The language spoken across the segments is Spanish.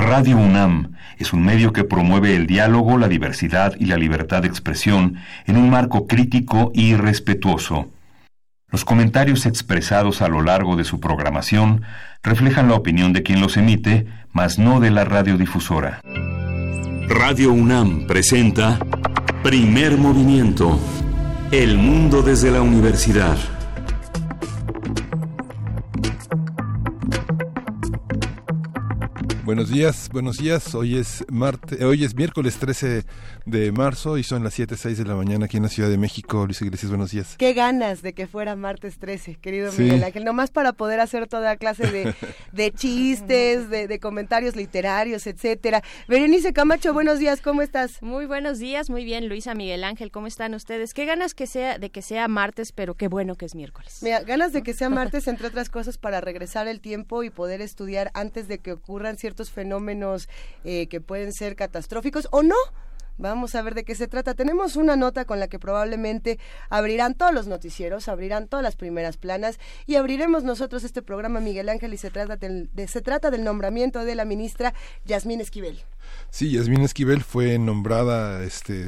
Radio UNAM es un medio que promueve el diálogo, la diversidad y la libertad de expresión en un marco crítico y respetuoso. Los comentarios expresados a lo largo de su programación reflejan la opinión de quien los emite, mas no de la radiodifusora. Radio UNAM presenta Primer Movimiento. El mundo desde la universidad. Buenos días. Hoy es miércoles 13 de marzo y son las 7:06 de la mañana aquí en la Ciudad de México. Luis Iglesias, buenos días. Qué ganas de que fuera martes 13, querido Miguel Ángel, nomás para poder hacer toda clase de chistes, de comentarios literarios, etcétera. Berenice Camacho, buenos días, ¿cómo estás? Muy buenos días, muy bien, Luisa, Miguel Ángel, ¿cómo están ustedes? Qué ganas de que sea martes, pero qué bueno que es miércoles. Mira, ganas de que sea martes, entre otras cosas, para regresar el tiempo y poder estudiar antes de que ocurran ciertos fenómenos que pueden ser catastróficos o no. Vamos a ver de qué se trata. Tenemos una nota con la que probablemente abrirán todos los noticieros, abrirán todas las primeras planas y abriremos nosotros este programa, Miguel Ángel, y se trata del nombramiento de la ministra Yasmín Esquivel. Sí, Yasmín Esquivel fue nombrada,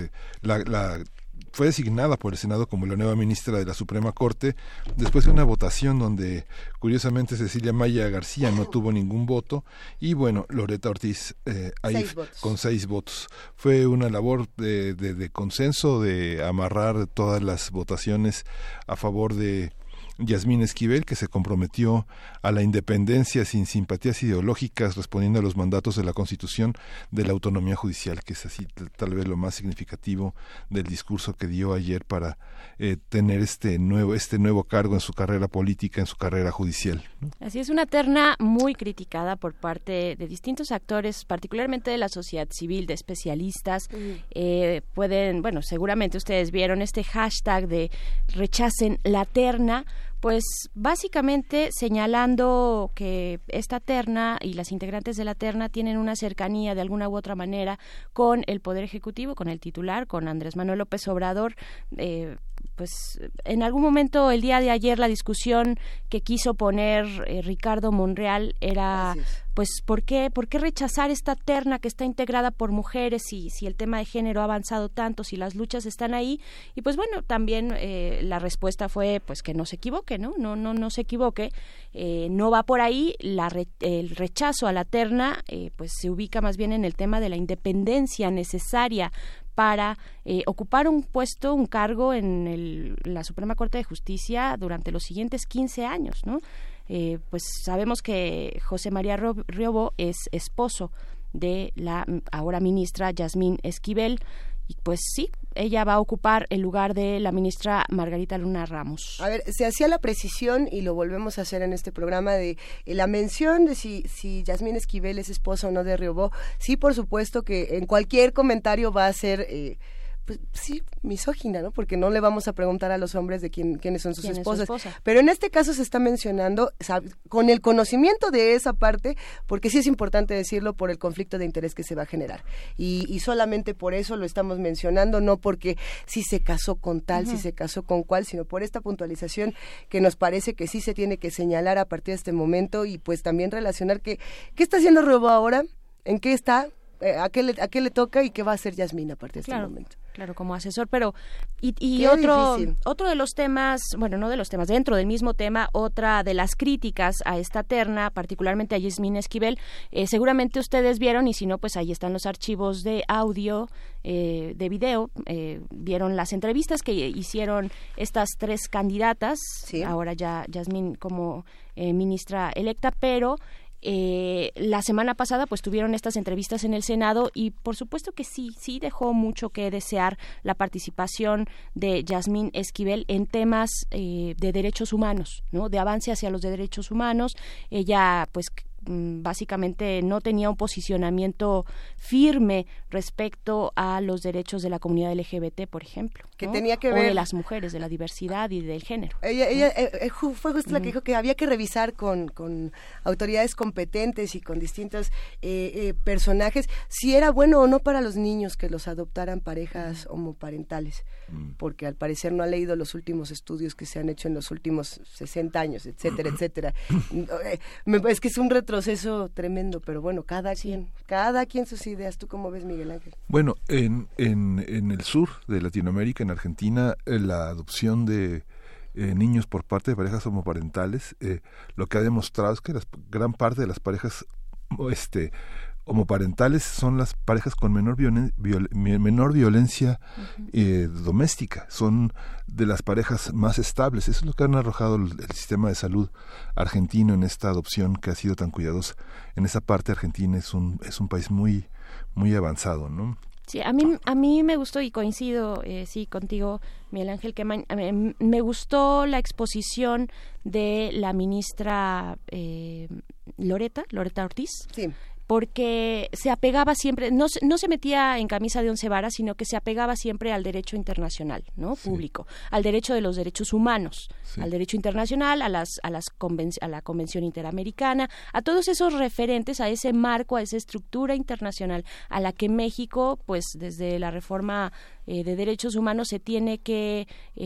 fue designada por el Senado como la nueva ministra de la Suprema Corte después de una votación donde curiosamente Cecilia Maya García no tuvo ningún voto y bueno, Loretta Ortiz con 6 votos. Fue una labor de consenso, de amarrar todas las votaciones a favor de Yasmín Esquivel, que se comprometió a la independencia sin simpatías ideológicas, respondiendo a los mandatos de la Constitución de la autonomía judicial, que es así tal vez lo más significativo del discurso que dio ayer para tener este nuevo cargo en su carrera política, en su carrera judicial, ¿no? Así es, una terna muy criticada por parte de distintos actores, particularmente de la sociedad civil, de especialistas. Seguramente ustedes vieron este hashtag de rechacen la terna, pues básicamente señalando que esta terna y las integrantes de la terna tienen una cercanía de alguna u otra manera con el Poder Ejecutivo, con el titular, con Andrés Manuel López Obrador. Pues en algún momento el día de ayer la discusión que quiso poner Ricardo Monreal era pues ¿por qué rechazar esta terna que está integrada por mujeres si el tema de género ha avanzado tanto, si las luchas están ahí? Y pues bueno, también la respuesta fue pues que no se equivoque, no se equivoque, no va por ahí. El rechazo a la terna pues se ubica más bien en el tema de la independencia necesaria para ocupar un puesto, un cargo en la Suprema Corte de Justicia durante los siguientes 15 años, ¿no? Pues sabemos que José María Riobó es esposo de la ahora ministra Yasmín Esquivel, y pues sí, ella va a ocupar el lugar de la ministra Margarita Luna Ramos. A ver, se hacía la precisión, y lo volvemos a hacer en este programa, de la mención de si Yasmín Esquivel es esposa o no de Riobó. Sí, por supuesto que en cualquier comentario va a ser pues sí, misógina, ¿no? Porque no le vamos a preguntar a los hombres de quiénes son sus esposas. Pero en este caso se está mencionando, con el conocimiento de esa parte, porque sí es importante decirlo, por el conflicto de interés que se va a generar. Y solamente por eso lo estamos mencionando, no porque si se casó con tal, si se casó con cual, sino por esta puntualización que nos parece que sí se tiene que señalar a partir de este momento, y pues también relacionar qué está haciendo Riobó ahora, en qué está, a qué le toca y qué va a hacer Yasmín a partir de este momento. Claro, como asesor, pero y otro de los temas, bueno, no de los temas, dentro del mismo tema, otra de las críticas a esta terna, particularmente a Yasmín Esquivel, seguramente ustedes vieron, y si no, pues ahí están los archivos de audio, de video, vieron las entrevistas que hicieron estas 3 candidatas, ¿sí? Ahora ya Yasmín como ministra electa, pero la semana pasada pues tuvieron estas entrevistas en el Senado, y por supuesto que sí dejó mucho que desear la participación de Yasmín Esquivel en temas de derechos humanos, ¿no? De avance hacia los derechos humanos. Ella pues básicamente no tenía un posicionamiento firme respecto a los derechos de la comunidad LGBT, por ejemplo, que ¿no? tenía que ver, o de las mujeres, de la diversidad y del género. Ella fue justo la que dijo que había que revisar con autoridades competentes y con distintos personajes si era bueno o no para los niños que los adoptaran parejas homoparentales, porque al parecer no ha leído los últimos estudios que se han hecho en los últimos 60 años, etcétera, etcétera. Es que es un retroceso tremendo, pero bueno, cada quien Cada quien sus ideas. ¿Tú cómo ves, Miguel Ángel? Bueno, en el sur de Latinoamérica, en Argentina, la adopción de niños por parte de parejas homoparentales, lo que ha demostrado es que gran parte de las parejas homoparentales son las parejas con menor violencia doméstica, son de las parejas más estables. Eso es lo que han arrojado el sistema de salud argentino en esta adopción que ha sido tan cuidadosa. En esa parte Argentina es un país muy muy avanzado, ¿no? Sí, a mí me gustó y coincido, sí, contigo, Miguel Ángel Quemain. Me gustó la exposición de la ministra Loreta Ortiz. Sí. Porque se apegaba siempre, no se metía en camisa de once varas, sino que se apegaba siempre al derecho internacional, ¿no? Público, al derecho de los derechos humanos, al derecho internacional, a la Convención Interamericana, a todos esos referentes, a ese marco, a esa estructura internacional a la que México, pues desde la reforma de derechos humanos se tiene que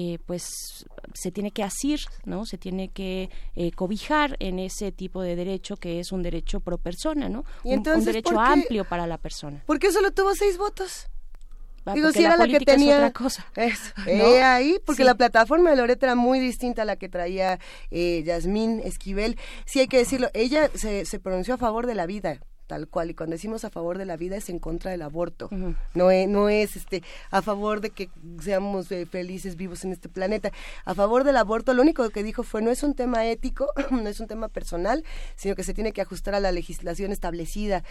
asir, ¿no? Se tiene que cobijar en ese tipo de derecho que es un derecho pro persona, ¿no? Entonces, un derecho amplio para la persona. ¿Por qué solo tuvo 6 votos? Digo, si era la que tenía... es otra cosa. ¿No? Ahí, porque la plataforma de Loreta era muy distinta a la que traía Yasmín Esquivel. Sí, hay que decirlo, ella se pronunció a favor de la vida, tal cual, y cuando decimos a favor de la vida es en contra del aborto. No es a favor de que seamos felices vivos en este planeta. A favor del aborto, lo único que dijo fue: no es un tema ético, no es un tema personal, sino que se tiene que ajustar a la legislación establecida.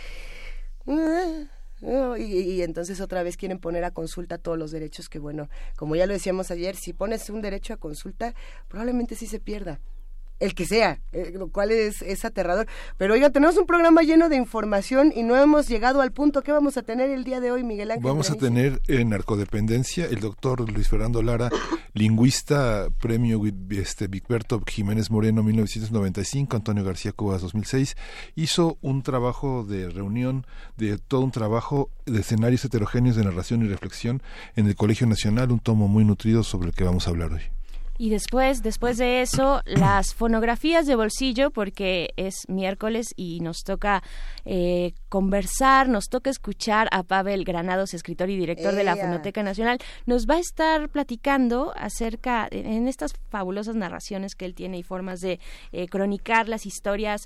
Y entonces otra vez quieren poner a consulta todos los derechos que, bueno, como ya lo decíamos ayer, si pones un derecho a consulta, probablemente sí se pierda. El que sea, lo cual es aterrador. Pero oiga, tenemos un programa lleno de información y no hemos llegado al punto. ¿Qué vamos a tener el día de hoy, Miguel Ángel? Vamos a tener narcodependencia, el doctor Luis Fernando Lara, lingüista, premio Vicberto Jiménez Moreno 1995, Antonio García Cubas 2006, hizo un trabajo de reunión, de todo un trabajo de escenarios heterogéneos de narración y reflexión en el Colegio Nacional, un tomo muy nutrido sobre el que vamos a hablar hoy. Y después de eso, las fonografías de bolsillo, porque es miércoles y nos toca conversar, nos toca escuchar a Pavel Granados, escritor y director de la Fonoteca Nacional. Nos va a estar platicando acerca, en estas fabulosas narraciones que él tiene y formas de cronicar las historias,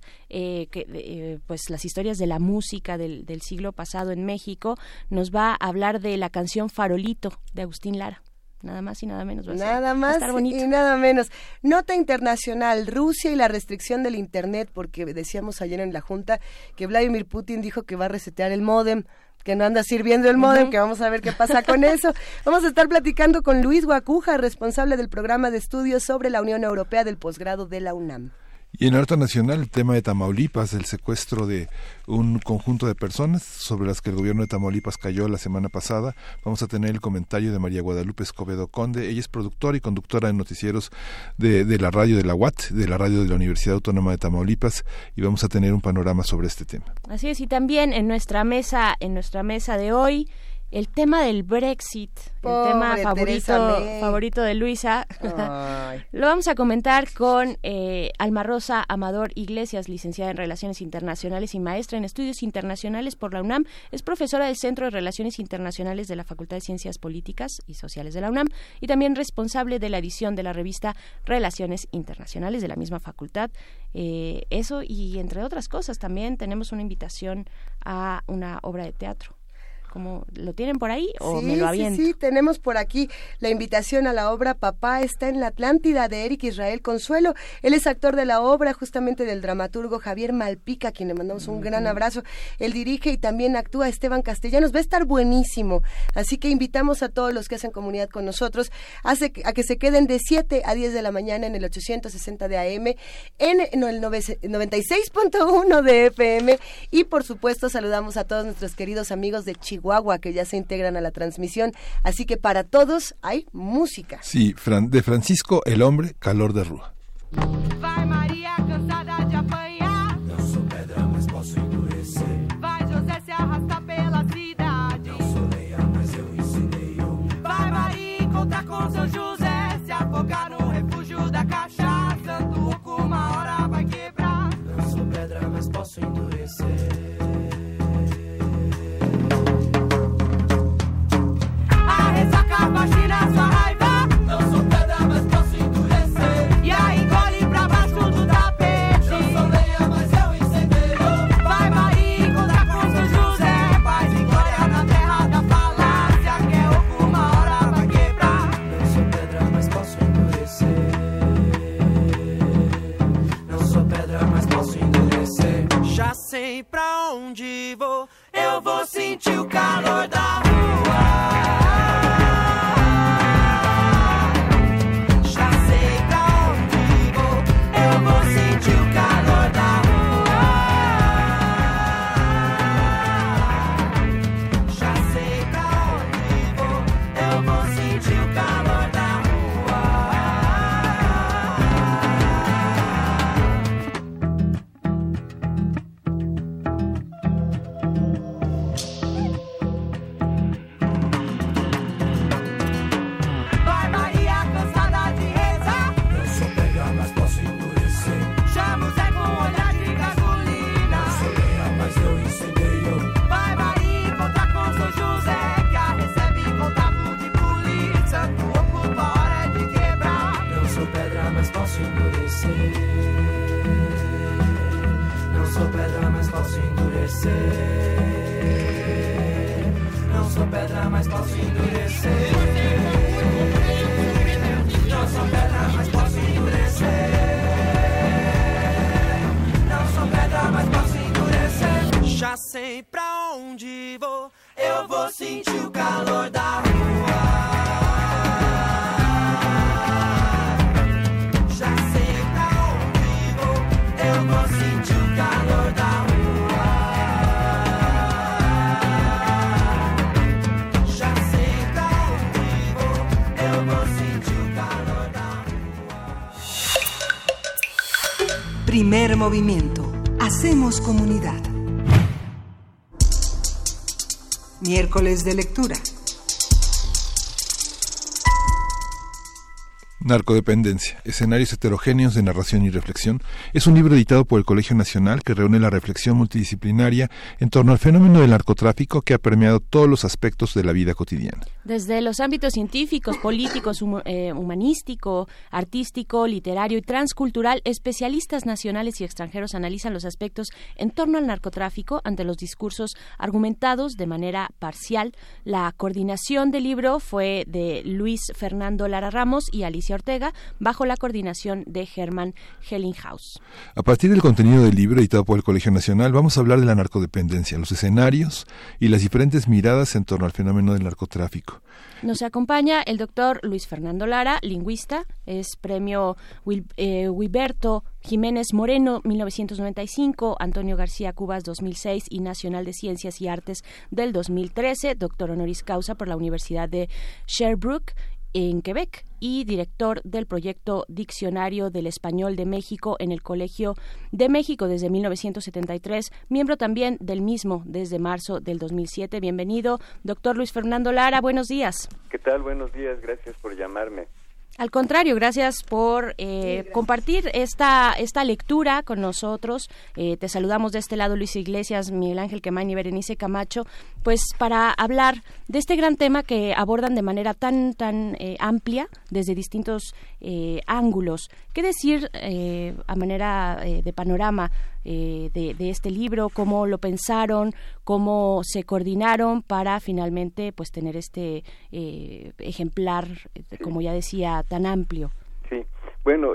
pues las historias de la música del siglo pasado en México. Nos va a hablar de la canción Farolito de Agustín Lara. Nada más y nada menos. Nada más y nada menos. Nota internacional: Rusia y la restricción del Internet, porque decíamos ayer en la Junta que Vladimir Putin dijo que va a resetear el módem, que no anda sirviendo el módem, que vamos a ver qué pasa con eso. Vamos a estar platicando con Luis Guacuja, responsable del programa de estudios sobre la Unión Europea del posgrado de la UNAM. Y en el arte nacional, el tema de Tamaulipas, el secuestro de un conjunto de personas sobre las que el gobierno de Tamaulipas cayó la semana pasada. Vamos a tener el comentario de María Guadalupe Escobedo Conde. Ella es productora y conductora de noticieros de la radio de la UAT, de la radio de la Universidad Autónoma de Tamaulipas, y vamos a tener un panorama sobre este tema. Así es, y también en nuestra mesa de hoy, el tema del Brexit, el tema favorito de Luisa. Lo vamos a comentar con Alma Rosa Amador Iglesias, licenciada en Relaciones Internacionales y maestra en Estudios Internacionales por la UNAM. Es profesora del Centro de Relaciones Internacionales de la Facultad de Ciencias Políticas y Sociales de la UNAM y también responsable de la edición de la revista Relaciones Internacionales de la misma facultad. Eso y entre otras cosas, también tenemos una invitación a una obra de teatro. ¿Cómo lo tienen por ahí o me lo aviento? Sí, tenemos por aquí la invitación a la obra Papá está en la Atlántida, de Eric Israel Consuelo. Él es actor de la obra, justamente del dramaturgo Javier Malpica, a quien le mandamos un gran abrazo. Él dirige y también actúa Esteban Castellanos. Va a estar buenísimo, así que invitamos a todos los que hacen comunidad con nosotros a que se queden de 7 a 10 de la mañana en el 860 de AM, en el 96.1 de FM, y por supuesto saludamos a todos nuestros queridos amigos de Chihuahua, que ya se integran a la transmisión, así que para todos hay música. Sí, de Francisco el Hombre, Calor de Rúa. Vai Maria, cansada de apanhar. Não sou pedra, mas posso endurecer. Vai José, se arrasta pela cidade. Não sou leia, mas eu ensinei. Vai Maria, encontrar com São José, se afogar no refúgio da cachaça. Santo Oco, uma hora vai quebrar. Não sou pedra, mas posso endurecer. onde vou, eu vou sentir o calor da rua. Já sei pra onde vou, eu vou sentir o calor da rua. Já sei pra onde vou, eu vou sentir o calor da rua. Não sou pedra, mas posso endurecer. Não sou pedra, mas posso endurecer. Não sou pedra, mas posso endurecer. Não sou pedra, mas posso endurecer. Já sei pra onde vou, eu vou sentir o calor da rua. Eu vou sentir o calor da rua. Já sei pra onde vou, eu vou sentir o calor da rua. Primer movimiento. Hacemos comunidad. Miércoles de lectura. Narcodependencia, escenarios heterogéneos de narración y reflexión, es un libro editado por el Colegio Nacional que reúne la reflexión multidisciplinaria en torno al fenómeno del narcotráfico que ha permeado todos los aspectos de la vida cotidiana. Desde los ámbitos científicos, políticos, humanístico, artístico, literario y transcultural, especialistas nacionales y extranjeros analizan los aspectos en torno al narcotráfico ante los discursos argumentados de manera parcial. La coordinación del libro fue de Luis Fernando Lara Ramos y Alicia Ortega, bajo la coordinación de Hermann Hellinghaus. A partir del contenido del libro editado por el Colegio Nacional, vamos a hablar de la narcodependencia, los escenarios y las diferentes miradas en torno al fenómeno del narcotráfico. Nos acompaña el doctor Luis Fernando Lara, lingüista, es premio Wilberto Jiménez Moreno 1995, Antonio García Cubas 2006 y Nacional de Ciencias y Artes del 2013, doctor honoris causa por la Universidad de Sherbrooke en Quebec y director del proyecto Diccionario del Español de México en el Colegio de México desde 1973, miembro también del mismo desde marzo del 2007. Bienvenido, doctor Luis Fernando Lara, buenos días. ¿Qué tal? Buenos días, gracias por llamarme. Al contrario, gracias por compartir esta lectura con nosotros. Te saludamos de este lado Luis Iglesias, Miguel Ángel Quemain y Berenice Camacho, pues para hablar de este gran tema que abordan de manera tan amplia desde distintos ángulos. ¿Qué decir a manera de panorama de este libro? ¿Cómo lo pensaron? ¿Cómo se coordinaron para finalmente pues tener este ejemplar, como ya decía, tan amplio? Sí, bueno,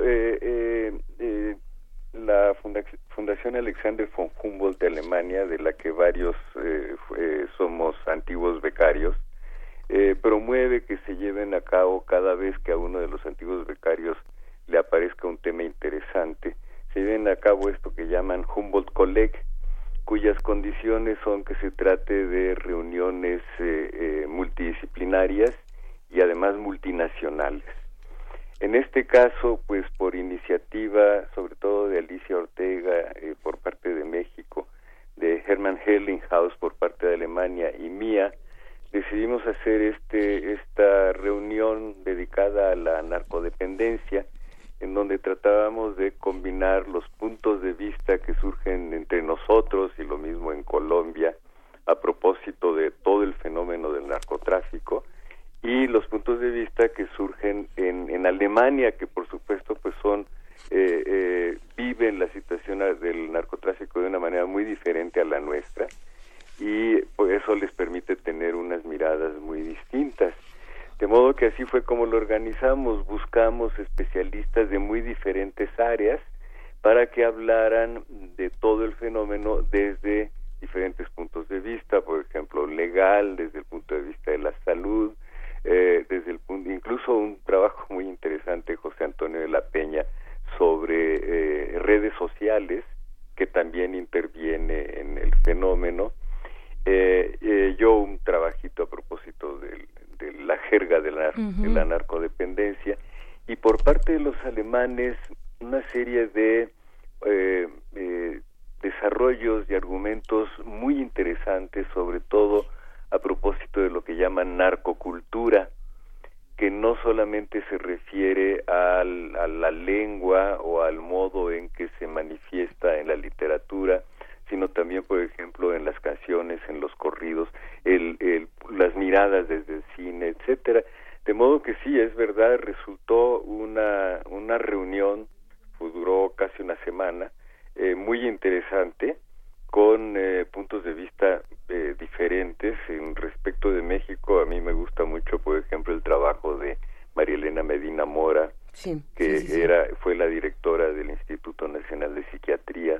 la Fundación Alexander von Humboldt de Alemania, de la que varios somos antiguos becarios, promueve que se lleven a cabo cada vez que a uno de los antiguos becarios le aparezca un tema interesante, se lleven a cabo esto que llaman Humboldt College, cuyas condiciones son que se trate de reuniones multidisciplinarias y además multinacionales. En este caso, pues por iniciativa sobre todo de Alicia Ortega por parte de México, de Hermann Hellinghaus por parte de Alemania y mía, decidimos hacer esta reunión dedicada a la narcodependencia, en donde tratábamos de combinar los puntos de vista que surgen entre nosotros y lo mismo en Colombia a propósito de todo el fenómeno del narcotráfico, y los puntos de vista que surgen en Alemania, que por supuesto pues viven la situación del narcotráfico de una manera muy diferente a la nuestra, y pues eso les permite tener unas miradas muy distintas. De modo que así fue como lo organizamos, buscamos especialistas de muy diferentes áreas para que hablaran de todo el fenómeno desde diferentes puntos vista, por ejemplo, legal, desde el punto de vista de la salud, desde el punto, incluso un trabajo muy interesante, José Antonio de la Peña, sobre redes sociales, que también interviene en el fenómeno. Yo un trabajito a propósito de la jerga de la narcodependencia, y por parte de los alemanes una serie de desarrollos y argumentos muy interesantes, sobre todo a propósito de lo que llaman narcocultura, que no solamente se refiere a la lengua o al modo en que se manifiesta en la literatura, sino también, por ejemplo, en las canciones, en los corridos, las miradas desde el cine, etcétera. De modo que sí, es verdad, resultó una reunión, duró casi una semana, muy interesante, con puntos de vista diferentes. En respecto de México, a mí me gusta mucho, por ejemplo, el trabajo de María Elena Medina Mora, fue la directora del Instituto Nacional de Psiquiatría,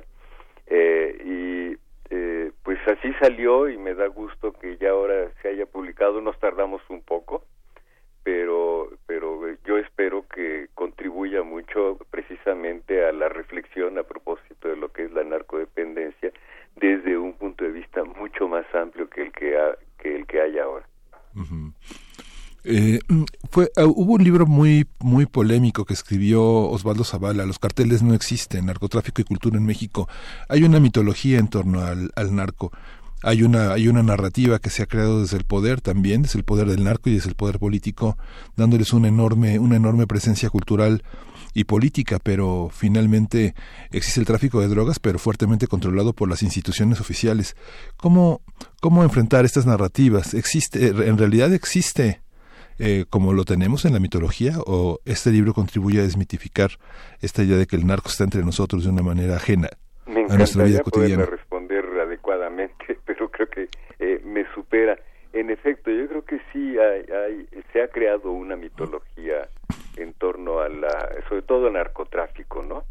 pues así salió, y me da gusto que ya ahora se haya publicado. Nos tardamos un poco, pero yo espero que contribuya mucho precisamente a la reflexión a propósito de lo que es la narcodependencia desde un punto de vista mucho más amplio que el que hay ahora. Uh-huh. Hubo un libro muy polémico que escribió Osvaldo Zavala, Los carteles no existen, narcotráfico y cultura en México. Hay una mitología en torno al narco. Hay una narrativa que se ha creado desde el poder también, desde el poder del narco y desde el poder político, dándoles una enorme presencia cultural y política, pero finalmente existe el tráfico de drogas, pero fuertemente controlado por las instituciones oficiales. ¿Cómo enfrentar estas narrativas? ¿En realidad existe como lo tenemos en la mitología, o este libro contribuye a desmitificar esta idea de que el narco está entre nosotros de una manera ajena a nuestra vida cotidiana? Me encantaría responder adecuadamente, pero creo que me supera. En efecto, yo creo que sí se ha creado una mitología en torno sobre todo al narcotráfico, ¿no?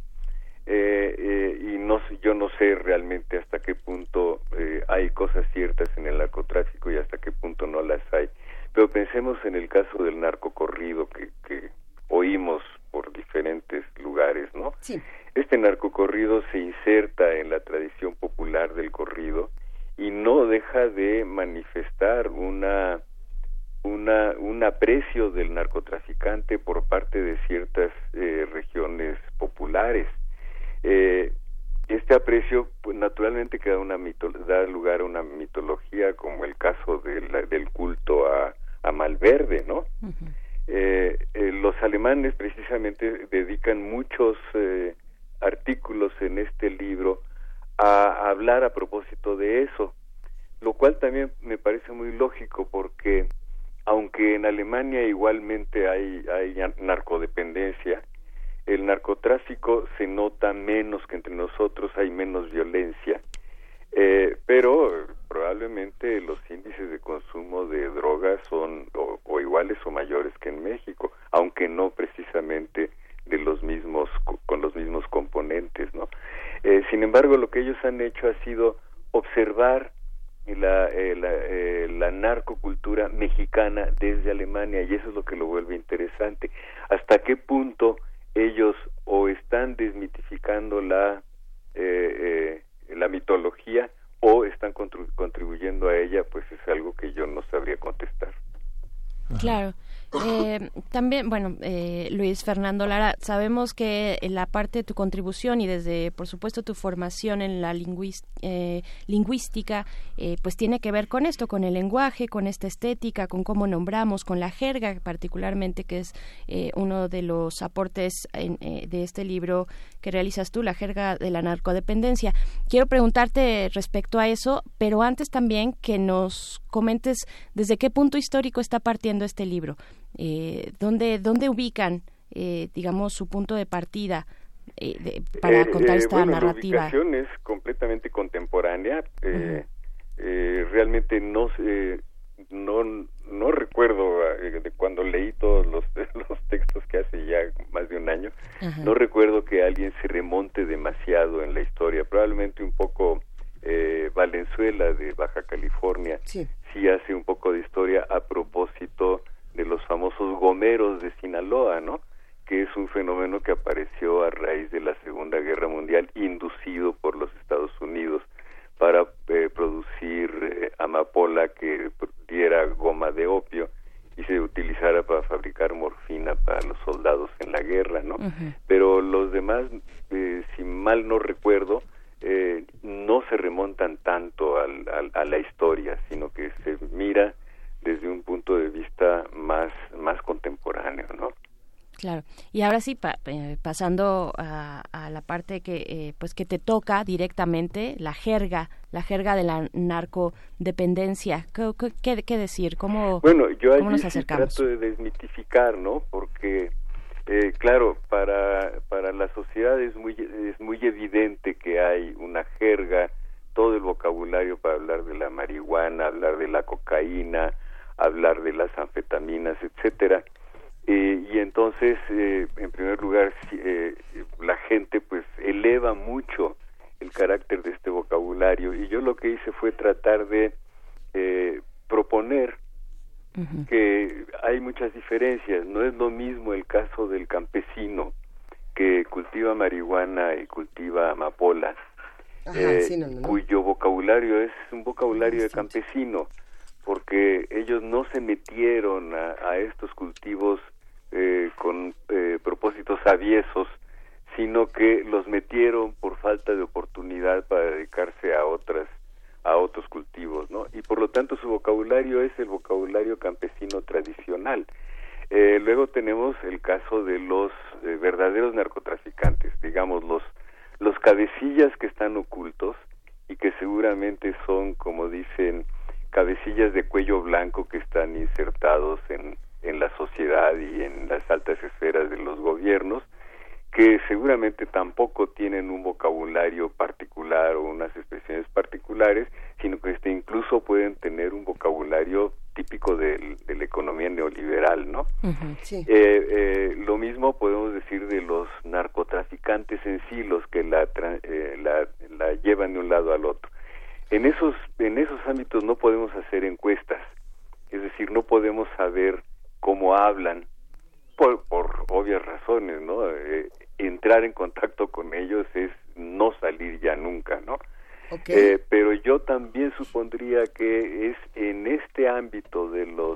Y yo no sé realmente hasta qué punto hay cosas ciertas en el narcotráfico y hasta qué punto no las hay. Pero pensemos en el caso del narcocorrido que oímos por diferentes lugares, ¿no? Sí. Este narcocorrido se inserta en la tradición popular del corrido y no deja de manifestar un aprecio del narcotraficante por parte de ciertas regiones populares. Este aprecio, pues, naturalmente que da lugar a una mitología, como el caso del culto a Malverde, ¿no? Uh-huh. Los alemanes precisamente dedican muchos artículos en este libro a hablar a propósito de eso, lo cual también me parece muy lógico, porque aunque en Alemania igualmente hay narcodependencia, el narcotráfico se nota menos que entre nosotros, hay menos violencia, pero probablemente los índices de consumo de drogas son o iguales o mayores que en México, aunque no precisamente con los mismos componentes, ¿no? Sin embargo, lo que ellos han hecho ha sido observar la narcocultura mexicana desde Alemania, y eso es lo que lo vuelve interesante. ¿Hasta qué punto ellos o están desmitificando la mitología o están contribuyendo a ella? Pues es algo que yo no sabría contestar. Claro. También, Luis Fernando Lara, sabemos que en la parte de tu contribución y desde, por supuesto, tu formación en la lingüística, pues tiene que ver con esto, con el lenguaje, con esta estética, con cómo nombramos, con la jerga particularmente, que es uno de los aportes de este libro que realizas tú, la jerga de la narcodependencia. Quiero preguntarte respecto a eso, pero antes también que nos comentes desde qué punto histórico está partiendo este libro. ¿Dónde ubican, digamos, su punto de partida para contar esta narrativa? La ubicación es completamente contemporánea. Realmente no recuerdo de cuando leí todos los textos que hace ya más de un año. Uh-huh. No recuerdo que alguien se remonte demasiado en la historia. Probablemente un poco Valenzuela de Baja California sí hace un poco de historia a propósito de los famosos gomeros de Sinaloa, ¿no? Que es un fenómeno que apareció a raíz de la Segunda Guerra Mundial, inducido por los Estados Unidos para producir amapola que diera goma de opio y se utilizara para fabricar morfina para los soldados en la guerra, ¿no? Pero los demás, si mal no recuerdo, no se remontan tanto a la historia, sino que se mira desde un punto de vista más contemporáneo, ¿no? Claro. Y ahora sí, pasando a la parte que pues que te toca directamente, la jerga de la narcodependencia. ¿Qué decir? Bueno, yo ¿cómo nos acercamos? Trato de desmitificar, ¿no? Porque claro, para la sociedad es muy evidente que hay una jerga, todo el vocabulario para hablar de la marihuana, hablar de la cocaína, hablar de las anfetaminas, etcétera. Y entonces, en primer lugar, la gente pues eleva mucho el carácter de este vocabulario, y yo lo que hice fue tratar de proponer que hay muchas diferencias. No es lo mismo el caso del campesino que cultiva marihuana y cultiva amapola, cuyo vocabulario es un vocabulario de campesino, porque ellos no se metieron a estos cultivos con propósitos aviesos, sino que los metieron por falta de oportunidad para dedicarse a otros cultivos, ¿no? Y por lo tanto su vocabulario es el vocabulario campesino tradicional. Luego tenemos el caso de los verdaderos narcotraficantes, digamos los cabecillas que están ocultos y que seguramente son, como dicen, cabecillas de cuello blanco que están insertados en la sociedad y en las altas esferas de los gobiernos, que seguramente tampoco tienen un vocabulario particular o unas expresiones particulares, sino que incluso pueden tener un vocabulario típico de la economía neoliberal, ¿no? Sí. Lo mismo podemos decir de los narcotraficantes en sí, los que la llevan de un lado al otro. En esos ámbitos no podemos hacer encuestas, es decir, no podemos saber cómo hablan, por obvias razones, ¿no? Entrar en contacto con ellos es no salir ya nunca, ¿no? Okay. Pero yo también supondría que es en este ámbito de los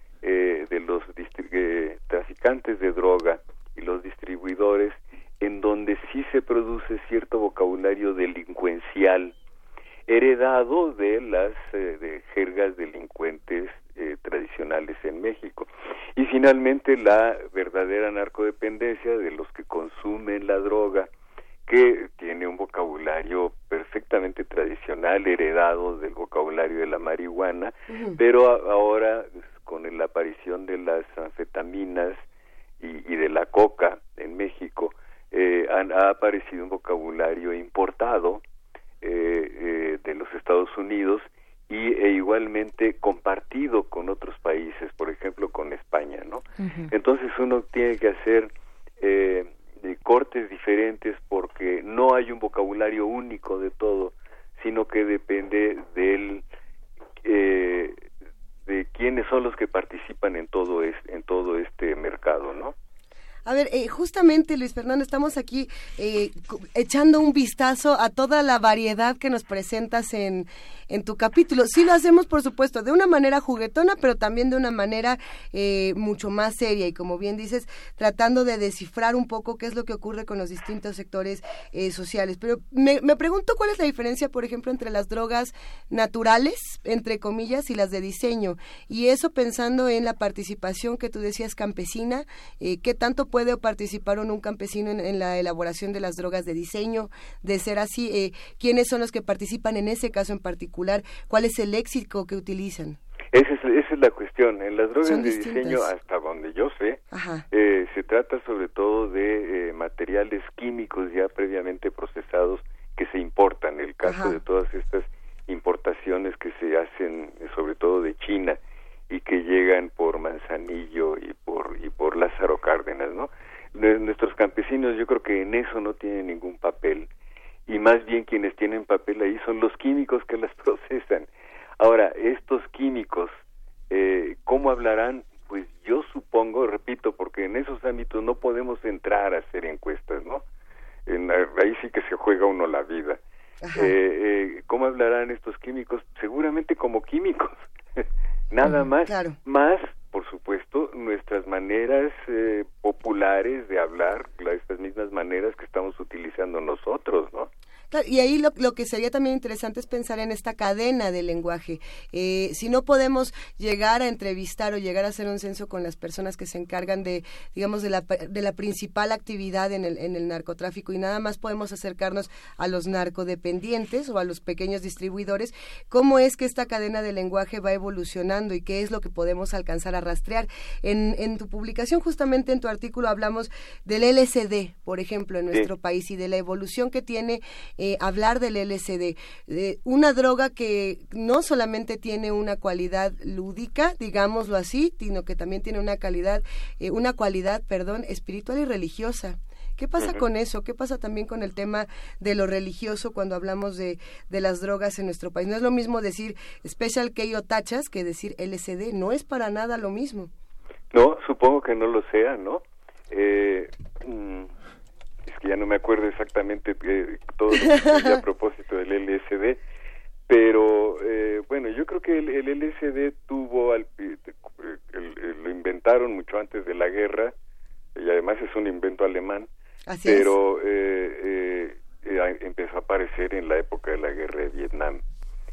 traficantes de droga y los distribuidores en donde sí se produce cierto vocabulario delincuencial heredado de las de jergas delincuentes tradicionales en México. Y finalmente la verdadera narcodependencia de los que consumen la droga, que tiene un vocabulario perfectamente tradicional, heredado del vocabulario de la marihuana, pero ahora con la aparición de las anfetaminas y de la coca en México, ha aparecido un vocabulario importado de los Estados Unidos e igualmente compartido con otros países, por ejemplo con España, ¿no? Entonces uno tiene que hacer cortes diferentes porque no hay un vocabulario único de todo, sino que depende de quiénes son los que participan en todo este mercado, ¿no? A ver, justamente, Luis Fernando, estamos aquí echando un vistazo a toda la variedad que nos presentas en tu capítulo. Sí lo hacemos, por supuesto, de una manera juguetona, pero también de una manera mucho más seria y, como bien dices, tratando de descifrar un poco qué es lo que ocurre con los distintos sectores sociales. Pero me pregunto cuál es la diferencia, por ejemplo, entre las drogas naturales, entre comillas, y las de diseño. Y eso pensando en la participación que tú decías campesina, ¿qué tanto puede participar o no un campesino en la elaboración de las drogas de diseño? De ser así, ¿quiénes son los que participan en ese caso en particular? ¿Cuál es el léxico que utilizan? Esa es la cuestión. En las drogas de diseño, hasta donde yo sé, se trata sobre todo de materiales químicos ya previamente procesados que se importan. El caso de todas estas importaciones que se hacen sobre todo de China y que llegan por Manzanillo y por Lázaro Cárdenas, ¿no? Nuestros campesinos, yo creo que en eso no tienen ningún papel, y más bien quienes tienen papel ahí son los químicos que las procesan. Ahora, estos químicos, ¿cómo hablarán? Pues yo supongo, repito, porque en esos ámbitos no podemos entrar a hacer encuestas, ¿no? Ahí sí que se juega uno la vida. ¿Cómo hablarán estos químicos? Seguramente como químicos, nada más, claro. Más, por supuesto, nuestras maneras populares de hablar, estas mismas maneras que estamos utilizando nosotros, ¿no? Claro, y ahí lo que sería también interesante es pensar en esta cadena del lenguaje. Si no podemos llegar a entrevistar o llegar a hacer un censo con las personas que se encargan de, digamos, de la principal actividad en el narcotráfico, y nada más podemos acercarnos a los narcodependientes o a los pequeños distribuidores, ¿cómo es que esta cadena del lenguaje va evolucionando y qué es lo que podemos alcanzar a rastrear? En tu publicación, justamente en tu artículo, hablamos del LSD, por ejemplo, en nuestro país, y de la evolución que tiene hablar del LSD, una droga que no solamente tiene una cualidad lúdica, digámoslo así, sino que también tiene una cualidad, espiritual y religiosa. ¿Qué pasa con eso? ¿Qué pasa también con el tema de lo religioso cuando hablamos de las drogas en nuestro país? No es lo mismo decir Special K o tachas que decir LSD, no es para nada lo mismo. No, supongo que no lo sea, ¿no? Es que ya no me acuerdo exactamente todo lo que decía a propósito del LSD, pero bueno, yo creo que el LSD lo inventaron mucho antes de la guerra, y además es un invento alemán. Así pero empezó a aparecer en la época de la guerra de Vietnam,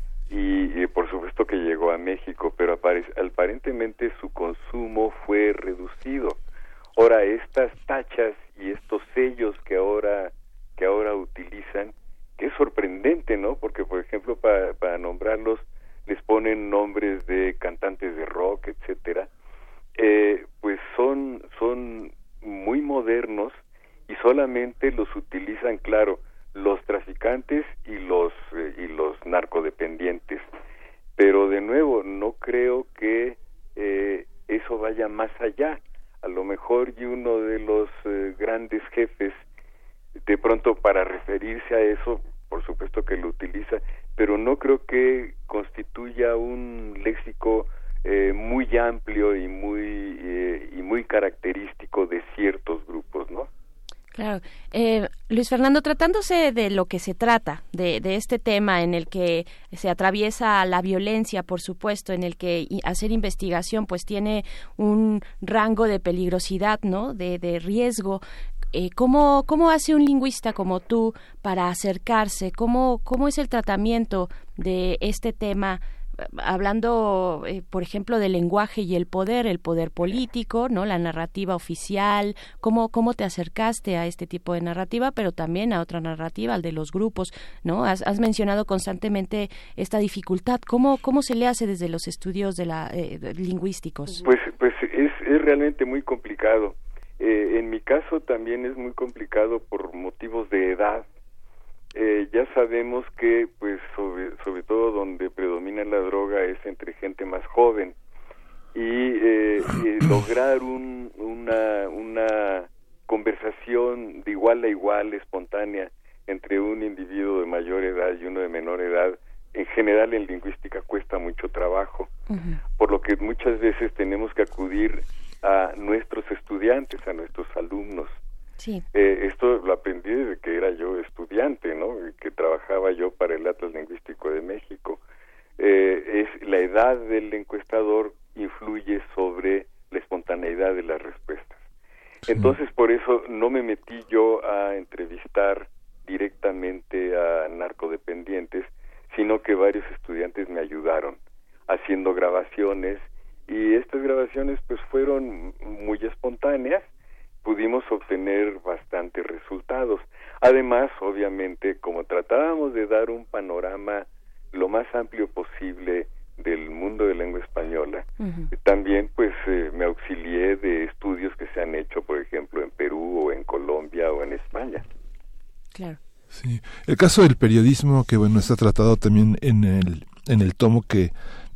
y por supuesto que llegó a México, pero aparentemente su consumo fue reducido. Ahora, estas tachas y estos sellos que ahora utilizan, que es sorprendente, ¿no? Porque, por ejemplo, para nombrarlos, les ponen nombres de cantantes de rock, etcétera. Pues son muy modernos y solamente los utilizan, claro, los traficantes y los narcodependientes. Pero, de nuevo, no creo que eso vaya más allá. A lo mejor y uno de los grandes jefes, de pronto para referirse a eso, por supuesto que lo utiliza, pero no creo que constituya un léxico muy amplio y muy característico de ciertos grupos, ¿no? Claro. Luis Fernando, tratándose de lo que se trata, de este tema en el que se atraviesa la violencia, por supuesto, en el que hacer investigación pues tiene un rango de peligrosidad, ¿no?, de riesgo. ¿Cómo hace un lingüista como tú para acercarse? ¿Cómo es el tratamiento de este tema? Hablando, por ejemplo, del lenguaje y el poder político, ¿no? La narrativa oficial, ¿cómo te acercaste a este tipo de narrativa, pero también a otra narrativa, al de los grupos, ¿no? Has mencionado constantemente esta dificultad. ¿Cómo se le hace desde los estudios lingüísticos? Pues es realmente muy complicado. En mi caso también es muy complicado por motivos de edad. Ya sabemos que, pues, sobre todo donde predomina la droga es entre gente más joven, y lograr una conversación de igual a igual, espontánea, entre un individuo de mayor edad y uno de menor edad, en general en lingüística cuesta mucho trabajo, por lo que muchas veces tenemos que acudir a nuestros estudiantes, a nuestros alumnos. Sí. Esto lo aprendí desde que era yo estudiante, ¿no? Que trabajaba yo para el Atlas Lingüístico de México. Es la edad del encuestador influye sobre la espontaneidad de las respuestas. Sí. Entonces, por eso no me metí yo a entrevistar directamente a narcodependientes, sino que varios estudiantes me ayudaron haciendo grabaciones, y estas grabaciones pues fueron muy espontáneas. Pudimos obtener bastantes resultados. Además, obviamente, como tratábamos de dar un panorama lo más amplio posible del mundo de lengua española, también pues me auxilié de estudios que se han hecho, por ejemplo, en Perú o en Colombia o en España. Claro. Sí, el caso del periodismo, que bueno, está tratado también en el tomo que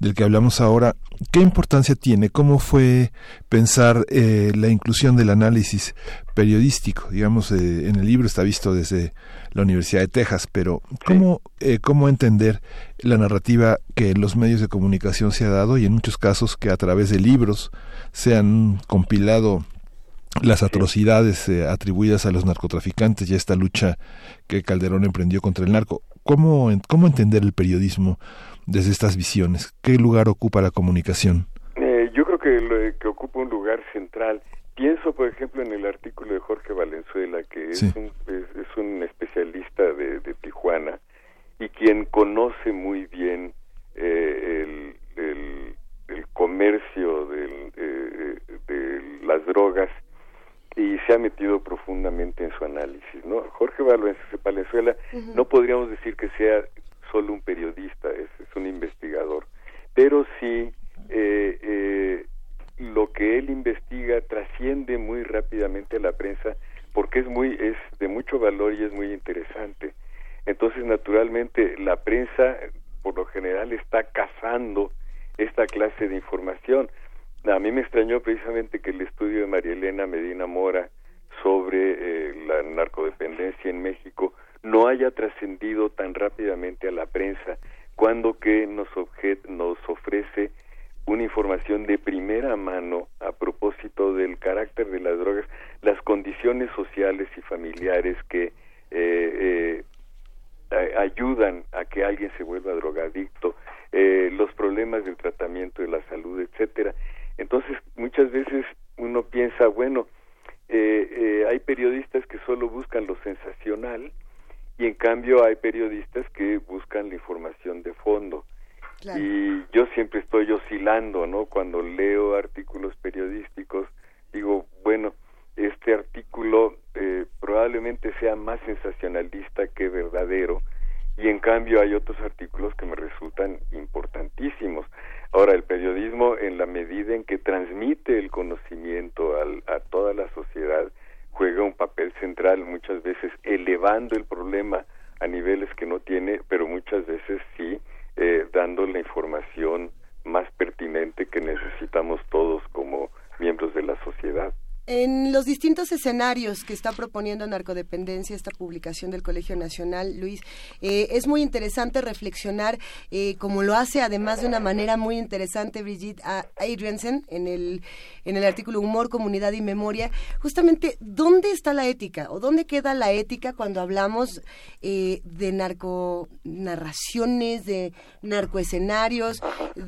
del que hablamos ahora, ¿qué importancia tiene? ¿Cómo fue pensar la inclusión del análisis periodístico? Digamos, en el libro está visto desde la Universidad de Texas, pero ¿cómo entender la narrativa que en los medios de comunicación se ha dado y en muchos casos que a través de libros se han compilado las atrocidades atribuidas a los narcotraficantes y a esta lucha que Calderón emprendió contra el narco? ¿Cómo entender el periodismo desde estas visiones? ¿Qué lugar ocupa la comunicación? Yo creo que ocupa un lugar central. Pienso, por ejemplo, en el artículo de Jorge Valenzuela, que es un especialista de Tijuana y quien conoce muy bien el comercio de las drogas y se ha metido profundamente en su análisis, ¿no? Jorge Valenzuela no podríamos decir que sea solo un periodista, es un investigador, pero sí lo que él investiga trasciende muy rápidamente a la prensa porque es de mucho valor y es muy interesante. Entonces, naturalmente, la prensa por lo general está cazando esta clase de información. A mí me extrañó precisamente que el estudio de María Elena Medina Mora sobre la narcodependencia en México no haya trascendido tan rápidamente a la prensa, cuando que nos ofrece una información de primera mano a propósito del carácter de las drogas, las condiciones sociales y familiares que ayudan a que alguien se vuelva drogadicto, los problemas del tratamiento de la salud, etcétera. Entonces, muchas veces uno piensa, bueno, hay periodistas que solo buscan lo sensacional y en cambio hay periodistas que buscan la información de fondo. Claro. Y yo siempre estoy oscilando, ¿no? Cuando leo artículos periodísticos, digo, bueno, este artículo probablemente sea más sensacionalista que verdadero, y en cambio hay otros artículos que me resultan importantísimos. Ahora, el periodismo, en la medida en que transmite el conocimiento a toda la sociedad, juega un papel central, muchas veces elevando el problema a niveles que no tiene, pero muchas veces sí dando la información más pertinente que necesitamos todos como miembros de la sociedad. En los distintos escenarios que está proponiendo Narcodependencia, esta publicación del Colegio Nacional, Luis, es muy interesante reflexionar, como lo hace además de una manera muy interesante Brigitte Adriansen en el artículo Humor, Comunidad y Memoria, justamente dónde está la ética o dónde queda la ética cuando hablamos de narraciones, de narcoescenarios,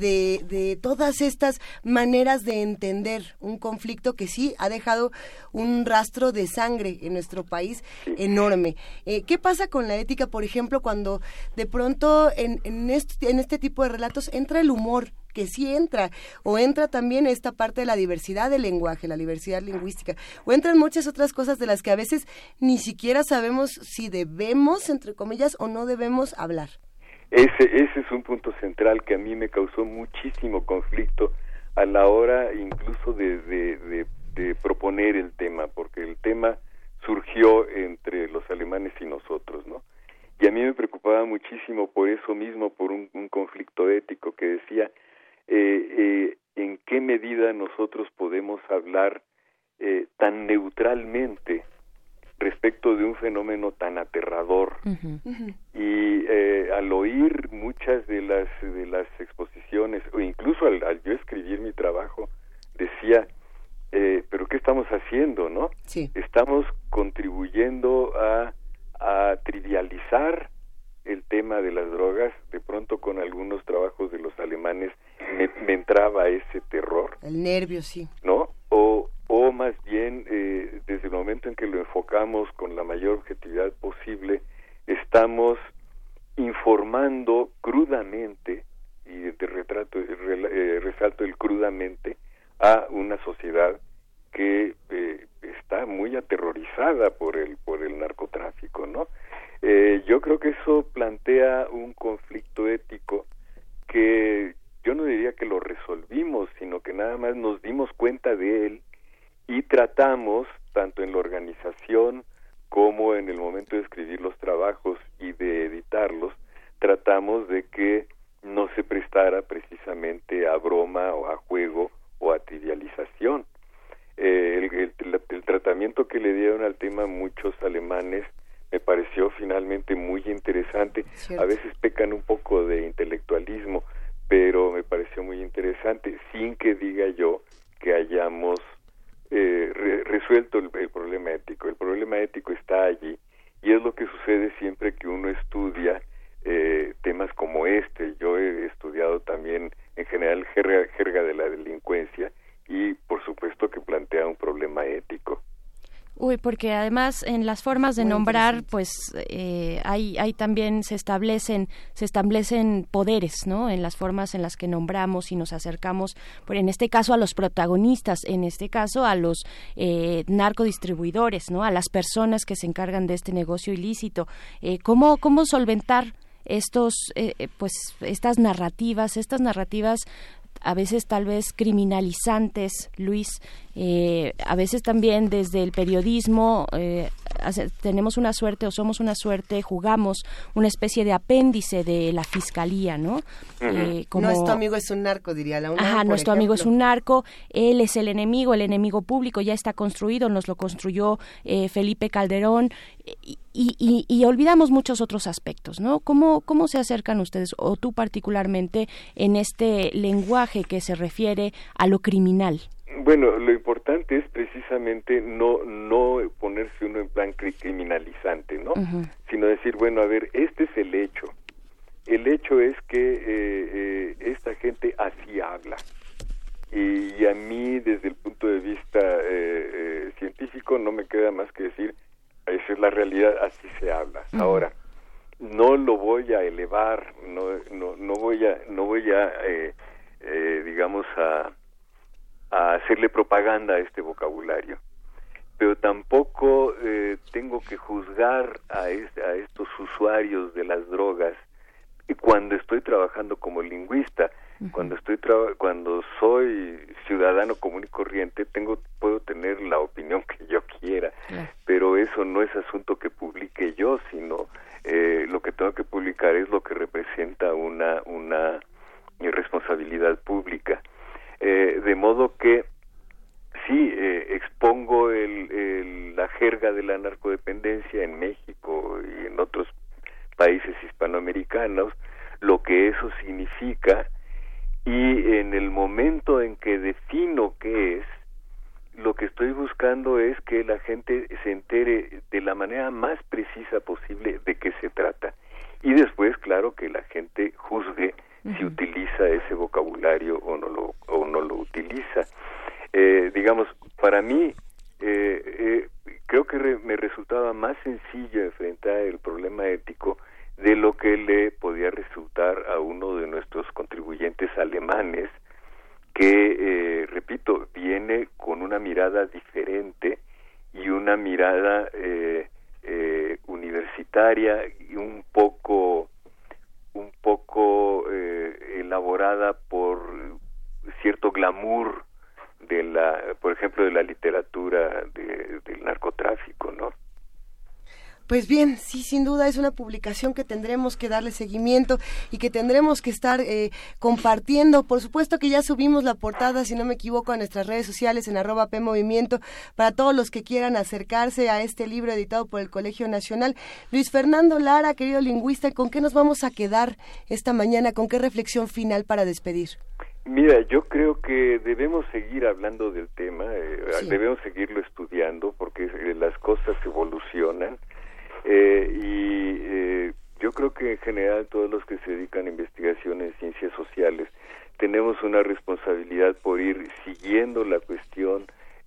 de todas estas maneras de entender un conflicto que sí ha dejado un rastro de sangre en nuestro país enorme. ¿Qué pasa con la ética, por ejemplo, cuando de pronto en este tipo de relatos entra el humor, que sí entra, o entra también esta parte de la diversidad del lenguaje, la diversidad lingüística, o entran muchas otras cosas de las que a veces ni siquiera sabemos si debemos, entre comillas, o no debemos hablar? Ese es un punto central que a mí me causó muchísimo conflicto a la hora incluso de proponer el tema, porque el tema surgió entre los alemanes y nosotros, ¿no? Y a mí me preocupaba muchísimo por eso mismo, por un conflicto ético que decía en qué medida nosotros podemos hablar tan neutralmente respecto de un fenómeno tan aterrador. Y al oír muchas de las exposiciones, o incluso al yo escribir mi trabajo, decía, pero ¿qué estamos haciendo, no? Sí. Estamos contribuyendo a trivializar el tema de las drogas. De pronto, con algunos trabajos de los alemanes me entraba ese terror. El nervio, sí. ¿No? O más bien, desde el momento en que lo enfocamos con la mayor objetividad posible, estamos informando crudamente, y resalto el crudamente, a una sociedad que está muy aterrorizada por el narcotráfico, ¿no? Yo creo que eso plantea un conflicto ético que yo no diría que lo resolvimos, sino que nada más nos dimos cuenta de él y tratamos, tanto en la organización como en el momento de escribir los trabajos y de editarlos, tratamos de que no se se prestara precisamente a broma o a juego o a trivialización. El tratamiento que le dieron al tema muchos alemanes me pareció finalmente muy interesante. Cierto. A veces pecan un poco de intelectualismo, pero me pareció muy interesante, sin que diga yo que hayamos resuelto el problema ético. El problema ético está allí, y es lo que sucede siempre que uno estudia temas como este. Yo he estudiado también en general jerga de la delincuencia, y por supuesto que plantea un problema ético. Uy, porque además en las formas de nombrar, pues hay también se establecen poderes, ¿no? En las formas en las que nombramos y nos acercamos, en este caso a los protagonistas, en este caso a los narcodistribuidores, ¿no? A las personas que se encargan de este negocio ilícito. ¿Cómo solventar estas narrativas a veces tal vez criminalizantes, Luis? A veces también desde el periodismo tenemos una suerte, o somos una suerte, jugamos una especie de apéndice de la fiscalía, ¿no? Como... Nuestro amigo es un narco, diría la UNAM. Ajá, nuestro amigo es un narco, él es el enemigo público, ya está construido, nos lo construyó Felipe Calderón, y olvidamos muchos otros aspectos, ¿no? ¿Cómo se acercan ustedes, o tú particularmente, en este lenguaje que se refiere a lo criminal? Bueno, lo importante es precisamente no ponerse uno en plan criminalizante, ¿no? Uh-huh. Sino decir, bueno, a ver, este es el hecho. El hecho es que esta gente así habla. Y a mí, desde el punto de vista científico, no me queda más que decir, esa es la realidad, así se habla. Uh-huh. Ahora, no lo voy a elevar, no voy a digamos, a hacerle propaganda a este vocabulario, pero tampoco tengo que juzgar a estos usuarios de las drogas cuando estoy trabajando como lingüista. Uh-huh. Cuando soy ciudadano común y corriente, puedo tener la opinión que yo quiera, yeah. Pero eso no es asunto que publique yo, sino lo que tengo que publicar es lo que representa una responsabilidad pública. De modo que sí, expongo la jerga de la narcodependencia en México y en otros países hispanoamericanos, lo que eso significa, y en el momento en que defino qué es, lo que estoy buscando es que la gente se entere de la manera más precisa posible de qué se trata, y después, claro, que la gente juzgue si utiliza ese vocabulario o no lo utiliza. Digamos, para mí, creo que me resultaba más sencillo enfrentar el problema ético de lo que le podía resultar a uno de nuestros contribuyentes alemanes, que, repito, viene con una mirada diferente y una mirada universitaria y un poco elaborada por cierto glamour por ejemplo, de la literatura del narcotráfico, ¿no? Pues bien, sí, sin duda es una publicación que tendremos que darle seguimiento y que tendremos que estar compartiendo. Por supuesto que ya subimos la portada, si no me equivoco, a nuestras redes sociales en @PMovimiento, para todos los que quieran acercarse a este libro editado por el Colegio Nacional. Luis Fernando Lara, querido lingüista, ¿con qué nos vamos a quedar esta mañana? ¿Con qué reflexión final para despedir? Mira, yo creo que debemos seguir hablando del tema, sí. Debemos seguirlo estudiando, porque las cosas evolucionan. Yo creo que en general todos los que se dedican a investigación en ciencias sociales tenemos una responsabilidad por ir siguiendo la cuestión,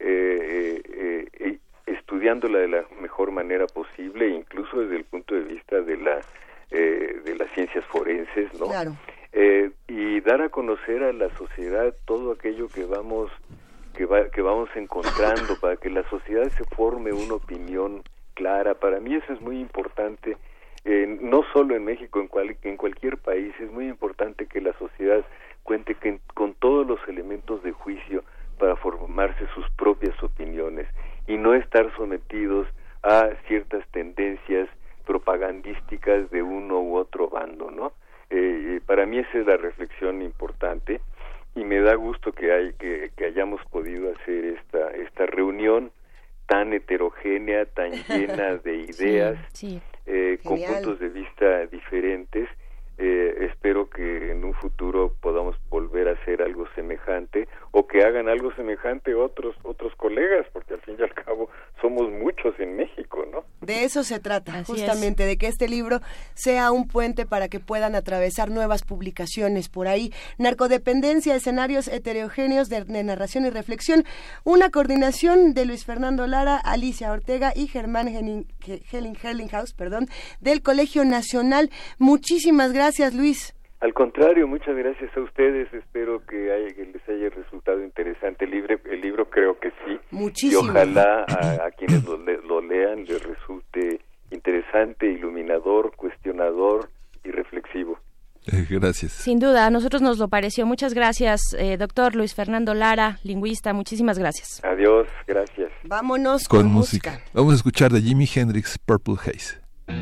estudiándola de la mejor manera posible, incluso desde el punto de vista de las ciencias forenses, ¿no? Claro. Y dar a conocer a la sociedad todo aquello que vamos encontrando, para que la sociedad se forme una opinión clara. Para mí eso es muy importante, no solo en México, en cualquier país. Es muy importante que la sociedad cuente con todos los elementos de juicio para formarse sus propias opiniones y no estar sometidos a ciertas tendencias propagandísticas de uno u otro bando, ¿no? Para mí esa es la reflexión importante, y me da gusto que hayamos podido hacer esta reunión tan heterogénea, tan llena de ideas, con puntos de vista diferentes. Espero que en un futuro podamos volver a hacer algo semejante, o que hagan algo semejante otros colegas, porque al fin y al cabo somos muchos en México, ¿no? De eso se trata, justamente, de que este libro sea un puente para que puedan atravesar nuevas publicaciones por ahí. Narcodependencia, escenarios heterogéneos de narración y reflexión, una coordinación de Luis Fernando Lara, Alicia Ortega y Germán Herlinghaus, del Colegio Nacional. Muchísimas gracias, Luis. Al contrario, muchas gracias a ustedes. Espero que les haya resultado interesante el libro, creo que sí. Muchísimo. Y ojalá a quienes lo lean les resulte interesante, iluminador, cuestionador y reflexivo. Gracias. Sin duda, a nosotros nos lo pareció. Muchas gracias, doctor Luis Fernando Lara, lingüista. Muchísimas gracias. Adiós, gracias. Vámonos con música. Vamos a escuchar de Jimi Hendrix, Purple Haze.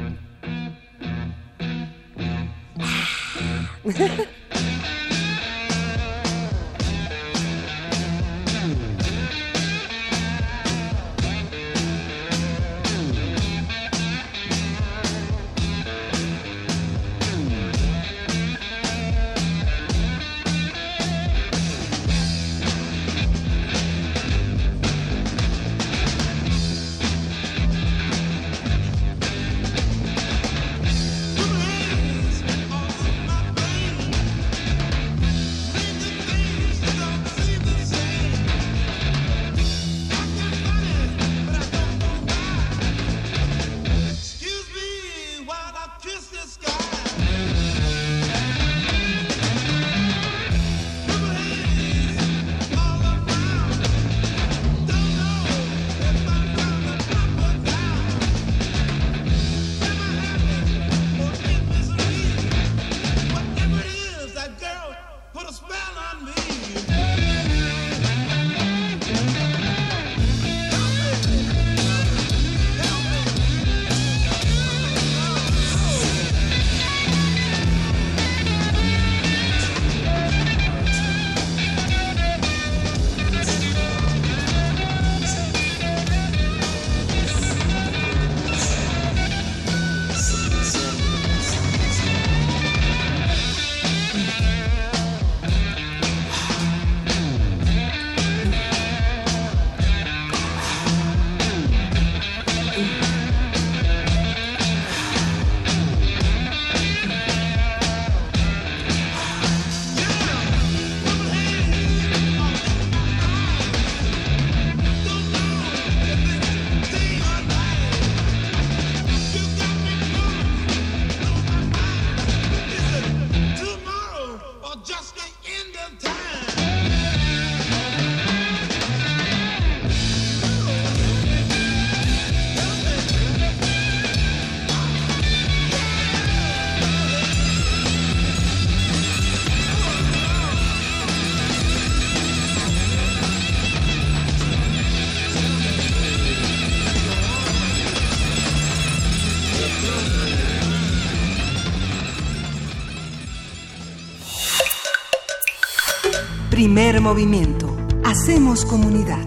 Primer movimiento. Hacemos comunidad.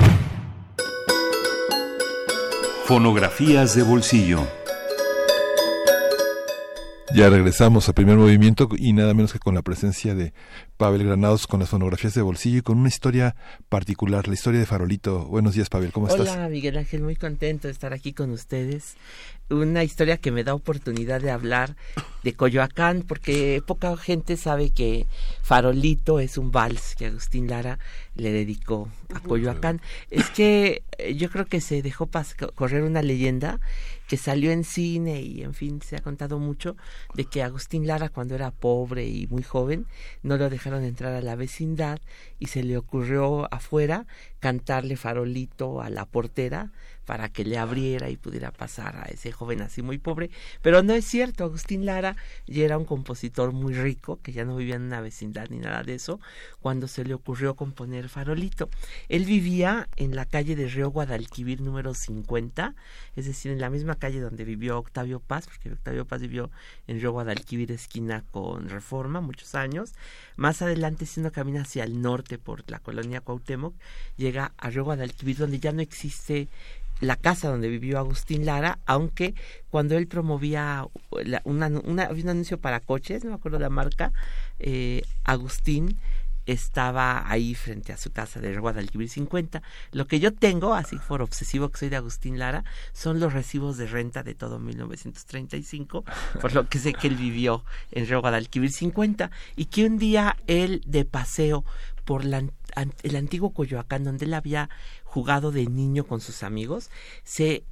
Fonografías de bolsillo. Ya regresamos a Primer Movimiento y nada menos que con la presencia de Pavel Granados con las fonografías de bolsillo y con una historia particular, la historia de Farolito. Buenos días, Pavel, ¿cómo estás? Hola, Miguel Ángel, muy contento de estar aquí con ustedes. Una historia que me da oportunidad de hablar de Coyoacán, porque poca gente sabe que Farolito es un vals que Agustín Lara le dedicó a Coyoacán. Es que yo creo que se dejó correr una leyenda que salió en cine y en fin se ha contado mucho de que Agustín Lara, cuando era pobre y muy joven, no lo dejaron entrar a la vecindad y se le ocurrió afuera cantarle Farolito a la portera para que le abriera y pudiera pasar a ese joven así muy pobre, pero no es cierto. Agustín Lara ya era un compositor muy rico, que ya no vivía en una vecindad ni nada de eso, cuando se le ocurrió componer Farolito. Él vivía en la calle de Río Guadalquivir número 50, es decir, en la misma calle donde vivió Octavio Paz, porque Octavio Paz vivió en Río Guadalquivir, esquina con Reforma, muchos años. Más adelante, si uno camina hacia el norte por la colonia Cuauhtémoc, llega a Río Guadalquivir, donde ya no existe la casa donde vivió Agustín Lara, aunque cuando él promovía había un anuncio para coches, no me acuerdo la marca, Agustín estaba ahí frente a su casa de Guadalquivir 50. Lo que yo tengo, así por obsesivo que soy de Agustín Lara, son los recibos de renta de todo 1935, por lo que sé que él vivió en Río Guadalquivir 50, y que un día él, de paseo por el antiguo Coyoacán, donde él había jugado de niño con sus amigos, se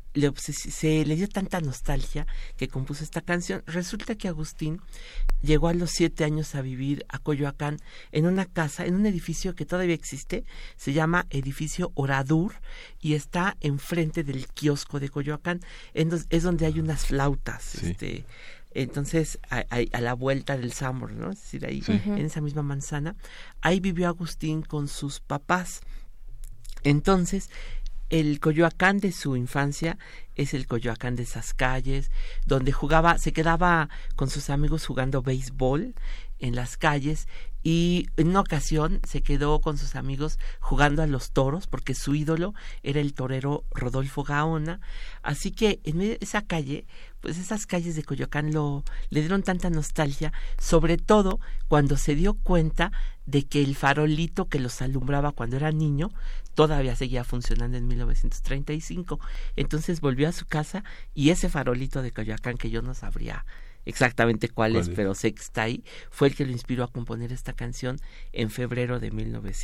le dio tanta nostalgia que compuso esta canción. Resulta que Agustín llegó a los 7 años a vivir a Coyoacán en una casa, en un edificio que todavía existe, se llama Edificio Oradur, y está enfrente del kiosco de Coyoacán. Es donde hay unas flautas, sí. Entonces, a la vuelta del Samur, ¿no? Es decir, ahí, en esa misma manzana, ahí vivió Agustín con sus papás. Entonces, el Coyoacán de su infancia es el Coyoacán de esas calles, donde se quedaba con sus amigos jugando béisbol en las calles, y en una ocasión se quedó con sus amigos jugando a los toros, porque su ídolo era el torero Rodolfo Gaona. Así que en medio de esa calle, pues esas calles de Coyoacán le dieron tanta nostalgia, sobre todo cuando se dio cuenta de que el farolito que los alumbraba cuando era niño todavía seguía funcionando en 1935. Entonces volvió a su casa, y ese farolito de Coyoacán, que yo no sabría exactamente cuál es, pero sé que está ahí, fue el que lo inspiró a componer esta canción en febrero de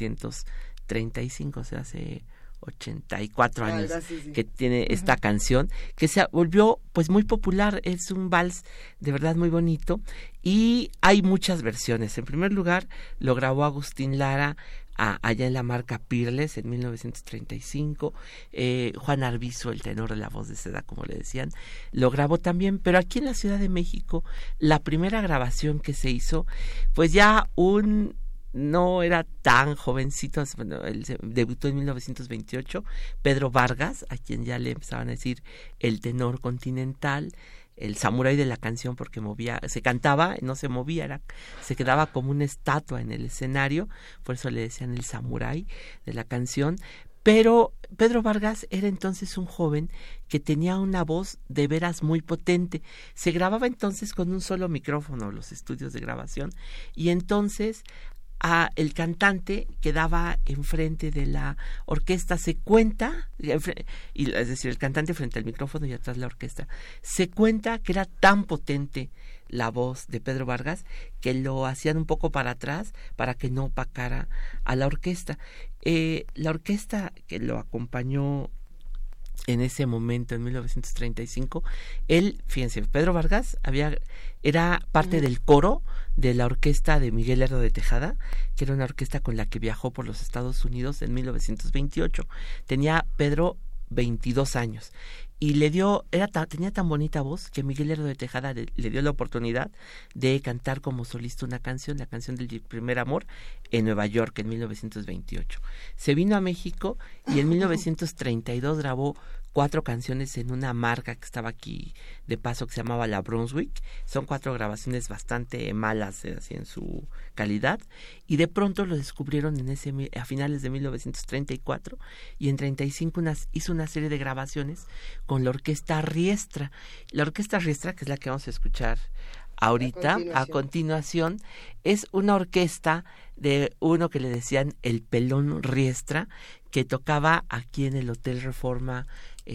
1935, o sea, hace 84 años que tiene esta canción, que se volvió pues muy popular. Es un vals de verdad muy bonito, y hay muchas versiones. En primer lugar, lo grabó Agustín Lara allá en la marca Pirles en 1935. Juan Arbizu, el tenor de La Voz de Seda, como le decían, lo grabó también. Pero aquí en la Ciudad de México, la primera grabación que se hizo, pues ya no era tan jovencito, bueno, él debutó en 1928, Pedro Vargas, a quien ya le empezaban a decir el tenor continental, el samurái de la canción, porque se cantaba, no se movía, se quedaba como una estatua en el escenario, por eso le decían el samurái de la canción. Pero Pedro Vargas era entonces un joven que tenía una voz de veras muy potente. Se grababa entonces con un solo micrófono, los estudios de grabación, y entonces el cantante quedaba enfrente de la orquesta, se cuenta, es decir, el cantante frente al micrófono y atrás la orquesta. Se cuenta que era tan potente la voz de Pedro Vargas que lo hacían un poco para atrás para que no opacara a la orquesta. La orquesta que lo acompañó en ese momento, en 1935, fíjense, Pedro Vargas era parte del coro de la orquesta de Miguel Lerdo de Tejada, que era una orquesta con la que viajó por los Estados Unidos en 1928. Tenía Pedro 22 años y tenía tan bonita voz que Miguel Lerdo de Tejada le dio la oportunidad de cantar como solista una canción, la canción del primer amor, en Nueva York en 1928. Se vino a México y en 1932 grabó 4 canciones en una marca que estaba aquí de paso, que se llamaba La Brunswick. Son 4 grabaciones bastante malas así en su calidad, y de pronto lo descubrieron a finales de 1934, y en 35 hizo una serie de grabaciones con la Orquesta Riestra. La Orquesta Riestra, que es la que vamos a escuchar ahorita, a continuación, es una orquesta de uno que le decían el Pelón Riestra, que tocaba aquí en el Hotel Reforma,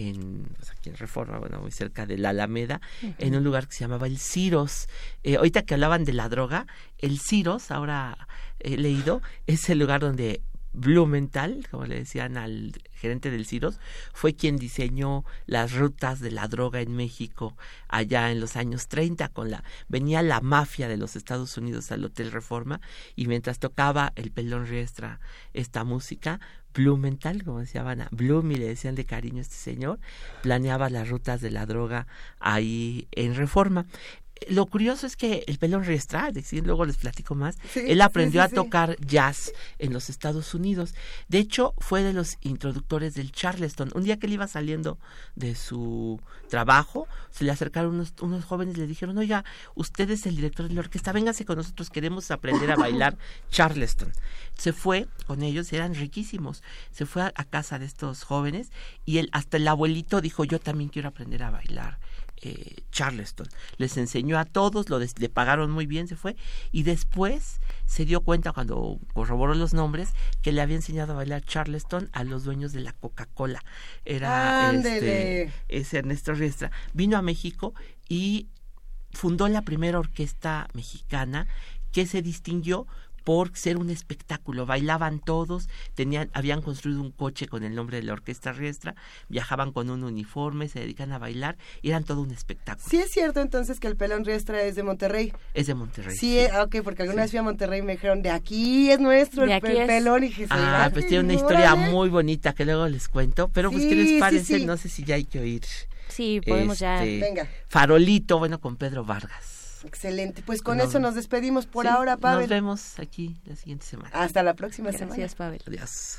aquí en Reforma, bueno, muy cerca de la Alameda, en un lugar que se llamaba el Ciros. Ahorita que hablaban de la droga, el Ciros, ahora he leído, es el lugar donde Blumenthal, como le decían al gerente del CIROS, fue quien diseñó las rutas de la droga en México allá en los años 30. Venía la mafia de los Estados Unidos al Hotel Reforma, y mientras tocaba el Pelón Riestra esta música, Blumenthal, como decía Vanna, Blumi le decían de cariño a este señor, planeaba las rutas de la droga ahí en Reforma. Lo curioso es que el Pelón Riestra, es decir, luego les platico más, él aprendió a tocar jazz en los Estados Unidos. De hecho, fue de los introductores del Charleston. Un día que él iba saliendo de su trabajo, se le acercaron unos jóvenes y le dijeron: oiga, usted es el director de la orquesta, véngase con nosotros, queremos aprender a bailar Charleston. Se fue con ellos, eran riquísimos. Se fue a casa de estos jóvenes y hasta el abuelito dijo: yo también quiero aprender a bailar Charleston. Les enseñó a todos, le pagaron muy bien, se fue, y después se dio cuenta, cuando corroboró los nombres, que le había enseñado a bailar Charleston a los dueños de la Coca-Cola. Era ese Ernesto Riestra. Vino a México y fundó la primera orquesta mexicana, que se distinguió por ser un espectáculo. Bailaban todos, habían construido un coche con el nombre de la Orquesta Riestra, viajaban con un uniforme, se dedican a bailar, y eran todo un espectáculo. Sí, es cierto entonces que el Pelón Riestra es de Monterrey. Es de Monterrey. Sí, ok, porque alguna vez fui a Monterrey y me dijeron: de aquí es nuestro el Pelón. Y dije: pues tiene una historia muy bonita que luego les cuento, pero pues ¿qué les parece? No sé si ya hay que oír. Sí, podemos ya. Venga. Farolito, bueno, con Pedro Vargas. Excelente, pues con eso nos despedimos por ahora, Pavel. Nos vemos aquí la siguiente semana. Hasta la próxima semana. Gracias, Pavel. Adiós.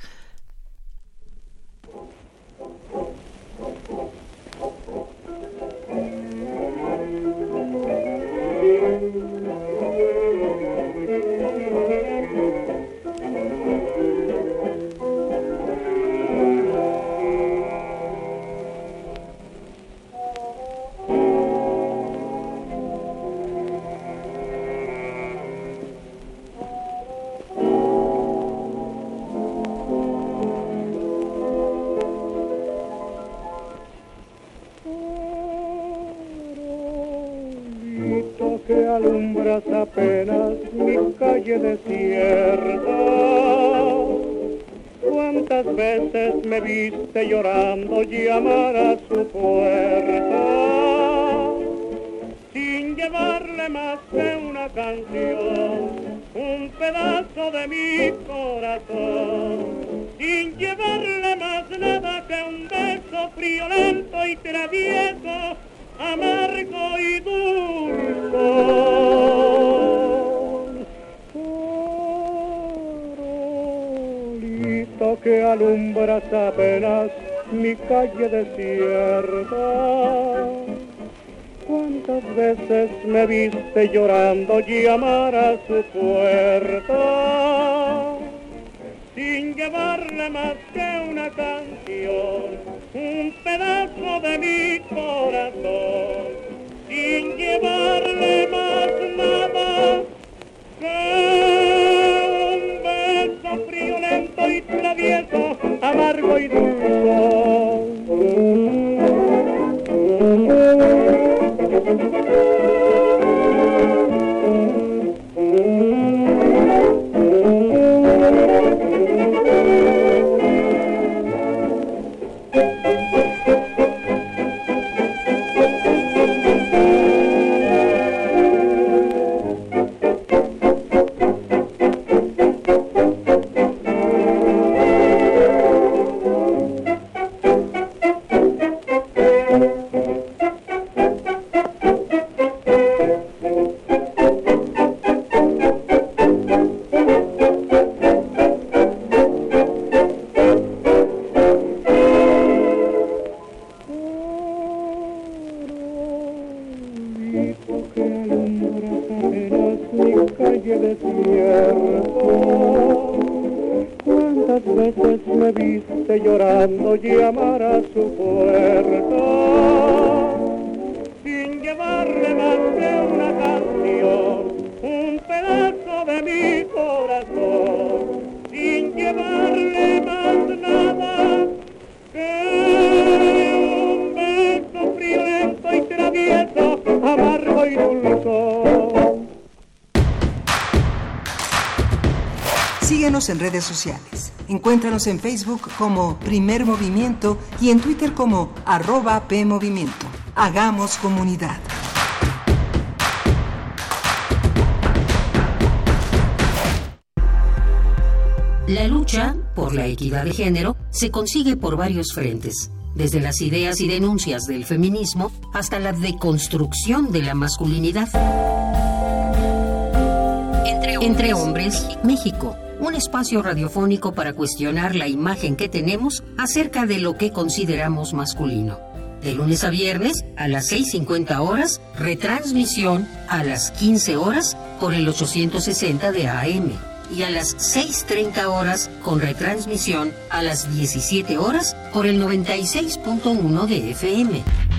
Que alumbras apenas mi calle desierta. ¿Cuántas veces me viste llorando llamar a su puerta? Sin llevarle más que una canción, un pedazo de mi corazón. Sin llevarle más nada que un beso friolento y travieso, amargo y dulce. Farolito que alumbras apenas mi calle desierta. ¿Cuántas veces me viste llorando llamar a su puerta? Sin llevarle más que una canción, un pedazo de mi corazón, sin llevarle más nada que un beso friolento y travieso, amargo y llamar a su puerta, sin llevarle más que una canción, un pedazo de mi corazón, sin llevarle más nada que un beso friolento y travieso, amargo y dulce. Síguenos en redes sociales. Encuéntranos en Facebook como Primer Movimiento y en Twitter como @PMovimiento. Hagamos comunidad. La lucha por la equidad de género se consigue por varios frentes, desde las ideas y denuncias del feminismo hasta la deconstrucción de la masculinidad. Entre Hombres, México, un espacio radiofónico para cuestionar la imagen que tenemos acerca de lo que consideramos masculino. De lunes a viernes a las 6:50 horas, retransmisión a las 15 horas por el 860 de AM. Y a las 6:30 horas con retransmisión a las 17 horas por el 96.1 de FM.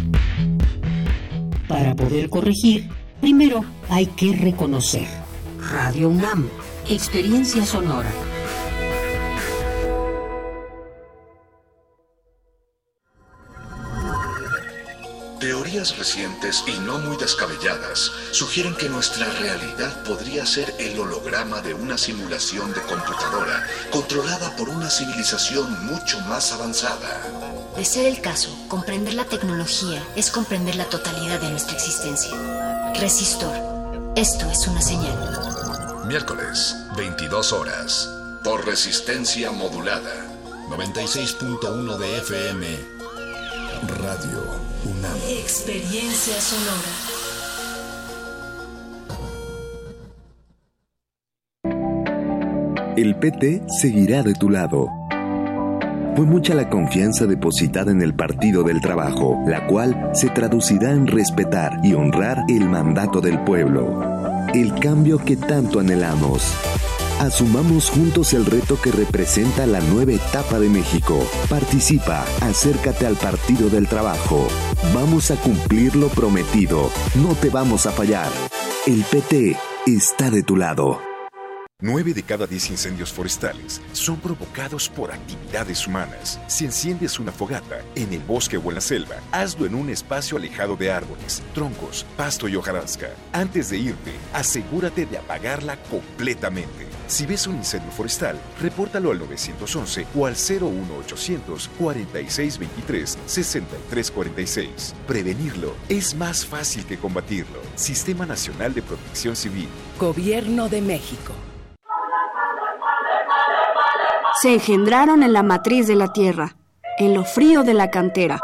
Para poder corregir, primero hay que reconocer. Radio UNAM, experiencia sonora. Teorías recientes y no muy descabelladas sugieren que nuestra realidad podría ser el holograma de una simulación de computadora controlada por una civilización mucho más avanzada. De ser el caso, comprender la tecnología es comprender la totalidad de nuestra existencia. Resistor. Esto es una señal. Miércoles, 22 horas. Por resistencia modulada. 96.1 de FM. Radio UNAM. Experiencia sonora. El PT seguirá de tu lado. Fue mucha la confianza depositada en el Partido del Trabajo, la cual se traducirá en respetar y honrar el mandato del pueblo. El cambio que tanto anhelamos. Asumamos juntos el reto que representa la nueva etapa de México. Participa, acércate al Partido del Trabajo. Vamos a cumplir lo prometido. No te vamos a fallar. El PT está de tu lado. 9 de cada 10 incendios forestales son provocados por actividades humanas. Si enciendes una fogata en el bosque o en la selva, hazlo en un espacio alejado de árboles, troncos, pasto y hojarasca. Antes de irte, asegúrate de apagarla completamente. Si ves un incendio forestal, repórtalo al 911 o al 01800 4623 6346. Prevenirlo es más fácil que combatirlo. Sistema Nacional de Protección Civil. Gobierno de México. Se engendraron en la matriz de la tierra, en lo frío de la cantera.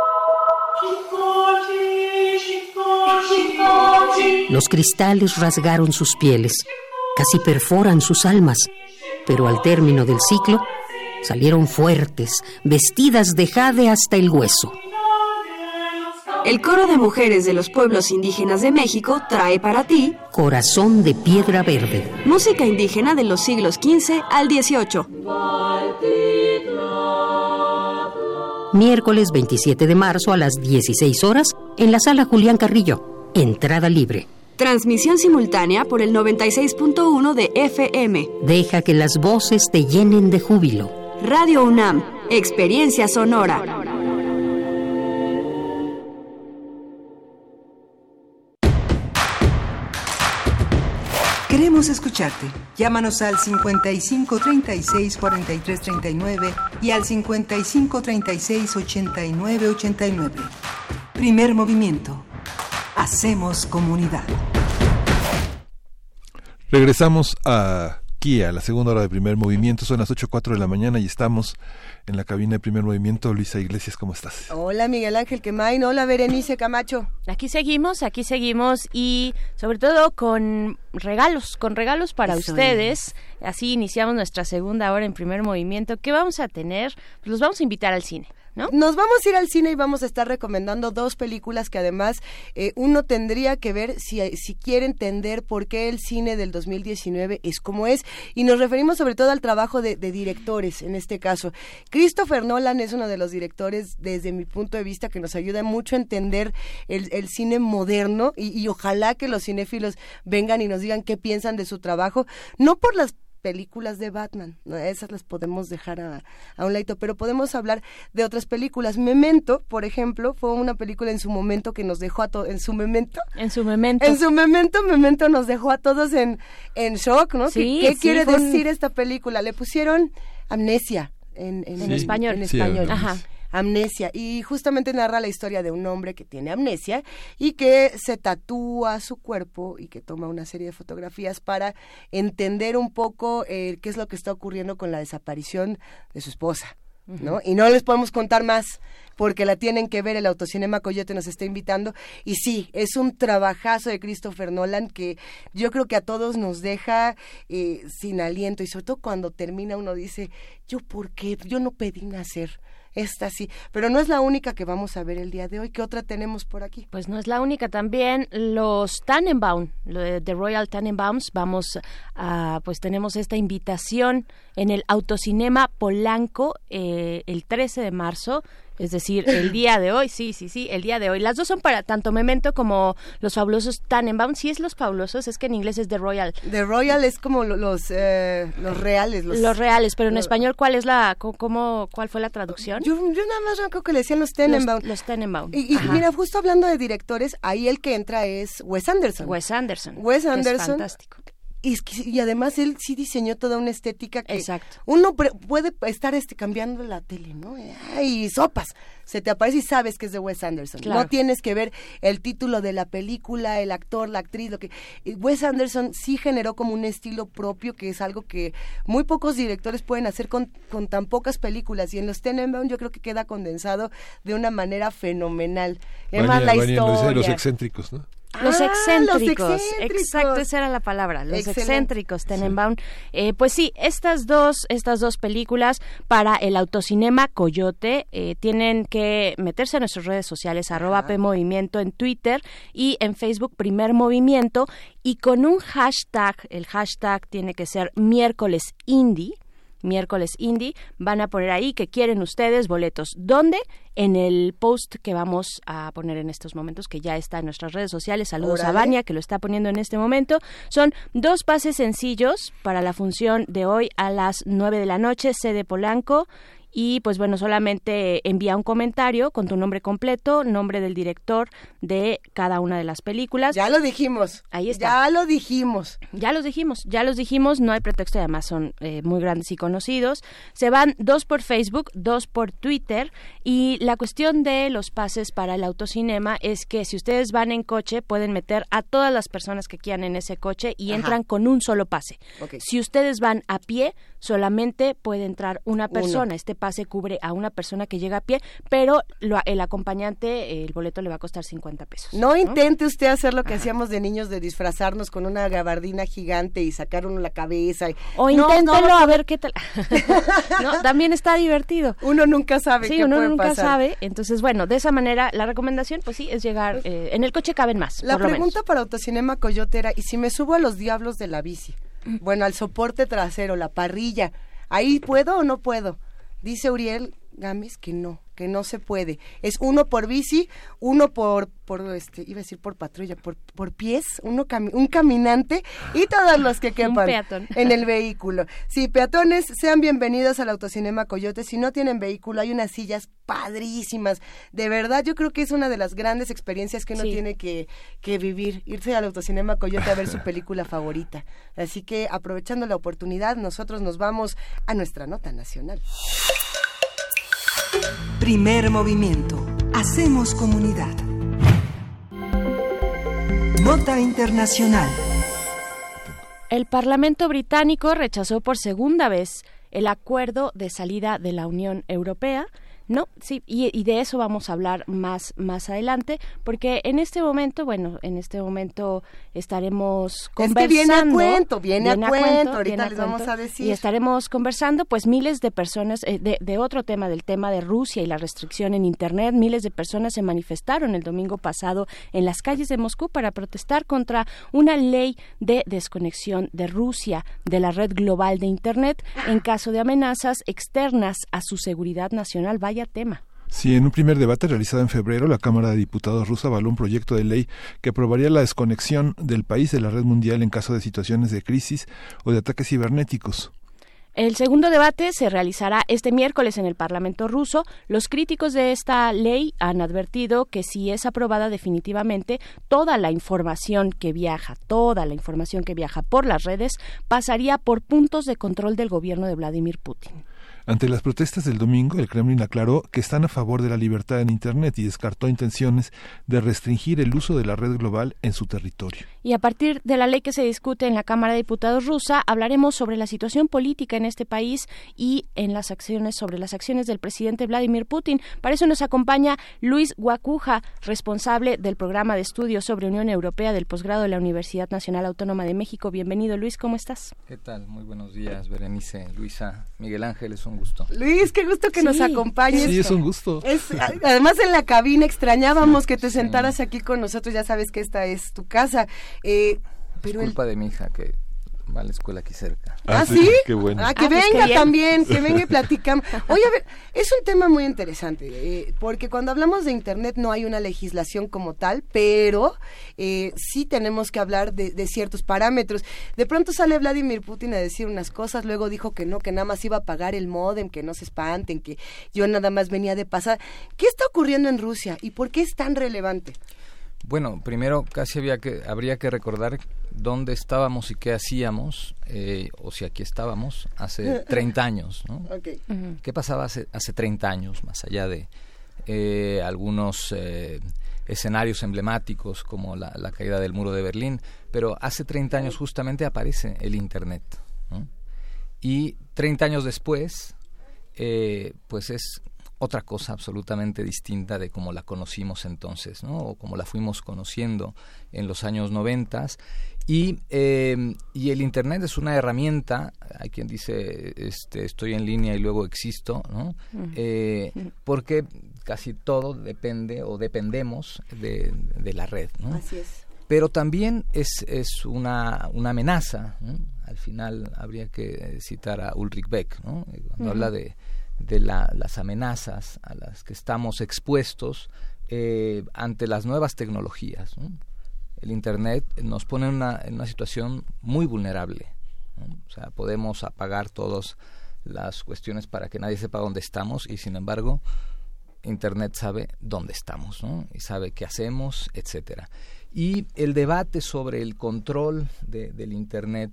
Los cristales rasgaron sus pieles, casi perforan sus almas, pero al término del ciclo salieron fuertes, vestidas de jade hasta el hueso. El coro de mujeres de los pueblos indígenas de México trae para ti Corazón de Piedra Verde. Música indígena de los siglos XV al XVIII. Miércoles 27 de marzo a las 16 horas en la Sala Julián Carrillo. Entrada libre. Transmisión simultánea por el 96.1 de FM. Deja que las voces te llenen de júbilo. Radio UNAM, experiencia sonora. Queremos escucharte. Llámanos al 55 36 43 39 y al 55 36 89 89. Primer movimiento. Hacemos comunidad. Regresamos aquí a la segunda hora de Primer Movimiento. Son las 8:04 de la mañana y estamos en la cabina de Primer Movimiento. Luisa Iglesias, ¿cómo estás? Hola, Miguel Ángel Quemain. Hola, Berenice Camacho. Aquí seguimos y sobre todo con regalos para Eso ustedes. Así iniciamos nuestra segunda hora en Primer Movimiento. ¿Qué vamos a tener? Pues los vamos a invitar al cine, ¿no? Nos vamos a ir al cine y vamos a estar recomendando dos películas que además uno tendría que ver si quiere entender por qué el cine del 2019 es como es, y nos referimos sobre todo al trabajo de directores en este caso. Christopher Nolan es uno de los directores, desde mi punto de vista, que nos ayuda mucho a entender el cine moderno y ojalá que los cinéfilos vengan y nos digan qué piensan de su trabajo, no por las películas de Batman, ¿no? Esas las podemos dejar a un ladito, pero podemos hablar de otras películas. Memento, por ejemplo, fue una película en su momento que nos dejó a todos, Memento nos dejó a todos en shock, ¿no? Sí, ¿Qué quiere decir esta película? Le pusieron Amnesia en español. En español. Ajá. Amnesia, y justamente narra la historia de un hombre que tiene amnesia y que se tatúa su cuerpo y que toma una serie de fotografías para entender un poco qué es lo que está ocurriendo con la desaparición de su esposa, ¿no? Uh-huh. Y no les podemos contar más porque la tienen que ver, el Autocinema Coyote nos está invitando, y sí, es un trabajazo de Christopher Nolan que yo creo que a todos nos deja sin aliento, y sobre todo cuando termina uno dice, ¿yo por qué? Yo no pedí nacer. Esta sí, pero no es la única que vamos a ver el día de hoy. ¿Qué otra tenemos por aquí? Pues no es la única, también los Tannenbaum, The Royal Tannenbaums, pues tenemos esta invitación en el Autocinema Polanco el 13 de marzo, es decir, el día de hoy, sí, el día de hoy. Las dos son para tanto Memento como los fabulosos Tannenbaum. Sí es los fabulosos, es que en inglés es The Royal. The Royal es como los reales. Los reales, pero en español, ¿cuál fue la traducción? Yo nada más creo que le decían los Tannenbaum. Los Tannenbaum. Y mira, justo hablando de directores, ahí el que entra es Wes Anderson. Wes Anderson. Es fantástico. Y además él sí diseñó toda una estética que Exacto. Uno puede estar cambiando la tele, ¿no? Y sopas, se te aparece y sabes que es de Wes Anderson. Claro. No tienes que ver el título de la película, el actor, la actriz, Wes Anderson sí generó como un estilo propio, que es algo que muy pocos directores pueden hacer con tan pocas películas, y en los Tannenbaum yo creo que queda condensado de una manera fenomenal. Además la historia. Los excéntricos, ¿no? Los excéntricos, exacto, esa era la palabra, los excéntricos Tannenbaum. Sí. Pues sí, estas dos películas para el Autocinema Coyote tienen que meterse a nuestras redes sociales, @PMovimiento en Twitter y en Facebook Primer Movimiento, y con un hashtag, el hashtag tiene que ser miércoles indie, van a poner ahí que quieren ustedes boletos. ¿Dónde? En el post que vamos a poner en estos momentos, que ya está en nuestras redes sociales. Saludos a Vania, que lo está poniendo en este momento. Son 2 pases sencillos para la función de hoy a las 9 de la noche, sede Polanco. Y pues bueno, solamente envía un comentario con tu nombre completo, nombre del director de cada una de las películas. Ya lo dijimos. Ahí está. Ya los dijimos, no hay pretexto, además son muy grandes y conocidos. Se van 2 por Facebook, 2 por Twitter, y la cuestión de los pases para el Autocinema es que si ustedes van en coche pueden meter a todas las personas que quieran en ese coche y entran con un solo pase. Okay. Si ustedes van a pie, solamente puede entrar una persona. Este pase cubre a una persona que llega a pie, pero el acompañante, el boleto le va a costar 50 pesos. No intente usted hacer lo que hacíamos de niños, de disfrazarnos con una gabardina gigante y sacar uno la cabeza. O inténtelo a ver qué tal. No, también está divertido. Uno nunca sabe qué puede pasar. Entonces, bueno, de esa manera, la recomendación, pues sí, es llegar, en el coche caben más. La pregunta para Autocinema Coyote era, ¿y si me subo a los diablos de la bici? Bueno, al soporte trasero, la parrilla, ¿ahí puedo o no puedo? Dice Uriel Gámez que no se puede. Es 1 por bici, 1 por iba a decir por patrulla, por pies, un caminante y todos los que quepan en el vehículo. Sí, peatones, sean bienvenidos al Autocinema Coyote. Si no tienen vehículo, hay unas sillas padrísimas. De verdad, yo creo que es una de las grandes experiencias que uno tiene que vivir, irse al Autocinema Coyote a ver su película favorita. Así que, aprovechando la oportunidad, nosotros nos vamos a nuestra nota nacional. Primer movimiento. Hacemos comunidad. Nota internacional. El Parlamento británico rechazó por segunda vez el acuerdo de salida de la Unión Europea. No, sí, y de eso vamos a hablar más adelante, porque en este momento estaremos conversando. Es que viene a cuento, ahorita les vamos a decir. Y estaremos conversando, pues miles de personas, de otro tema, del tema de Rusia y la restricción en Internet. Miles de personas se manifestaron el domingo pasado en las calles de Moscú para protestar contra una ley de desconexión de Rusia de la red global de Internet en caso de amenazas externas a su seguridad nacional. Vaya tema. Sí, en un primer debate realizado en febrero, la Cámara de Diputados rusa avaló un proyecto de ley que aprobaría la desconexión del país de la red mundial en caso de situaciones de crisis o de ataques cibernéticos. El segundo debate se realizará este miércoles en el Parlamento ruso. Los críticos de esta ley han advertido que si es aprobada definitivamente, toda la información que viaja por las redes pasaría por puntos de control del gobierno de Vladimir Putin. Ante las protestas del domingo, el Kremlin aclaró que están a favor de la libertad en Internet y descartó intenciones de restringir el uso de la red global en su territorio. Y a partir de la ley que se discute en la Cámara de Diputados rusa, hablaremos sobre la situación política en este país y sobre las acciones del presidente Vladimir Putin. Para eso nos acompaña Luis Guacuja, responsable del programa de estudios sobre Unión Europea del posgrado de la Universidad Nacional Autónoma de México. Bienvenido, Luis, ¿cómo estás? ¿Qué tal? Muy buenos días, Berenice, Luisa, Miguel Ángel, es un gusto. Luis, qué gusto que nos acompañes. Sí, es un gusto. Además, en la cabina extrañábamos que te sentaras aquí con nosotros. Ya sabes que esta es tu casa. Pero culpa de mi hija que va a la escuela aquí cerca. ¿Sí? Qué bueno. Que venga también, que venga y platicamos. Oye, a ver, es un tema muy interesante, porque cuando hablamos de Internet no hay una legislación como tal, pero sí tenemos que hablar de ciertos parámetros. De pronto sale Vladimir Putin a decir unas cosas, luego dijo que no, que nada más iba a pagar el módem, que no se espanten, que yo nada más venía de pasar. ¿Qué está ocurriendo en Rusia y por qué es tan relevante? Bueno, primero habría que recordar dónde estábamos y qué hacíamos, o si aquí estábamos, hace 30 años, ¿no? Okay. ¿Qué pasaba hace 30 años, más allá de algunos escenarios emblemáticos como la caída del muro de Berlín? Pero hace 30 años justamente aparece el Internet, ¿no? Y 30 años después, pues es otra cosa absolutamente distinta de como la conocimos entonces, ¿no? O como la fuimos conociendo en los años 90. Y el Internet es una herramienta, hay quien dice estoy en línea y luego existo, ¿no? Porque casi todo depende o dependemos de la red, ¿no? Así es. Pero también es una amenaza, ¿no? Al final habría que citar a Ulrich Beck, ¿no? Cuando habla de las amenazas a las que estamos expuestos ante las nuevas tecnologías, ¿no? El Internet nos pone en una situación muy vulnerable, ¿no? O sea, podemos apagar todas las cuestiones para que nadie sepa dónde estamos y sin embargo Internet sabe dónde estamos, ¿no? Y sabe qué hacemos, etcétera. Y el debate sobre el control del Internet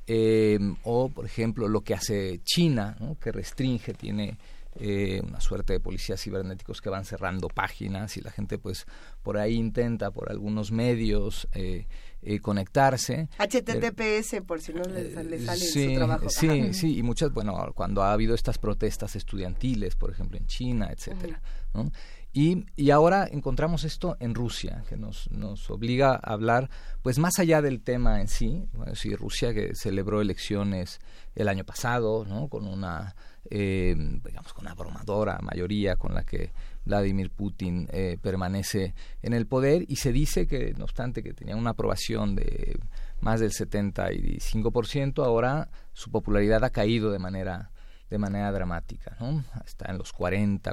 o por ejemplo lo que hace China, ¿no? Que restringe, tiene una suerte de policías cibernéticos que van cerrando páginas y la gente pues por ahí intenta por algunos medios conectarse. HTTPS por si no le sale su trabajo. Sí, y muchas, bueno, cuando ha habido estas protestas estudiantiles, por ejemplo en China, etcétera, ¿no? Y ahora encontramos esto en Rusia, que nos obliga a hablar, pues más allá del tema en sí. Bueno, sí, Rusia que celebró elecciones el año pasado, ¿no? Con una, digamos, con una abrumadora mayoría con la que Vladimir Putin permanece en el poder, y se dice que, no obstante que tenía una aprobación de más del 75%, ahora su popularidad ha caído de manera dramática, ¿no? Está en los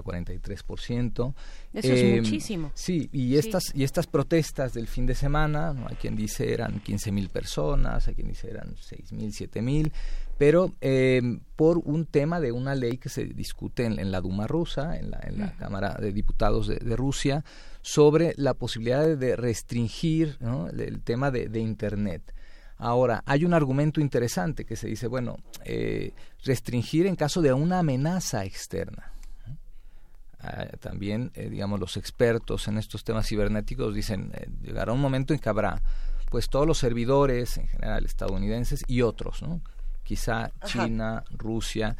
43%. Eso es muchísimo. Sí, y estas protestas del fin de semana, ¿no? Hay quien dice eran 15,000 personas, hay quien dice eran 6,000, 7,000, pero por un tema de una ley que se discute en la Duma rusa, en la Cámara de Diputados de Rusia, sobre la posibilidad de restringir, ¿no? El tema de Internet. Ahora, hay un argumento interesante que se dice, bueno, restringir en caso de una amenaza externa. También, digamos, los expertos en estos temas cibernéticos dicen, llegará un momento en que habrá, pues, todos los servidores, en general estadounidenses y otros, ¿no? Quizá China, Rusia,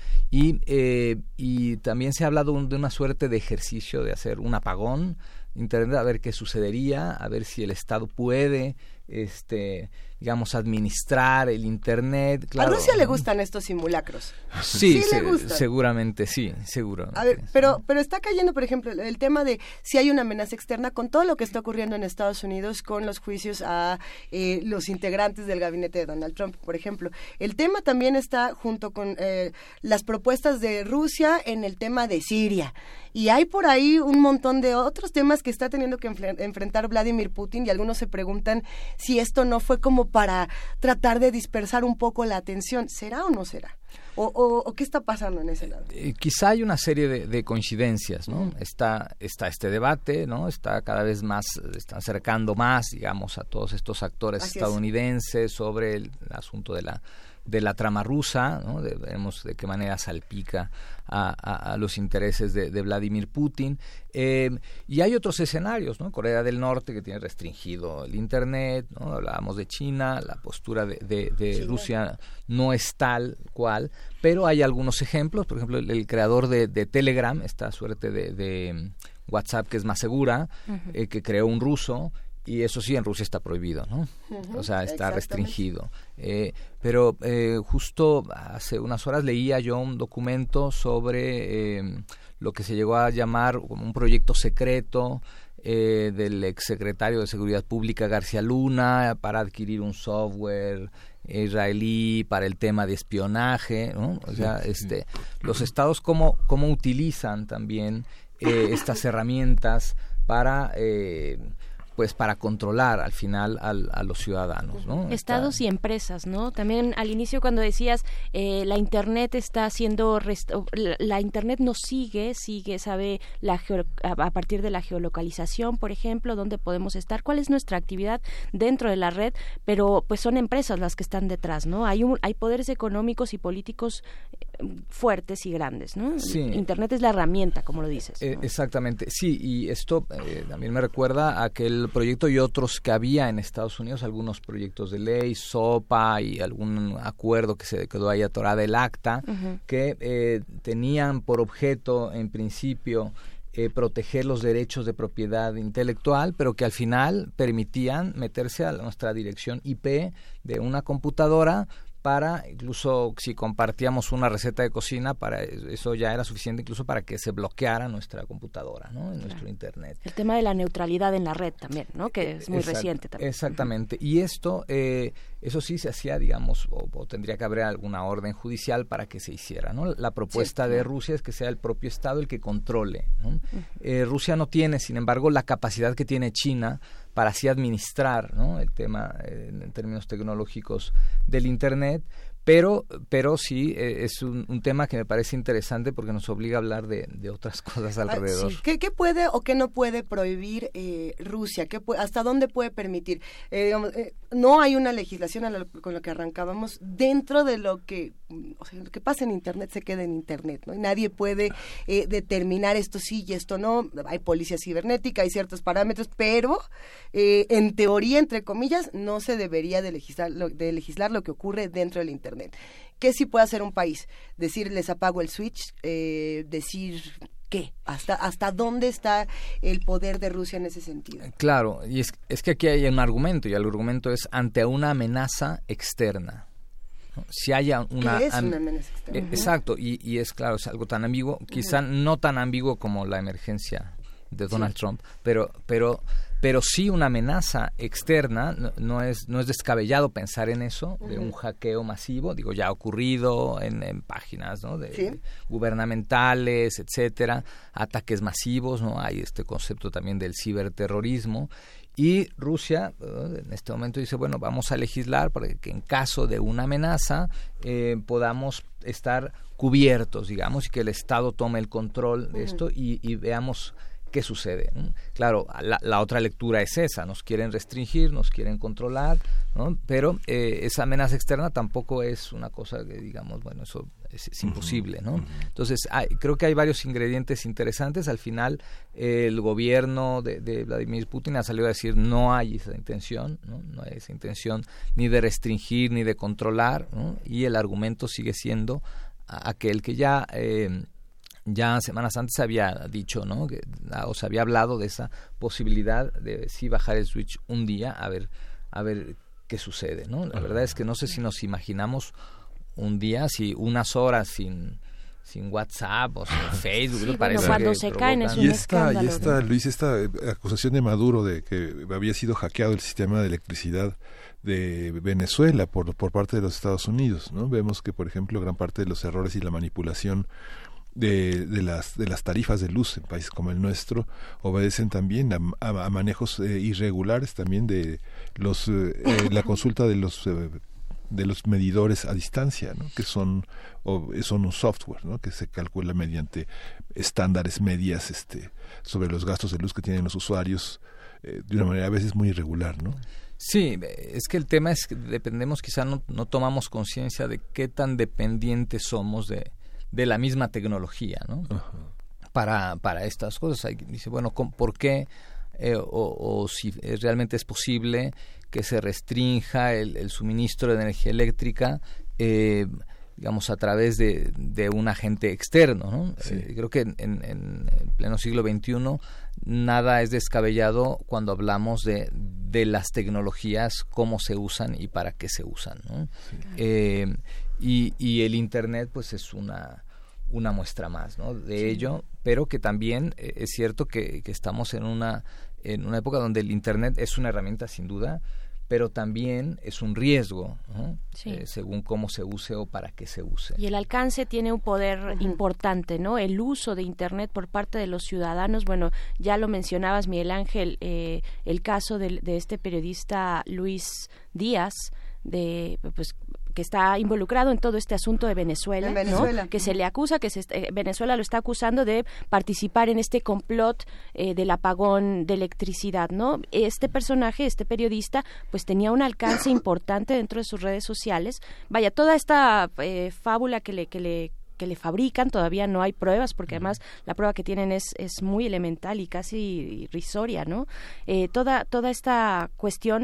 y también se ha hablado de una suerte de ejercicio de hacer un apagón Internet, a ver qué sucedería, a ver si el Estado puede digamos, administrar el Internet. Claro. A Rusia le gustan estos simulacros. Sí, le gustan. Seguramente, sí, seguro. A ver, pero está cayendo, por ejemplo, el tema de si hay una amenaza externa con todo lo que está ocurriendo en Estados Unidos con los juicios a los integrantes del gabinete de Donald Trump, por ejemplo. El tema también está junto con las propuestas de Rusia en el tema de Siria. Y hay por ahí un montón de otros temas que está teniendo que enfrentar Vladimir Putin, y algunos se preguntan si esto no fue como para tratar de dispersar un poco la atención. ¿Será o no será? ¿O qué está pasando en ese lado? Quizá hay una serie de coincidencias, ¿no? Está este debate, ¿no? Está cada vez más, está acercando más, digamos, a todos estos actores estadounidenses sobre el asunto de la trama rusa, ¿no? Veremos de qué manera salpica a los intereses de Vladimir Putin. Y hay otros escenarios, ¿no? Corea del Norte, que tiene restringido el Internet, ¿no? Hablábamos de China, la postura de Rusia no es tal cual, pero hay algunos ejemplos. Por ejemplo, el creador de Telegram, esta suerte de WhatsApp que es más segura, que creó un ruso. Y eso sí, en Rusia está prohibido, ¿no? O sea, está restringido. Pero justo hace unas horas leía yo un documento sobre lo que se llegó a llamar como un proyecto secreto del exsecretario de Seguridad Pública García Luna para adquirir un software israelí para el tema de espionaje, ¿no? O sea, los estados cómo utilizan también estas herramientas para pues para controlar al final a los ciudadanos, ¿no? Estados y empresas, ¿no? También al inicio cuando decías la Internet está haciendo la Internet nos sigue, sabe a partir de la geolocalización, por ejemplo, dónde podemos estar, cuál es nuestra actividad dentro de la red, pero pues son empresas las que están detrás, ¿no? Hay poderes económicos y políticos fuertes y grandes, ¿no? Sí. Internet es la herramienta, como lo dices, ¿no? Exactamente, sí, y esto también me recuerda a aquel proyecto y otros que había en Estados Unidos, algunos proyectos de ley, SOPA y algún acuerdo que se quedó ahí atorada, el ACTA, que tenían por objeto, en principio, proteger los derechos de propiedad intelectual, pero que al final permitían meterse a nuestra dirección IP de una computadora para, incluso si compartíamos una receta de cocina, para eso ya era suficiente incluso para que se bloqueara nuestra computadora, ¿no? En nuestro Internet. El tema de la neutralidad en la red también, ¿no? Que es muy reciente también. Exactamente. Y esto, eso sí se hacía, digamos, o tendría que haber alguna orden judicial para que se hiciera, ¿no? La propuesta de Rusia es que sea el propio Estado el que controle, ¿no? Rusia no tiene, sin embargo, la capacidad que tiene China para así administrar, ¿no? El tema en términos tecnológicos del Internet, pero sí es un tema que me parece interesante porque nos obliga a hablar de otras cosas alrededor. Sí. ¿Qué puede o qué no puede prohibir Rusia? ¿Hasta dónde puede permitir? No hay una legislación con la que arrancábamos dentro de lo que pasa en Internet se queda en Internet, ¿no? Y nadie puede determinar esto sí y esto no. Hay policía cibernética, hay ciertos parámetros, pero en teoría, entre comillas, no se debería de legislar lo que ocurre dentro del Internet. ¿Qué sí puede hacer un país? Decir, les apago el switch, decir ¿qué? ¿Hasta dónde está el poder de Rusia en ese sentido? Claro, y es que aquí hay un argumento, y el argumento es ante una amenaza externa. Si haya una... ¿Qué es una amenaza externa? Exacto, y es claro, es algo tan ambiguo, quizá no tan ambiguo como la emergencia de Donald Trump, pero sí una amenaza externa. No es descabellado pensar en eso, de un hackeo masivo, digo, ya ha ocurrido en páginas, ¿no? de gubernamentales, etcétera, ataques masivos, ¿no? Hay este concepto también del ciberterrorismo. Y Rusia en este momento dice, bueno, vamos a legislar para que en caso de una amenaza podamos estar cubiertos, digamos, y que el Estado tome el control de esto y veamos qué sucede, ¿no? Claro, la otra lectura es esa, nos quieren restringir, nos quieren controlar, ¿no? Pero esa amenaza externa tampoco es una cosa que digamos, bueno, eso es imposible, ¿no? Entonces, creo que hay varios ingredientes interesantes. Al final, el gobierno de Vladimir Putin ha salido a decir no hay esa intención, ¿no? No hay esa intención ni de restringir ni de controlar, ¿no? Y el argumento sigue siendo aquel que ya semanas antes había dicho, ¿no? O se había hablado de esa posibilidad de sí bajar el switch un día, a ver ver qué sucede, ¿no? La verdad es que no sé si nos imaginamos un día, si unas horas sin WhatsApp o sin Facebook, sí, parece cuando que se caen es un escándalo. escándalo. Luis, esta acusación de Maduro de que había sido hackeado el sistema de electricidad de Venezuela por parte de los Estados Unidos, ¿no? Vemos que, por ejemplo, gran parte de los errores y la manipulación de las tarifas de luz en países como el nuestro obedecen también a manejos irregulares también de la consulta de los medidores a distancia, ¿no? Que son un software, ¿no? Que se calcula mediante estándares medias sobre los gastos de luz que tienen los usuarios de una manera a veces muy irregular, ¿no? Sí, es que el tema es que dependemos, quizá no tomamos conciencia de qué tan dependientes somos de la misma tecnología, ¿no? Para estas cosas. Dice, bueno, ¿por qué o si realmente es posible que se restrinja el suministro de energía eléctrica digamos a través de un agente externo, ¿no? Sí. Creo que en pleno siglo XXI nada es descabellado cuando hablamos de las tecnologías, cómo se usan y para qué se usan, ¿no? Sí. Y el Internet pues es una muestra más, ¿no? De ello, pero que también es cierto que estamos en una época donde el Internet es una herramienta sin duda, pero también es un riesgo, ¿no? Sí. Según cómo se use o para qué se use. Y el alcance tiene un poder importante, ¿no? El uso de Internet por parte de los ciudadanos, bueno, ya lo mencionabas, Miguel Ángel, el caso de este periodista Luis Díaz, pues que está involucrado en todo este asunto de Venezuela, ¿no? Que se le acusa, Venezuela lo está acusando de participar en este complot del apagón de electricidad, ¿no? Este personaje, este periodista, pues tenía un alcance importante dentro de sus redes sociales. Vaya, toda esta fábula que le fabrican, todavía no hay pruebas, porque además la prueba que tienen es muy elemental y casi irrisoria, ¿no? Toda esta cuestión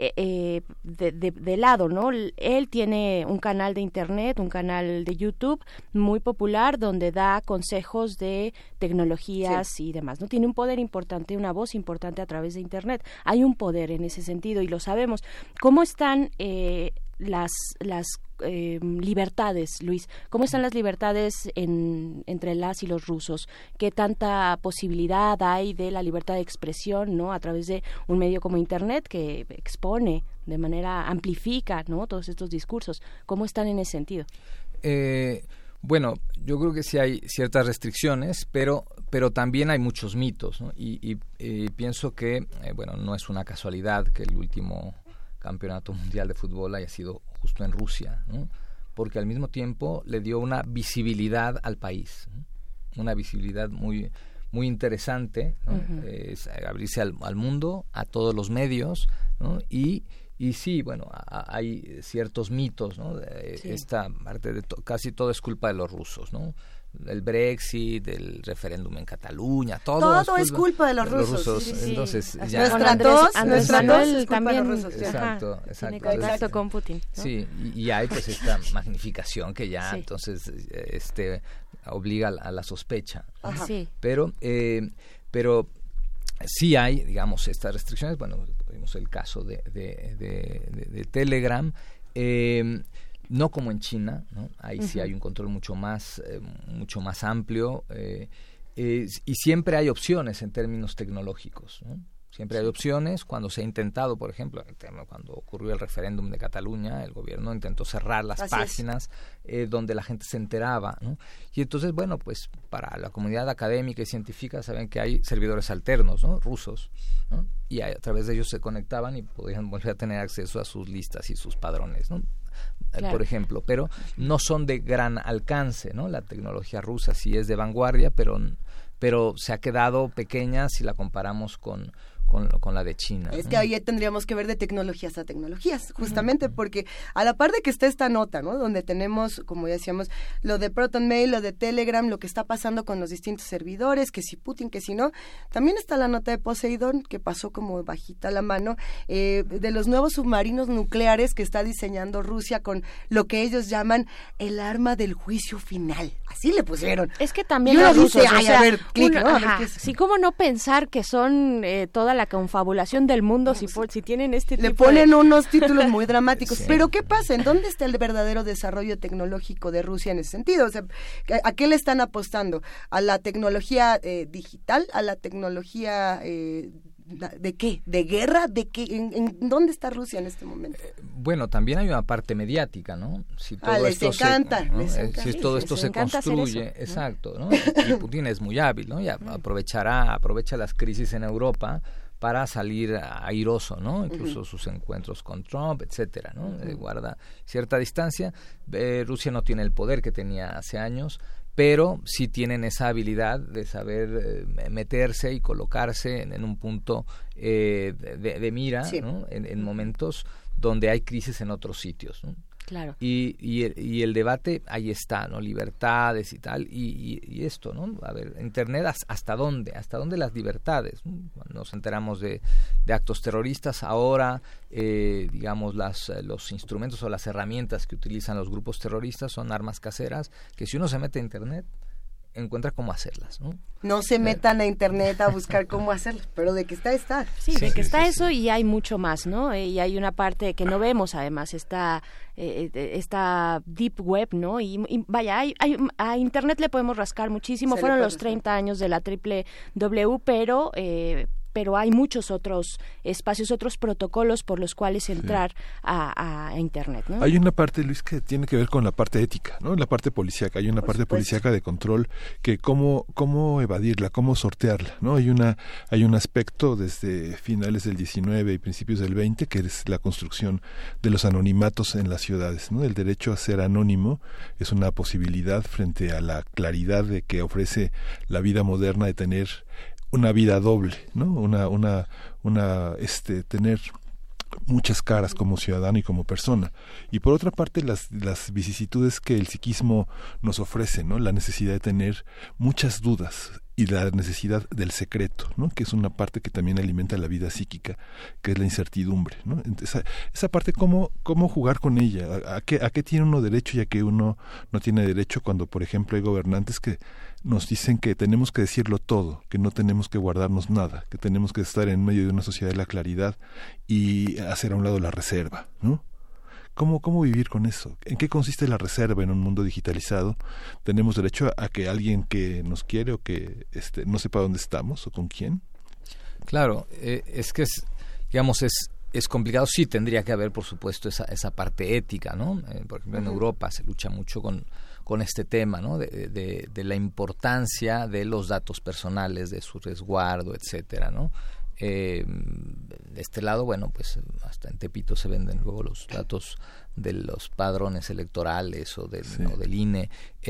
de lado, ¿no? Él tiene un canal de internet, un canal de YouTube muy popular donde da consejos de tecnologías y demás, ¿no? Tiene un poder importante, una voz importante a través de internet. Hay un poder en ese sentido y lo sabemos. ¿Cómo están las libertades, Luis? ¿Cómo están las libertades entre las y los rusos? ¿Qué tanta posibilidad hay de la libertad de expresión, ¿no? A través de un medio como Internet que expone de manera, amplifica, ¿no? Todos estos discursos. ¿Cómo están en ese sentido? Bueno, yo creo que sí hay ciertas restricciones, pero también hay muchos mitos, ¿no? Y pienso que, bueno, no es una casualidad que el último campeonato mundial de fútbol haya sido justo en Rusia, ¿no? Porque al mismo tiempo le dio una visibilidad al país, ¿no? Una visibilidad muy muy interesante, ¿no? Es abrirse al mundo, a todos los medios, ¿no? Y sí, bueno, hay ciertos mitos, ¿no? Sí. Esta parte de casi todo es culpa de los rusos, ¿no? El Brexit, el referéndum en Cataluña, todo es culpa de los rusos. Sí. Entonces, ya nuestra tos también. Exacto. Tiene contacto con Putin, ¿no? Sí, y hay pues esta magnificación que ya entonces obliga a la sospecha. Sí. Pero sí hay, digamos, estas restricciones. Bueno, vimos el caso de Telegram. No como en China, ¿no? Ahí sí hay un control mucho más amplio y siempre hay opciones en términos tecnológicos, ¿no? Siempre hay opciones. Cuando se ha intentado, por ejemplo, cuando ocurrió el referéndum de Cataluña, el gobierno intentó cerrar las páginas donde la gente se enteraba, ¿no? Y entonces, bueno, pues para la comunidad académica y científica saben que hay servidores alternos, ¿no? Rusos, ¿no? Y a través de ellos se conectaban y podían volver a tener acceso a sus listas y sus padrones, ¿no? Claro. Por ejemplo, pero no son de gran alcance, ¿no? La tecnología rusa sí es de vanguardia, pero se ha quedado pequeña si la comparamos con la de China. Es que ahí tendríamos que ver de tecnologías a tecnologías, justamente porque a la par de que está esta nota, ¿no? Donde tenemos, como ya decíamos, lo de Proton Mail, lo de Telegram, lo que está pasando con los distintos servidores, que si Putin, que si no, también está la nota de Poseidón, que pasó como bajita la mano, de los nuevos submarinos nucleares que está diseñando Rusia con lo que ellos llaman el arma del juicio final. Así le pusieron. Es que también los rusos, sí, cómo no pensar que son toda la la confabulación del mundo si tienen este tipo Le ponen unos títulos muy dramáticos. Sí. Pero ¿qué pasa? ¿En dónde está el verdadero desarrollo tecnológico de Rusia en ese sentido? O sea, ¿a qué le están apostando? ¿A la tecnología digital? ¿A la tecnología de qué? ¿De guerra? ¿De qué? ¿En dónde está Rusia en este momento? Bueno, también hay una parte mediática, ¿no? Si todo les encanta. Si todo esto se construye, exacto, ¿no? Y Putin es muy hábil, ¿no? Y aprovecha las crisis en Europa para salir airoso, ¿no? Incluso sus encuentros con Trump, etcétera, ¿no? Guarda cierta distancia. Rusia no tiene el poder que tenía hace años, pero sí tienen esa habilidad de saber meterse y colocarse en un punto de mira, sí, ¿no? En momentos donde hay crisis en otros sitios, ¿no? Claro. Y el debate ahí está, ¿no? Libertades y tal, y esto, ¿no? A ver, Internet, ¿hasta dónde las libertades? Nos enteramos de actos terroristas, ahora, digamos, los instrumentos o las herramientas que utilizan los grupos terroristas son armas caseras, que si uno se mete a Internet, encuentra cómo hacerlas, ¿no? No se metan a Internet a buscar cómo hacerlas, pero de que está. Sí, de que está eso y hay mucho más, ¿no? Y hay una parte que no vemos, además, esta deep web, ¿no? Y vaya, a Internet le podemos rascar muchísimo. Fueron los 30 años de la WW, pero hay muchos otros espacios, otros protocolos por los cuales entrar a Internet, ¿no? Hay una parte, Luis, que tiene que ver con la parte ética, ¿no? La parte policíaca. Hay una parte policíaca de control que cómo evadirla, cómo sortearla, ¿no? Hay un aspecto desde finales del 19 y principios del 20 que es la construcción de los anonimatos en las ciudades, ¿no? El derecho a ser anónimo es una posibilidad frente a la claridad de que ofrece la vida moderna de tener una vida doble, ¿no? Tener muchas caras como ciudadano y como persona. Y por otra parte, las vicisitudes que el psiquismo nos ofrece, ¿no? La necesidad de tener muchas dudas y la necesidad del secreto, ¿no? Que es una parte que también alimenta la vida psíquica, que es la incertidumbre, ¿no? Esa parte, ¿cómo jugar con ella? ¿A qué tiene uno derecho y a qué uno no tiene derecho cuando, por ejemplo, hay gobernantes que nos dicen que tenemos que decirlo todo, que no tenemos que guardarnos nada, que tenemos que estar en medio de una sociedad de la claridad y hacer a un lado la reserva, ¿no? ¿Cómo vivir con eso? ¿En qué consiste la reserva en un mundo digitalizado? ¿Tenemos derecho a que alguien que nos quiere o que no sepa dónde estamos o con quién? Claro, es que es complicado. Sí, tendría que haber, por supuesto, esa parte ética, ¿no? Por ejemplo, en Europa se lucha mucho con este tema, ¿no? De la importancia de los datos personales, de su resguardo, etcétera, ¿no? De este lado, bueno, pues hasta en Tepito se venden luego los datos de los padrones electorales o del INE.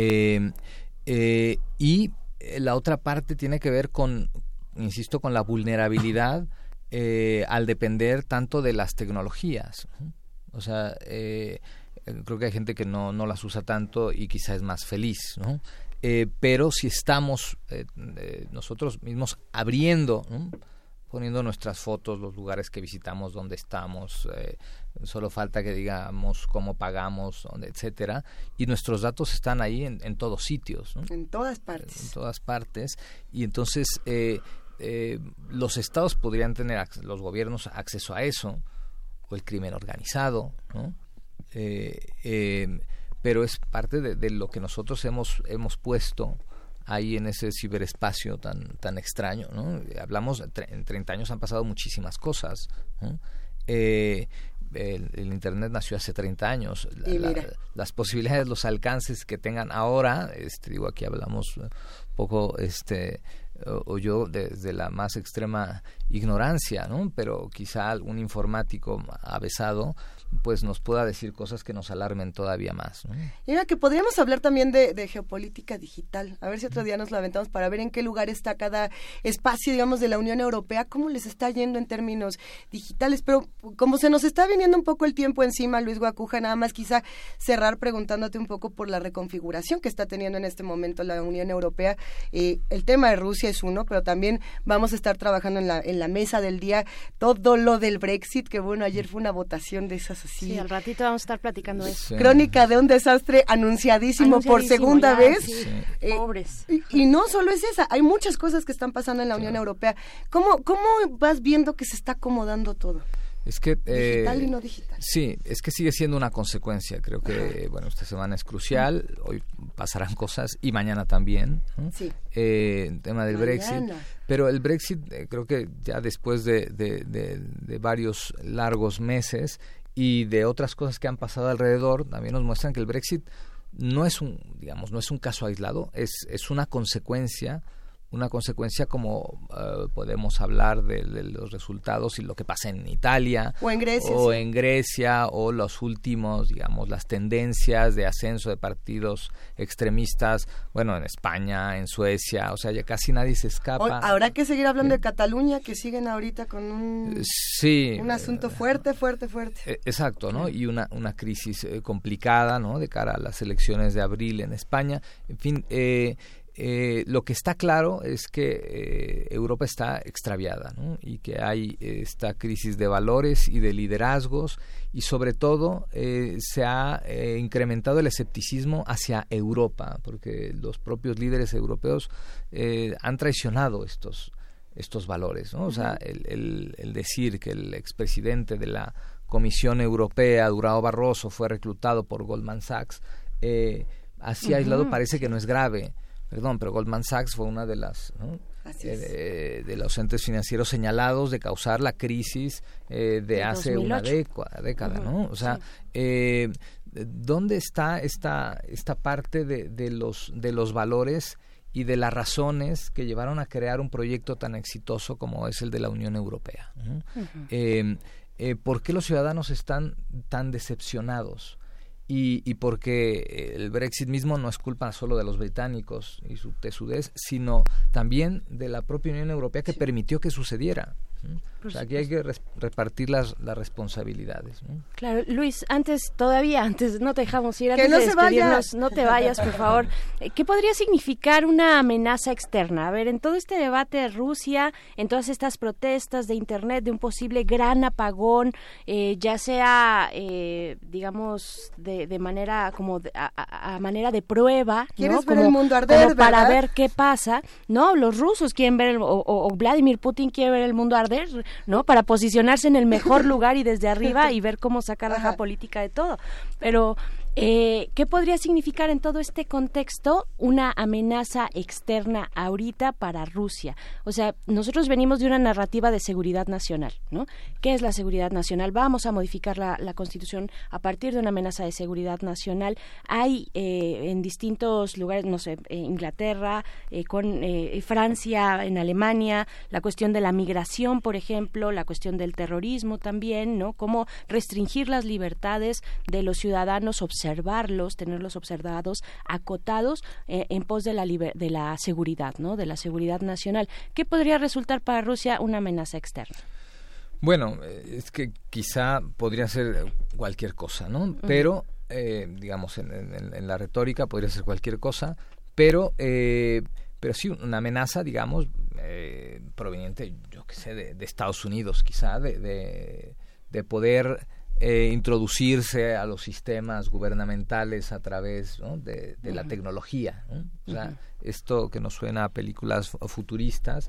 Y la otra parte tiene que ver con la vulnerabilidad al depender tanto de las tecnologías. O sea, creo que hay gente que no las usa tanto y quizá es más feliz, ¿no? Pero si estamos nosotros mismos abriendo, ¿no? Poniendo nuestras fotos, los lugares que visitamos, dónde estamos, solo falta que digamos cómo pagamos, etcétera, y nuestros datos están ahí en todos sitios, ¿no? En todas partes. En todas partes, y entonces los estados podrían tener, los gobiernos, acceso a eso, o el crimen organizado, ¿no? Pero es parte de lo que nosotros hemos puesto ahí en ese ciberespacio tan extraño, ¿no? Hablamos, en 30 años han pasado muchísimas cosas, ¿no? El Internet nació hace 30 años. Las posibilidades, los alcances que tengan ahora, digo, aquí hablamos un poco, o yo desde la más extrema ignorancia, ¿no? Pero quizá algún informático avesado pues nos pueda decir cosas que nos alarmen todavía más, ¿no? Y mira, que podríamos hablar también de geopolítica digital, a ver si otro día nos lo aventamos para ver en qué lugar está cada espacio, digamos, de la Unión Europea, cómo les está yendo en términos digitales, pero como se nos está viniendo un poco el tiempo encima, Luis Guacuja, nada más quizá cerrar preguntándote un poco por la reconfiguración que está teniendo en este momento la Unión Europea. El tema de Rusia es uno, pero también vamos a estar trabajando en la mesa del día todo lo del Brexit, que bueno, ayer fue una votación de esas cosas así. Sí, al ratito vamos a estar platicando de eso. Sí. Crónica de un desastre anunciadísimo por segunda vez. Sí. Pobres. Y no solo es esa, hay muchas cosas que están pasando en la Unión Europea. ¿Cómo vas viendo que se está acomodando todo? Es que digital y no digital. Sí, es que sigue siendo una consecuencia. Creo que esta semana es crucial. Hoy pasarán cosas y mañana también. Sí. El tema del Brexit. Pero el Brexit, creo que ya después de varios largos meses y de otras cosas que han pasado alrededor, también nos muestran que el Brexit no es un caso aislado, es una consecuencia como podemos hablar de los resultados y lo que pasa en Italia o en Grecia o los últimos, las tendencias de ascenso de partidos extremistas, en España, en Suecia, o sea, ya casi nadie se escapa. Habrá que seguir hablando de Cataluña, que siguen ahorita con un asunto fuerte. Exacto, ¿no? Y una crisis complicada, ¿no? De cara a las elecciones de abril en España. En fin, lo que está claro es que Europa está extraviada, ¿no? Y que hay esta crisis de valores y de liderazgos y sobre todo se ha incrementado el escepticismo hacia Europa porque los propios líderes europeos han traicionado estos valores, ¿no? O sea, el decir que el expresidente de la Comisión Europea, Durão Barroso, fue reclutado por Goldman Sachs, así aislado parece que no es grave. Perdón, pero Goldman Sachs fue una de las de los entes financieros señalados de causar la crisis de hace 2008. Una década, ¿no? O sea, ¿dónde está esta parte de los valores y de las razones que llevaron a crear un proyecto tan exitoso como es el de la Unión Europea? ¿Por qué los ciudadanos están tan decepcionados? Y porque el Brexit mismo no es culpa solo de los británicos y su tesudez, sino también de la propia Unión Europea que permitió que sucediera. O sea, aquí hay que repartir las responsabilidades, ¿no? Claro, Luis, antes, no te dejamos ir, antes que no de despedirnos, no te vayas, por favor. ¿Qué podría significar una amenaza externa? A ver, en todo este debate de Rusia, en todas estas protestas de Internet, de un posible gran apagón, ya sea, digamos, de manera como a manera de prueba, ¿quieres ¿no? ver el mundo arder, como para ¿verdad? ver qué pasa, ¿no? Los rusos quieren ver, o Vladimir Putin quiere ver el mundo arder, ¿no? Para posicionarse en el mejor lugar y desde arriba y ver cómo sacar la política de todo. Pero ¿qué podría significar en todo este contexto una amenaza externa ahorita para Rusia? O sea, nosotros venimos de una narrativa de seguridad nacional, ¿no? ¿Qué es la seguridad nacional? Vamos a modificar la Constitución a partir de una amenaza de seguridad nacional. Hay en distintos lugares, no sé, Inglaterra, con Francia, en Alemania, la cuestión de la migración, por ejemplo, la cuestión del terrorismo también, ¿no? Cómo restringir las libertades de los ciudadanos, observarlos, tenerlos observados, acotados en pos de la seguridad, ¿no? De la seguridad nacional. ¿Qué podría resultar para Rusia una amenaza externa? Bueno, es que quizá podría ser cualquier cosa, ¿no? Pero, digamos, en la retórica podría ser cualquier cosa, pero sí una amenaza, digamos, proveniente, yo qué sé, de Estados Unidos, quizá, de poder introducirse a los sistemas gubernamentales a través, ¿no? de la tecnología, ¿no? O sea, esto que nos suena a películas futuristas,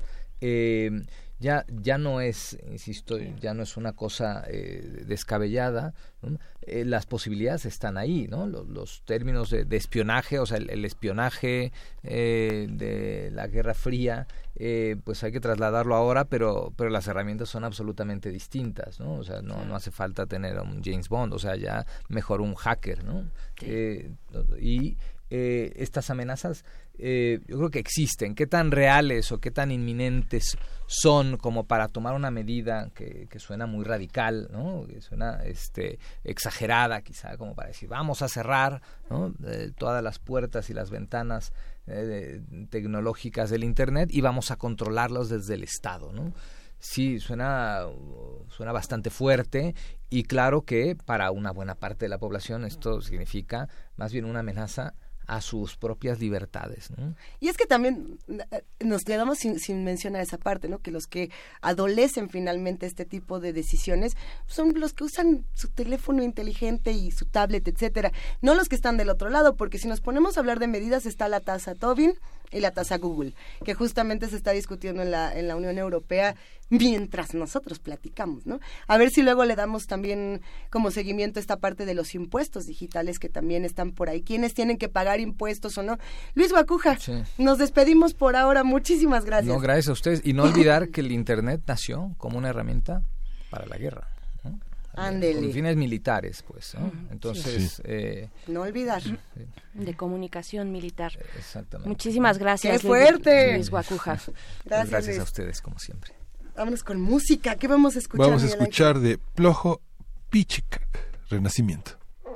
ya no es, insisto, ya no es una cosa descabellada, ¿no? Las posibilidades están ahí, ¿no? Los términos de espionaje, o sea, el espionaje de la Guerra Fría, pues hay que trasladarlo ahora, pero las herramientas son absolutamente distintas, ¿no? O sea, no hace falta tener a un James Bond, o sea, ya mejor un hacker, ¿no? Sí. Estas amenazas yo creo que existen. ¿Qué tan reales o qué tan inminentes son como para tomar una medida que suena muy radical, ¿no? Que suena exagerada quizá, como para decir vamos a cerrar, ¿no? Todas las puertas y las ventanas tecnológicas del Internet y vamos a controlarlos desde el Estado, ¿no? Sí, suena bastante fuerte y claro que para una buena parte de la población esto significa más bien una amenaza a sus propias libertades, ¿no? Y es que también nos quedamos sin mencionar esa parte, ¿no? Que los que adolecen finalmente este tipo de decisiones son los que usan su teléfono inteligente y su tablet, etcétera, no los que están del otro lado, porque si nos ponemos a hablar de medidas está la tasa Tobin y la tasa Google, que justamente se está discutiendo en la Unión Europea mientras nosotros platicamos, ¿no? A ver si luego le damos también como seguimiento esta parte de los impuestos digitales que también están por ahí, quiénes tienen que pagar impuestos o no. Luis Guacuja, sí. Nos despedimos por ahora, muchísimas gracias. No, gracias a ustedes, y no olvidar que el Internet nació como una herramienta para la guerra, ¿no? Ándele. Con fines militares, pues, ¿no? Entonces, sí. No olvidar. De comunicación militar. Exactamente. Muchísimas gracias. ¡Qué fuerte! Luis Guacuja. Gracias a ustedes, como siempre. Vámonos con música. ¿Qué vamos a escuchar? Vamos a escuchar de Plojo Pichicac, Renacimiento.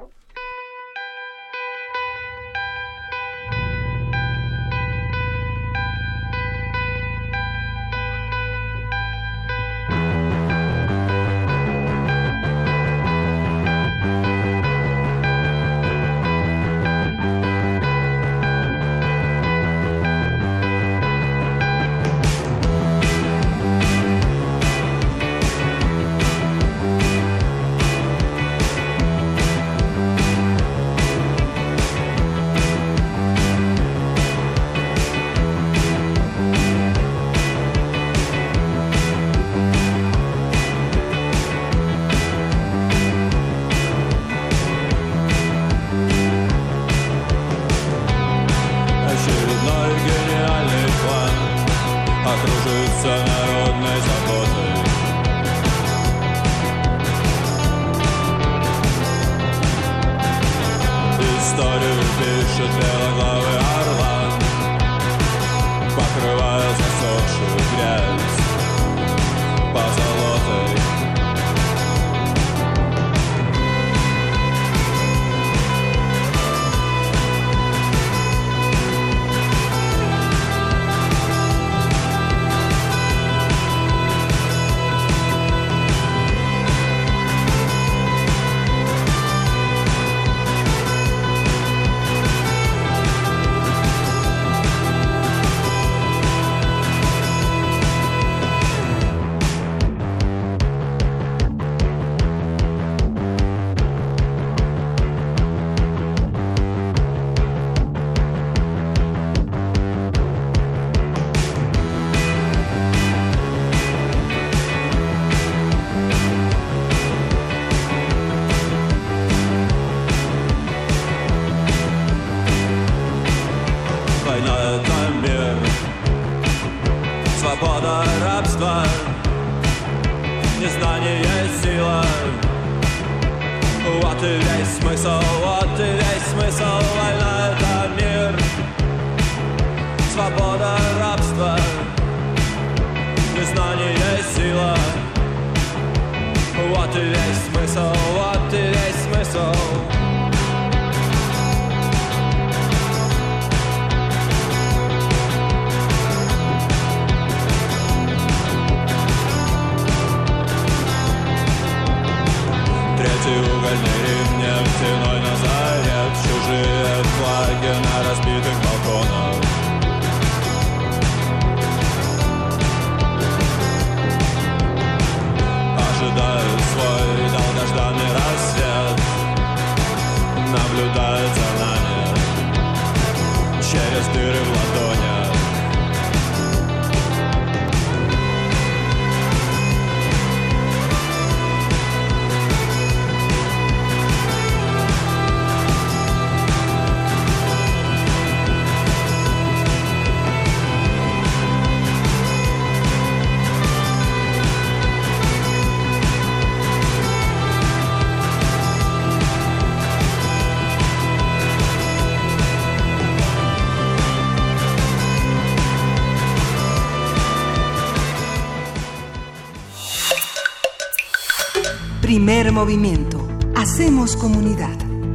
Primer movimiento. Hacemos comunidad.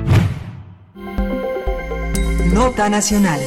Nota nacional.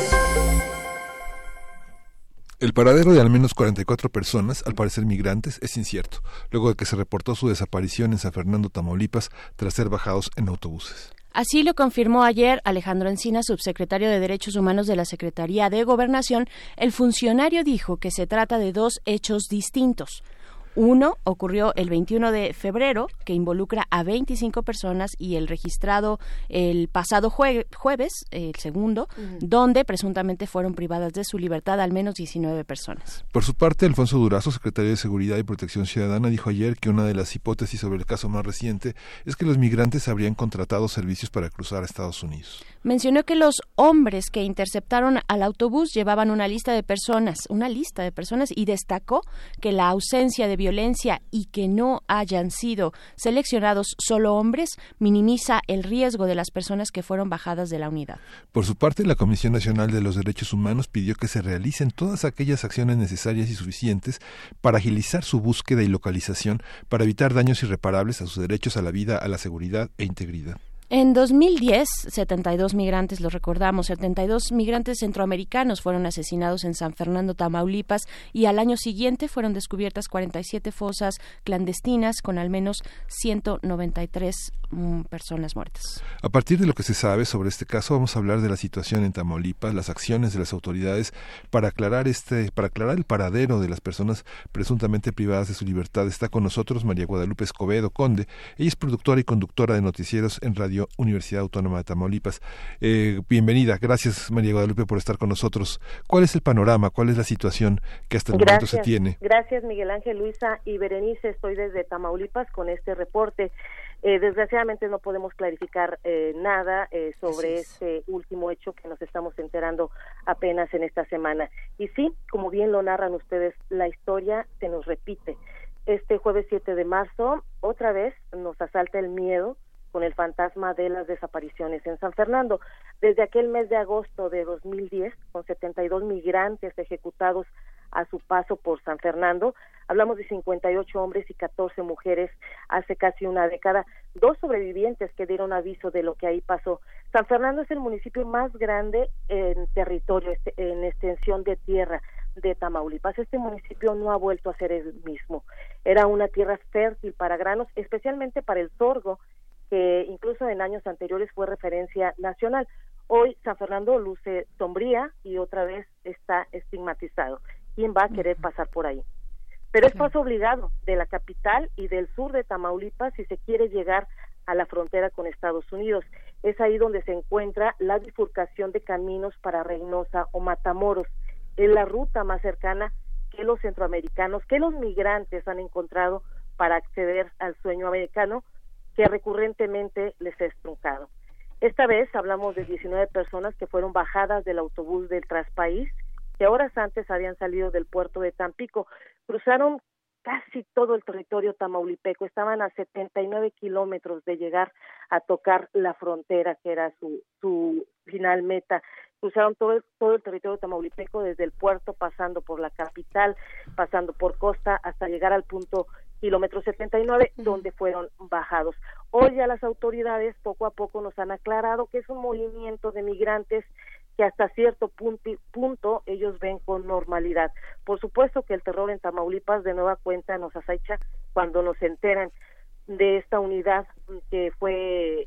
El paradero de al menos 44 personas, al parecer migrantes, es incierto, luego de que se reportó su desaparición en San Fernando, Tamaulipas, tras ser bajados en autobuses. Así lo confirmó ayer Alejandro Encinas, subsecretario de Derechos Humanos de la Secretaría de Gobernación. El funcionario dijo que se trata de dos hechos distintos. Uno ocurrió el 21 de febrero, que involucra a 25 personas, y el registrado el pasado jueves, el segundo, donde presuntamente fueron privadas de su libertad al menos 19 personas. Por su parte, Alfonso Durazo, secretario de Seguridad y Protección Ciudadana, dijo ayer que una de las hipótesis sobre el caso más reciente es que los migrantes habrían contratado servicios para cruzar a Estados Unidos. Mencionó que los hombres que interceptaron al autobús llevaban una lista de personas, y destacó que la ausencia de violencia y que no hayan sido seleccionados solo hombres minimiza el riesgo de las personas que fueron bajadas de la unidad. Por su parte, la Comisión Nacional de los Derechos Humanos pidió que se realicen todas aquellas acciones necesarias y suficientes para agilizar su búsqueda y localización para evitar daños irreparables a sus derechos a la vida, a la seguridad e integridad. En 2010, 72 migrantes, lo recordamos, 72 migrantes centroamericanos fueron asesinados en San Fernando, Tamaulipas, y al año siguiente fueron descubiertas 47 fosas clandestinas con al menos 193 personas muertas. A partir de lo que se sabe sobre este caso, vamos a hablar de la situación en Tamaulipas, las acciones de las autoridades para aclarar el paradero de las personas presuntamente privadas de su libertad. Está con nosotros María Guadalupe Escobedo Conde. Ella es productora y conductora de noticieros en Radio Universidad Autónoma de Tamaulipas. Bienvenida, gracias María Guadalupe por estar con nosotros. ¿Cuál es el panorama? ¿Cuál es la situación que hasta el momento se tiene? Gracias Miguel Ángel, Luisa y Berenice, estoy desde Tamaulipas con este reporte. Desgraciadamente no podemos clarificar nada sobre este último hecho que nos estamos enterando apenas en esta semana. Y sí, como bien lo narran ustedes, la historia se nos repite. Este jueves 7 de marzo, otra vez nos asalta el miedo con el fantasma de las desapariciones en San Fernando. Desde aquel mes de agosto de 2010, con 72 migrantes ejecutados a su paso por San Fernando, hablamos de 58 hombres y 14 mujeres hace casi una década, 2 sobrevivientes que dieron aviso de lo que ahí pasó. San Fernando es el municipio más grande en territorio, en extensión de tierra de Tamaulipas. Este municipio no ha vuelto a ser el mismo. Era una tierra fértil para granos, especialmente para el sorgo, que incluso en años anteriores fue referencia nacional. Hoy San Fernando luce sombría y otra vez está estigmatizado. ¿Quién va a querer pasar por ahí? Pero es paso obligado de la capital y del sur de Tamaulipas si se quiere llegar a la frontera con Estados Unidos. Es ahí donde se encuentra la bifurcación de caminos para Reynosa o Matamoros. Es la ruta más cercana que los centroamericanos, que los migrantes han encontrado para acceder al sueño americano, que recurrentemente les es truncado. Esta vez hablamos de 19 personas que fueron bajadas del autobús del Traspaís, que horas antes habían salido del puerto de Tampico. Cruzaron casi todo el territorio tamaulipeco, estaban a 79 kilómetros de llegar a tocar la frontera, que era su final meta. Cruzaron todo el territorio tamaulipeco, desde el puerto, pasando por la capital, pasando por costa, hasta llegar al punto kilómetro 79, donde fueron bajados. Hoy ya las autoridades poco a poco nos han aclarado que es un movimiento de migrantes que hasta cierto punto ellos ven con normalidad. Por supuesto que el terror en Tamaulipas de nueva cuenta nos acecha cuando nos enteran de esta unidad que fue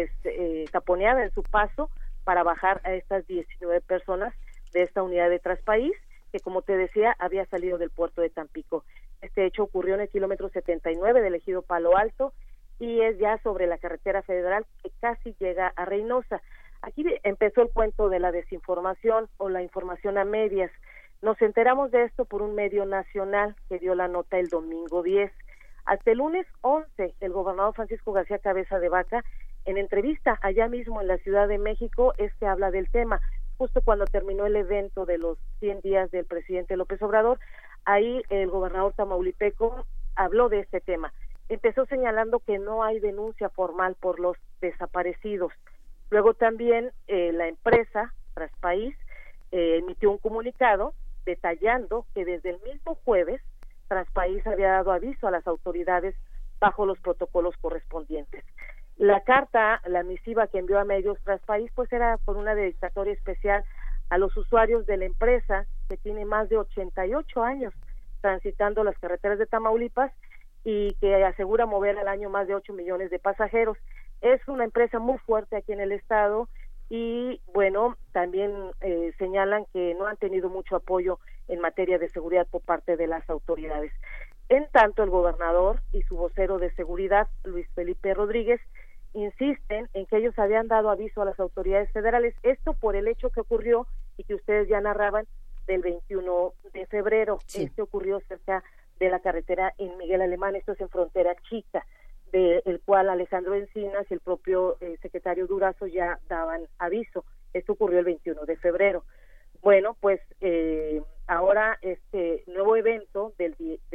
taponeada en su paso para bajar a estas 19 personas de esta unidad de Traspaís, que como te decía había salido del puerto de Tampico. Este hecho ocurrió en el kilómetro 79 del ejido Palo Alto y es ya sobre la carretera federal que casi llega a Reynosa. Aquí empezó el cuento de la desinformación o la información a medias. Nos enteramos de esto por un medio nacional que dio la nota el domingo 10. Hasta el lunes 11, el gobernador Francisco García Cabeza de Vaca, en entrevista allá mismo en la Ciudad de México, habla del tema. Justo cuando terminó el evento de los 100 días del presidente López Obrador, ahí el gobernador tamaulipeco habló de este tema. Empezó señalando que no hay denuncia formal por los desaparecidos. Luego también la empresa Traspaís emitió un comunicado detallando que desde el mismo jueves Traspaís había dado aviso a las autoridades bajo los protocolos correspondientes. La carta, la misiva que envió a medios Traspaís, pues era con una dedicatoria especial a los usuarios de la empresa que tiene más de 88 años transitando las carreteras de Tamaulipas y que asegura mover al año más de 8 millones de pasajeros. Es una empresa muy fuerte aquí en el estado y bueno, también señalan que no han tenido mucho apoyo en materia de seguridad por parte de las autoridades. En tanto, el gobernador y su vocero de seguridad, Luis Felipe Rodríguez, insisten en que ellos habían dado aviso a las autoridades federales, esto por el hecho que ocurrió y que ustedes ya narraban del 21 de febrero. Sí. Este ocurrió cerca de la carretera en Miguel Alemán, esto es en Frontera Chica, del cual Alejandro Encinas y el propio secretario Durazo ya daban aviso. Esto ocurrió el 21 de febrero. Bueno, pues ahora este nuevo evento del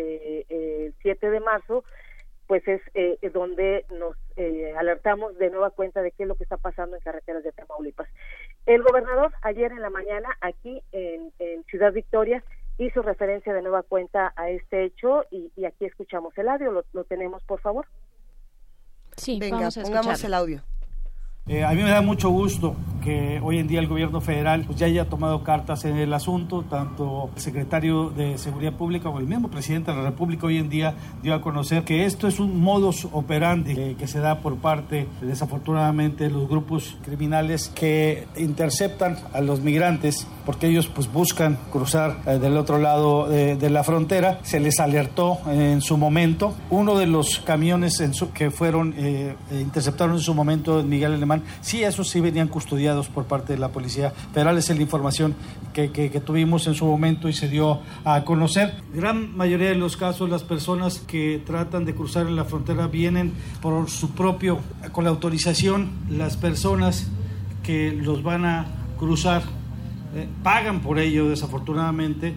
7 de marzo, pues es donde nos alertamos de nueva cuenta de qué es lo que está pasando en carreteras de Tamaulipas. El gobernador ayer en la mañana aquí en Ciudad Victoria hizo referencia de nueva cuenta a este hecho y aquí escuchamos el audio. ¿Lo tenemos, por favor? Sí, venga, vamos a pongamos el audio. A mí me da mucho gusto que hoy en día el gobierno federal pues ya haya tomado cartas en el asunto, tanto el secretario de Seguridad Pública como el mismo presidente de la República hoy en día dio a conocer que esto es un modus operandi que se da por parte, desafortunadamente, de los grupos criminales que interceptan a los migrantes porque ellos pues buscan cruzar del otro lado de la frontera. Se les alertó en su momento. Uno de los camiones que fueron interceptaron en su momento en Miguel Alemán, sí, esos sí venían custodiados por parte de la Policía Federal. Esa es la información que tuvimos en su momento y se dio a conocer. Gran mayoría de los casos, las personas que tratan de cruzar en la frontera vienen por su propio, con la autorización. Las personas que los van a cruzar pagan por ello, desafortunadamente,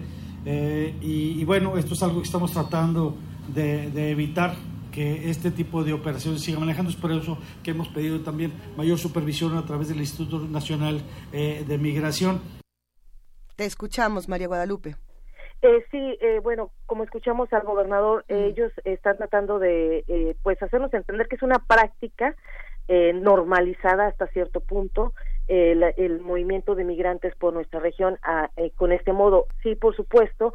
y bueno, esto es algo que estamos tratando de evitar, que este tipo de operaciones siga manejando. Es por eso que hemos pedido también mayor supervisión a través del Instituto Nacional de Migración. Te escuchamos, María Guadalupe. Sí, bueno, como escuchamos al gobernador, ellos están tratando de pues hacernos entender que es una práctica normalizada hasta cierto punto, el movimiento de migrantes por nuestra región con este modo. Sí, por supuesto,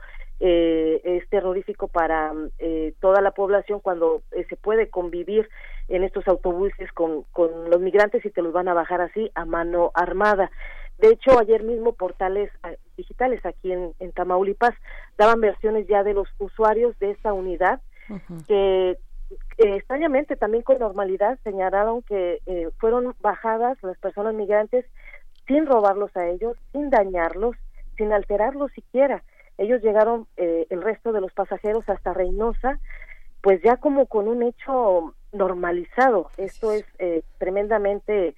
es terrorífico para toda la población cuando se puede convivir en estos autobuses con los migrantes y te los van a bajar así a mano armada. De hecho, ayer mismo portales digitales aquí en Tamaulipas daban versiones ya de los usuarios de esta unidad, que extrañamente también con normalidad señalaron que fueron bajadas las personas migrantes sin robarlos a ellos, sin dañarlos, sin alterarlos siquiera. Ellos llegaron, el resto de los pasajeros, hasta Reynosa, pues ya como con un hecho normalizado. Esto es tremendamente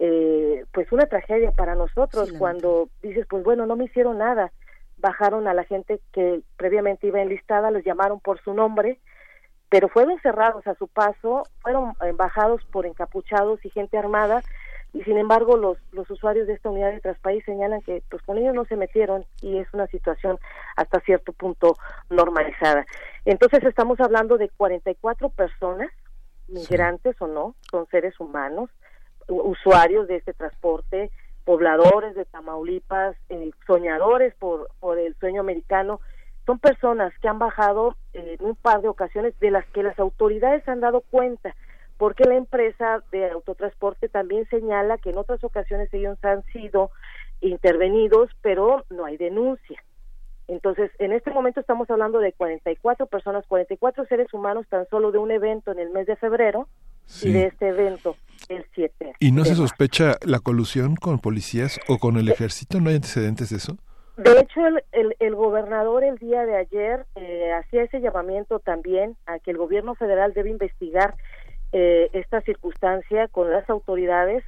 pues una tragedia para nosotros, cuando dices, pues bueno, no me hicieron nada. Bajaron a la gente que previamente iba enlistada, les llamaron por su nombre, pero fueron cerrados a su paso, fueron bajados por encapuchados y gente armada, y sin embargo los usuarios de esta unidad de Traspaís señalan que pues con ellos no se metieron y es una situación hasta cierto punto normalizada. Entonces estamos hablando de 44 personas, migrantes o no, son seres humanos, usuarios de este transporte, pobladores de Tamaulipas, soñadores por el sueño americano. Son personas que han bajado en un par de ocasiones, de las que las autoridades han dado cuenta, porque la empresa de autotransporte también señala que en otras ocasiones ellos han sido intervenidos, pero no hay denuncia. Entonces, en este momento estamos hablando de 44 personas, 44 seres humanos, tan solo de un evento en el mes de febrero, y de este evento el 7. ¿Y no se sospecha la colusión con policías o con el ejército? ¿No hay antecedentes de eso? De hecho, el gobernador el día de ayer hacía ese llamamiento también a que el gobierno federal debe investigar esta circunstancia con las autoridades,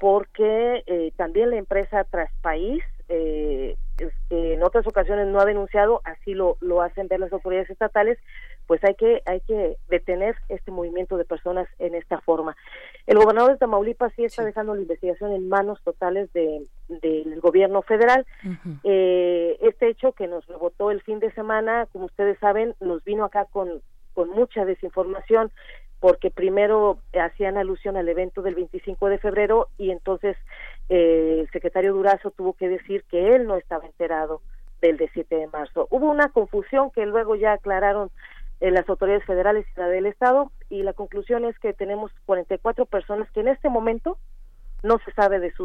porque también la empresa Traspaís en otras ocasiones no ha denunciado, así lo hacen ver las autoridades estatales. Pues hay que detener este movimiento de personas en esta forma. El gobernador de Tamaulipas sí está dejando la investigación en manos totales del gobierno federal. Este hecho que nos rebotó el fin de semana, como ustedes saben, nos vino acá con mucha desinformación, porque primero hacían alusión al evento del 25 de febrero y entonces el secretario Durazo tuvo que decir que él no estaba enterado del 7 de marzo. Hubo una confusión que luego ya aclararon las autoridades federales y la del Estado, y la conclusión es que tenemos 44 personas que en este momento no se sabe de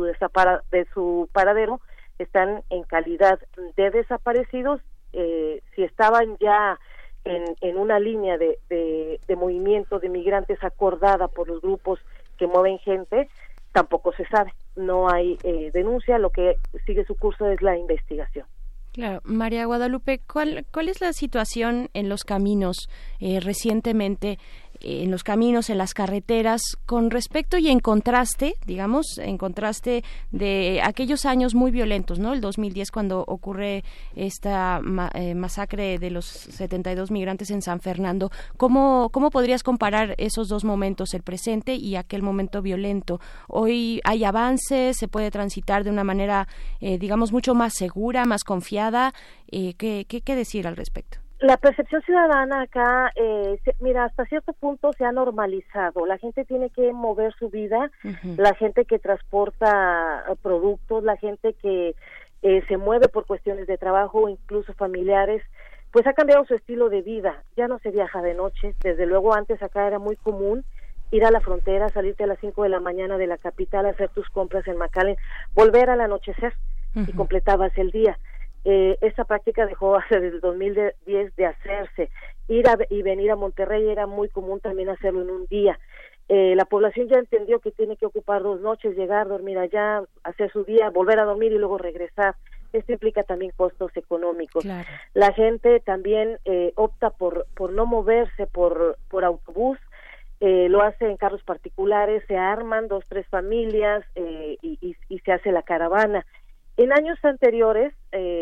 su paradero, están en calidad de desaparecidos. Si estaban ya en una línea de movimiento de migrantes acordada por los grupos que mueven gente, tampoco se sabe, no hay denuncia, lo que sigue su curso es la investigación. Claro, María Guadalupe, ¿cuál es la situación en los caminos recientemente, en los caminos, en las carreteras, con respecto y en contraste, digamos, en contraste de aquellos años muy violentos, ¿no? El 2010, cuando ocurre esta masacre de los 72 migrantes en San Fernando. ¿Cómo podrías comparar esos dos momentos, el presente y aquel momento violento? Hoy hay avances, se puede transitar de una manera, digamos, mucho más segura, más confiada. ¿Qué decir al respecto? La percepción ciudadana acá, mira, hasta cierto punto se ha normalizado. La gente tiene que mover su vida, la gente que transporta productos, la gente que se mueve por cuestiones de trabajo o incluso familiares, pues ha cambiado su estilo de vida. Ya no se viaja de noche. Desde luego antes acá era muy común ir a la frontera, salirte a las 5 de la mañana de la capital, hacer tus compras en McAllen, volver al anochecer y completabas el día. Esta práctica dejó desde el 2010 de hacerse. Ir y venir a Monterrey era muy común también hacerlo en un día. La población ya entendió que tiene que ocupar 2 noches, llegar, dormir allá, hacer su día, volver a dormir y luego regresar. Esto implica también costos económicos. Claro. La gente también opta por no moverse por autobús, lo hace en carros particulares, se arman 2, 3 familias y se hace la caravana. En años anteriores,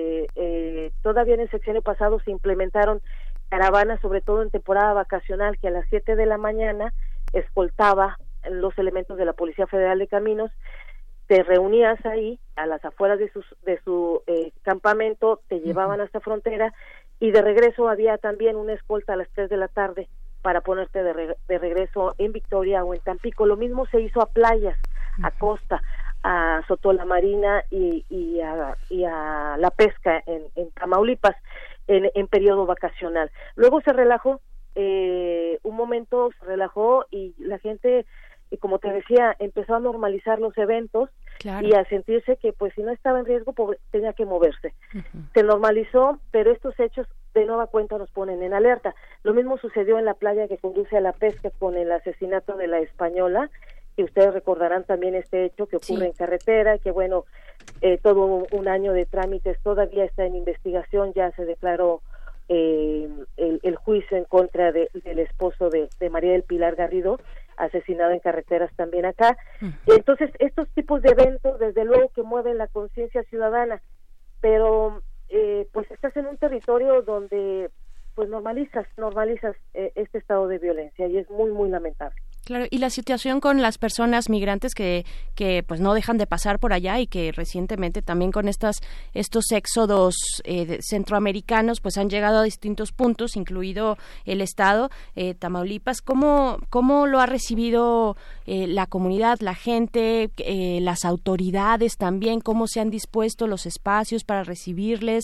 todavía en el sexenio pasado se implementaron caravanas, sobre todo en temporada vacacional, que a las 7 de la mañana escoltaba los elementos de la Policía Federal de Caminos. Te reunías ahí, a las afueras de su campamento, te llevaban hasta frontera, y de regreso había también una escolta a las 3 de la tarde para ponerte de regreso en Victoria o en Tampico. Lo mismo se hizo a playas, a costa, a Soto la Marina y a la pesca en Tamaulipas en periodo vacacional. Luego se relajó, un momento se relajó y la gente, como te decía, empezó a normalizar los eventos. Claro. Y a sentirse que pues si no estaba en riesgo tenía que moverse. Se normalizó, pero estos hechos de nueva cuenta nos ponen en alerta. Lo mismo sucedió en la playa que conduce a la pesca con el asesinato de la española, y ustedes recordarán también este hecho que ocurre en carretera, que bueno, todo un año de trámites, todavía está en investigación, ya se declaró el juicio en contra del esposo de María del Pilar Garrido, asesinado en carreteras también acá. Entonces, estos tipos de eventos, desde luego que mueven la conciencia ciudadana, pero pues estás en un territorio donde pues normalizas este estado de violencia, y es muy, muy lamentable. Claro, y la situación con las personas migrantes que pues no dejan de pasar por allá, y que recientemente también con estos éxodos centroamericanos pues han llegado a distintos puntos, incluido el estado, Tamaulipas. ¿Cómo lo ha recibido la comunidad, la gente, las autoridades también? ¿Cómo se han dispuesto los espacios para recibirles?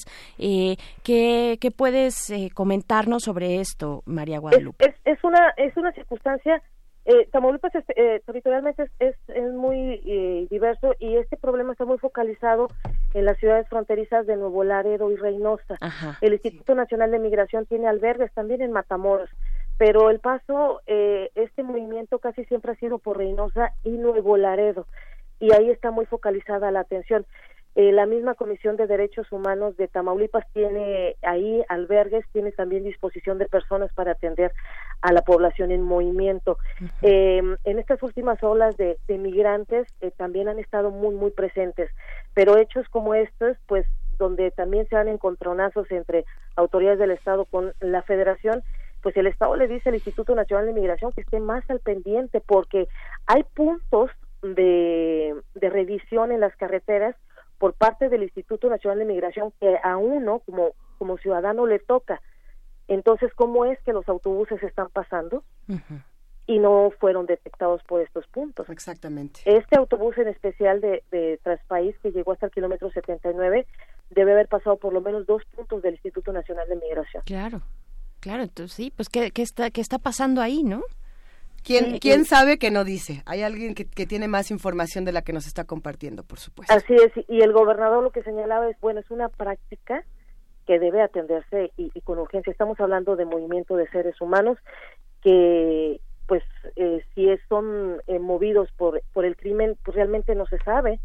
¿Qué puedes comentarnos sobre esto, María Guadalupe? Es una circunstancia. Tamaulipas territorialmente es muy diverso, y este problema está muy focalizado en las ciudades fronterizas de Nuevo Laredo y Reynosa. El Instituto Nacional de Migración tiene albergues también en Matamoros, pero el paso, este movimiento casi siempre ha sido por Reynosa y Nuevo Laredo, y ahí está muy focalizada la atención. La misma Comisión de Derechos Humanos de Tamaulipas tiene ahí albergues, tiene también disposición de personas para atender a la población en movimiento. En estas últimas olas de migrantes también han estado muy, muy presentes, pero hechos como estos, pues donde también se dan encontronazos entre autoridades del Estado con la Federación, pues el Estado le dice al Instituto Nacional de Migración que esté más al pendiente, porque hay puntos de revisión en las carreteras por parte del Instituto Nacional de Migración que a uno como ciudadano le toca. Entonces, ¿cómo es que los autobuses están pasando y no fueron detectados por estos puntos? Exactamente. Este autobús en especial de Transpaís, que llegó hasta el kilómetro 79, debe haber pasado por lo menos 2 puntos del Instituto Nacional de Migración. Claro. Claro, entonces sí, pues ¿qué está pasando ahí, no? ¿Quién sabe que no dice? Hay alguien que tiene más información de la que nos está compartiendo, por supuesto. Así es, y el gobernador lo que señalaba es, bueno, es una práctica que debe atenderse y con urgencia. Estamos hablando de movimiento de seres humanos que, pues, si son movidos por el crimen, pues realmente no se sabe.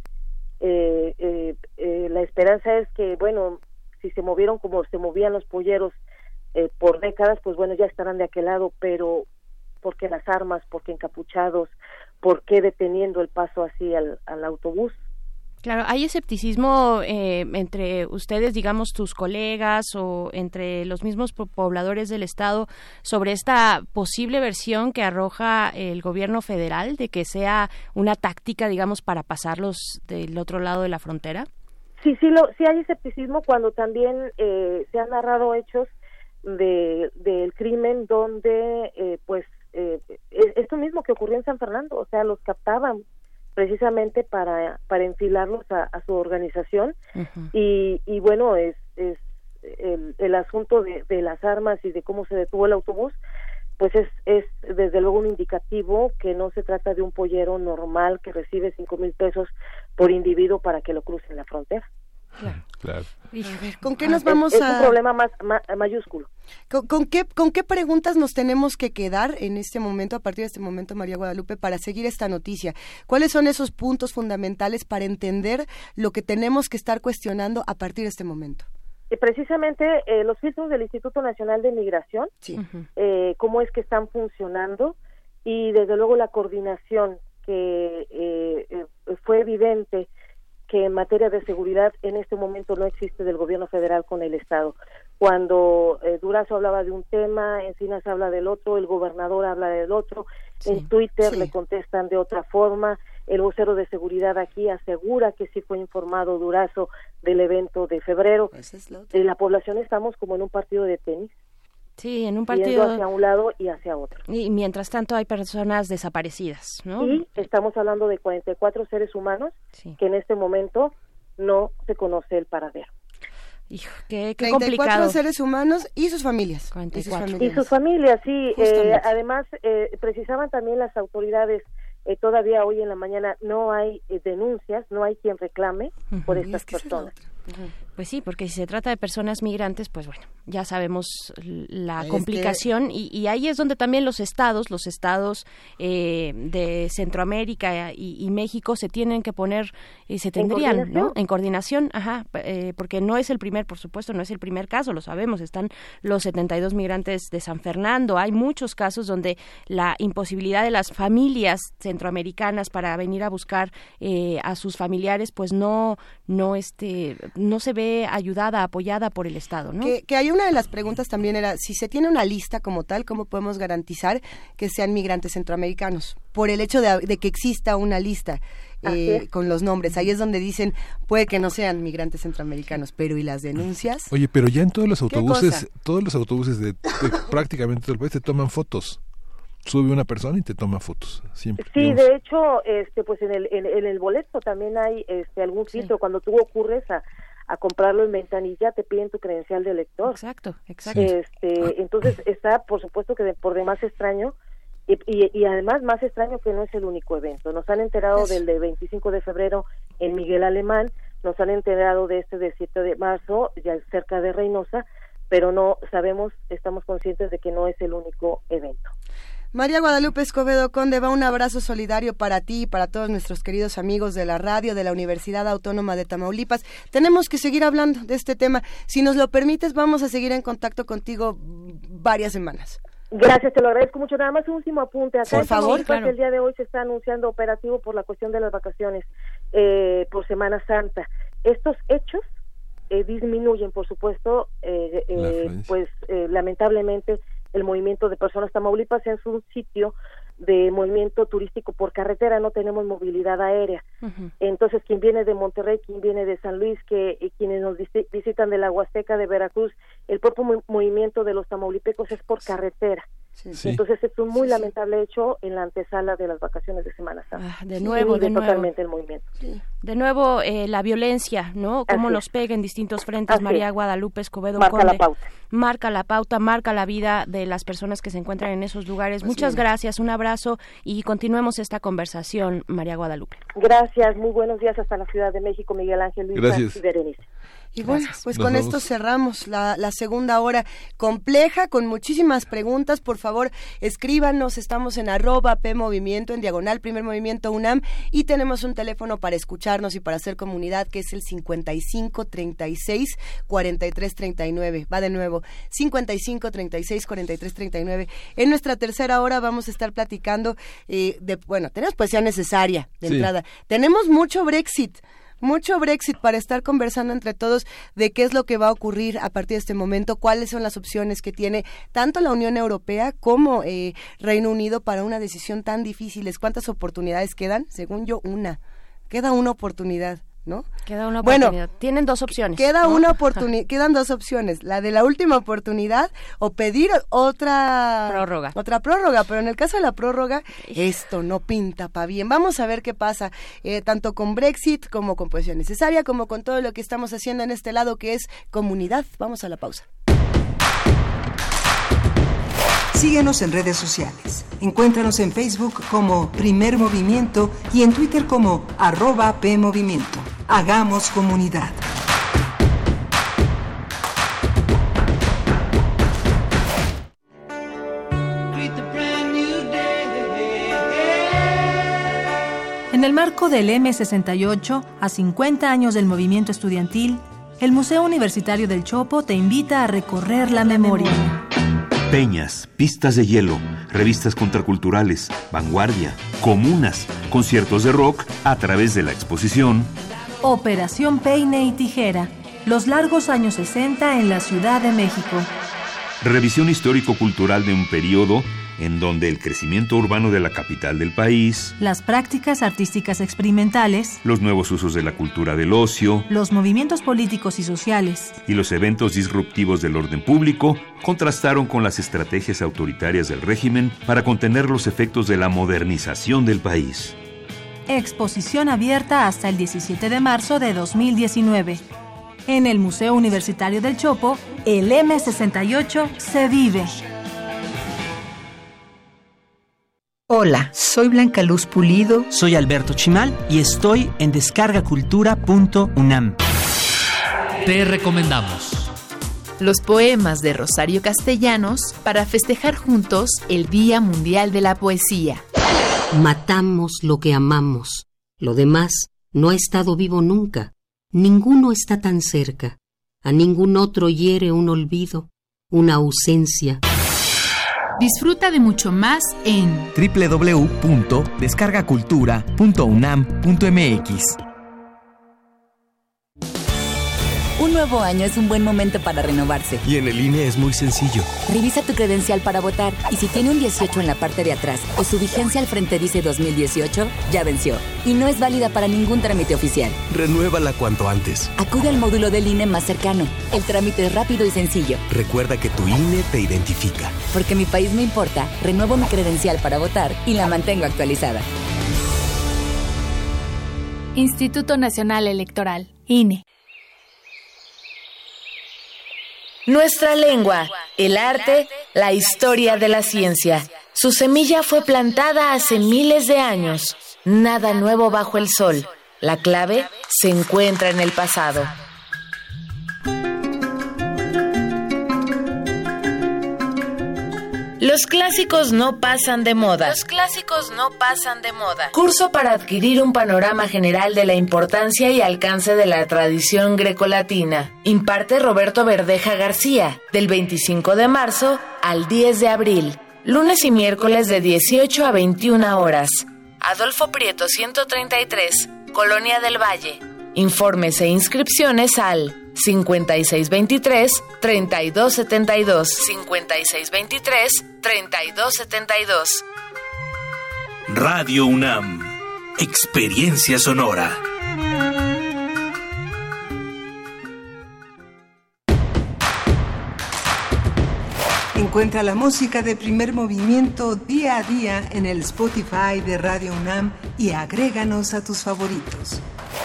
La esperanza es que, bueno, si se movieron como se movían los polleros por décadas, pues bueno, ya estarán de aquel lado, pero ¿por qué las armas? ¿Por qué encapuchados? ¿Por qué deteniendo el paso así al autobús? Claro, ¿hay escepticismo entre ustedes, digamos, tus colegas o entre los mismos pobladores del Estado sobre esta posible versión que arroja el gobierno federal de que sea una táctica, digamos, para pasarlos del otro lado de la frontera? Sí hay escepticismo cuando también se han narrado hechos del crimen donde, esto mismo que ocurrió en San Fernando, o sea, los captaban precisamente para enfilarlos a su organización. Uh-huh. Y bueno, es el asunto de las armas y de cómo se detuvo el autobús, pues es desde luego un indicativo que no se trata de un pollero normal que recibe 5,000 pesos por individuo para que lo cruce en la frontera. Claro. A ver, ¿con qué nos vamos es un problema más mayúsculo. ¿Con qué preguntas nos tenemos que quedar en este momento, a partir de este momento, María Guadalupe, para seguir esta noticia? ¿Cuáles son esos puntos fundamentales para entender lo que tenemos que estar cuestionando a partir de este momento? Precisamente los filtros del Instituto Nacional de Migración, sí. Cómo es que están funcionando y desde luego la coordinación que fue evidente que en materia de seguridad en este momento no existe del gobierno federal con el Estado. Cuando Durazo hablaba de un tema, Encinas habla del otro, el gobernador habla del otro, sí, en Twitter le contestan de otra forma, el vocero de seguridad aquí asegura que sí fue informado Durazo del evento de febrero. La población estamos como en un partido de tenis. Sí, en un partido hacia un lado y hacia otro. Y mientras tanto hay personas desaparecidas, ¿no? Y estamos hablando de 44 seres humanos que en este momento no se conoce el paradero. Hijo, qué 34 complicado. seres humanos y sus familias. 44. Y sus familias, sí. Además, precisaban también las autoridades, todavía hoy en la mañana no hay denuncias, no hay quien reclame por estas personas. Pues sí, porque si se trata de personas migrantes, pues bueno, ya sabemos la complicación y ahí es donde también los estados de Centroamérica y México se tienen que poner, se tendrían, ¿no? En coordinación, porque no es el primer, por supuesto, no es el primer caso, lo sabemos, están los 72 migrantes de San Fernando, hay muchos casos donde la imposibilidad de las familias centroamericanas para venir a buscar a sus familiares, pues no se ve ayudada, apoyada por el Estado, ¿no? Que hay una de las preguntas también era, si se tiene una lista como tal, ¿cómo podemos garantizar que sean migrantes centroamericanos? Por el hecho de que exista una lista con los nombres. Ahí es donde dicen, puede que no sean migrantes centroamericanos, pero ¿y las denuncias? Oye, pero ya en todos los autobuses de prácticamente todo el país te toman fotos. Sube una persona y te toma fotos siempre. Sí, digamos. De hecho, pues en el boleto también hay algún filtro. Cuando tú ocurres a comprarlo en ventanilla, te piden tu credencial de lector. Exacto. Entonces está, por supuesto que por demás extraño y además más extraño que no es el único evento. Nos han enterado del de 25 de febrero en Miguel Alemán, nos han enterado de del 7 de marzo ya cerca de Reynosa, pero no sabemos, estamos conscientes de que no es el único evento. María Guadalupe Escobedo Conde, va un abrazo solidario para ti y para todos nuestros queridos amigos de la radio de la Universidad Autónoma de Tamaulipas. Tenemos que seguir hablando de este tema. Si nos lo permites, vamos a seguir en contacto contigo varias semanas. Gracias, te lo agradezco mucho. Nada más un último apunte. Acá por favor, claro. El día de hoy se está anunciando operativo por la cuestión de las vacaciones por Semana Santa. Estos hechos disminuyen, por supuesto, lamentablemente, el movimiento de personas. Tamaulipas es un sitio de movimiento turístico por carretera, no tenemos movilidad aérea. Uh-huh. Entonces, quien viene de Monterrey, quien viene de San Luis, quienes nos visitan de la Huasteca, de Veracruz, el propio movimiento de los tamaulipecos es por carretera. Sí. Entonces es un muy lamentable hecho en la antesala de las vacaciones de Semana Santa. De nuevo. Totalmente el movimiento. Sí. De nuevo la violencia, ¿no? Cómo nos pega en distintos frentes. María Guadalupe Escobedo Conde. Marca la pauta, marca la vida de las personas que se encuentran en esos lugares. Muchas gracias, un abrazo y continuemos esta conversación, María Guadalupe. Gracias, muy buenos días hasta la Ciudad de México, Miguel Ángel, Luisa y Berenice. Y bueno, pues con esto cerramos la segunda hora compleja, con muchísimas preguntas. Por favor, escríbanos, estamos en @PMovimiento, en diagonal Primer Movimiento UNAM, y tenemos un teléfono para escucharnos y para hacer comunidad, que es el 55 36 43 39. Va de nuevo, 55 36 43 39. En nuestra tercera hora vamos a estar platicando tenemos poesía necesaria de entrada. Tenemos mucho Brexit para estar conversando entre todos de qué es lo que va a ocurrir a partir de este momento, cuáles son las opciones que tiene tanto la Unión Europea como Reino Unido para una decisión tan difícil. ¿Cuántas oportunidades quedan? Según yo, queda una oportunidad, ¿no? Queda una oportunidad. Tienen dos opciones. Quedan dos opciones, la de la última oportunidad o pedir otra prórroga, pero en el caso de la prórroga esto no pinta para bien. Vamos a ver qué pasa, tanto con Brexit como con poesía necesaria, como con todo lo que estamos haciendo en este lado que es comunidad. Vamos a la pausa. Síguenos en redes sociales. Encuéntranos en Facebook como Primer Movimiento y en Twitter como @PMovimiento. Hagamos comunidad. En el marco del M68, a 50 años del movimiento estudiantil, el Museo Universitario del Chopo te invita a recorrer la memoria. Peñas, pistas de hielo, revistas contraculturales, vanguardia, comunas, conciertos de rock a través de la exposición Operación Peine y Tijera, los largos años 60 en la Ciudad de México. Revisión histórico-cultural de un periodo en donde el crecimiento urbano de la capital del país, las prácticas artísticas experimentales, los nuevos usos de la cultura del ocio, los movimientos políticos y sociales y los eventos disruptivos del orden público contrastaron con las estrategias autoritarias del régimen para contener los efectos de la modernización del país. Exposición abierta hasta el 17 de marzo de 2019. En el Museo Universitario del Chopo, el M68 se vive. Hola, soy Blanca Luz Pulido. Soy Alberto Chimal y estoy en descargacultura.unam. Te recomendamos los poemas de Rosario Castellanos para festejar juntos el Día Mundial de la Poesía. Matamos lo que amamos. Lo demás no ha estado vivo nunca. Ninguno está tan cerca. A ningún otro hiere un olvido, una ausencia. Disfruta de mucho más en www.descargacultura.unam.mx. Un nuevo año es un buen momento para renovarse. Y en el INE es muy sencillo. Revisa tu credencial para votar y si tiene un 18 en la parte de atrás o su vigencia al frente dice 2018, ya venció y no es válida para ningún trámite oficial. Renuévala cuanto antes. Acude al módulo del INE más cercano. El trámite es rápido y sencillo. Recuerda que tu INE te identifica. Porque mi país me importa, renuevo mi credencial para votar y la mantengo actualizada. Instituto Nacional Electoral, INE. Nuestra lengua, el arte, la historia de la ciencia. Su semilla fue plantada hace miles de años. Nada nuevo bajo el sol. La clave se encuentra en el pasado. Los clásicos no pasan de moda. Los clásicos no pasan de moda. Curso para adquirir un panorama general de la importancia y alcance de la tradición grecolatina. Imparte Roberto Verdeja García, del 25 de marzo al 10 de abril. Lunes y miércoles de 18 a 21 horas. Adolfo Prieto 133, Colonia del Valle. Informes e inscripciones al 5623-3272. 5623-3272. Radio UNAM. Experiencia sonora. Encuentra la música de Primer Movimiento día a día en el Spotify de Radio UNAM y agréganos a tus favoritos.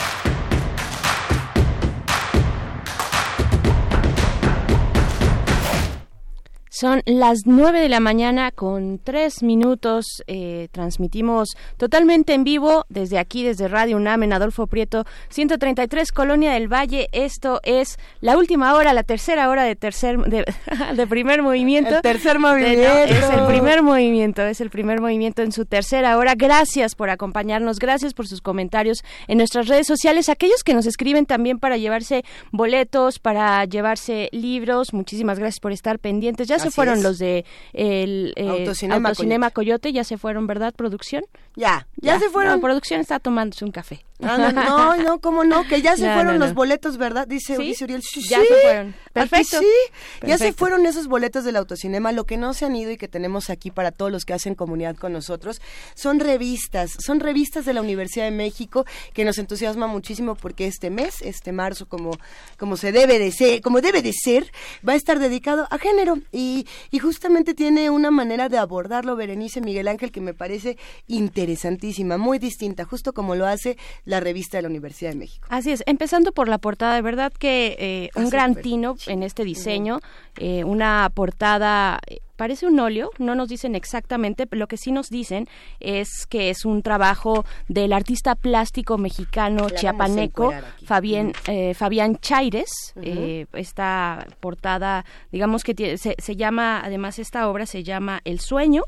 Son las 9 de la mañana con 3 minutos. Transmitimos totalmente en vivo desde aquí, desde Radio UNAM en Adolfo Prieto 133, Colonia del Valle. Esto es la última hora, la tercera hora de Primer Movimiento. El tercer movimiento. Es el primer movimiento en su tercera hora. Gracias por acompañarnos, gracias por sus comentarios en nuestras redes sociales. Aquellos que nos escriben también para llevarse boletos, para llevarse libros, muchísimas gracias por estar pendientes. Ya se fueron los de el Autocinema Coyote, ya se fueron, ¿verdad, producción? Ya se fueron. No, producción está tomándose un café. No, ¿cómo no? Que ya se fueron los boletos, ¿verdad? Dice Uriel. Ya se fueron. Perfecto. Ya se fueron esos boletos del Autocinema. Lo que no se han ido y que tenemos aquí para todos los que hacen comunidad con nosotros son revistas de la Universidad de México, que nos entusiasma muchísimo porque este mes, este marzo, como debe de ser, va a estar dedicado a género y justamente tiene una manera de abordarlo, Berenice, Miguel Ángel, que me parece interesantísima, muy distinta, justo como lo hace la revista de la Universidad de México. Así es, empezando por la portada, de verdad que un gran tino en este diseño, una portada... Parece un óleo, no nos dicen exactamente, pero lo que sí nos dicen es que es un trabajo del artista plástico mexicano chiapaneco Fabián Chaires. Esta portada, digamos que se llama, además esta obra se llama El Sueño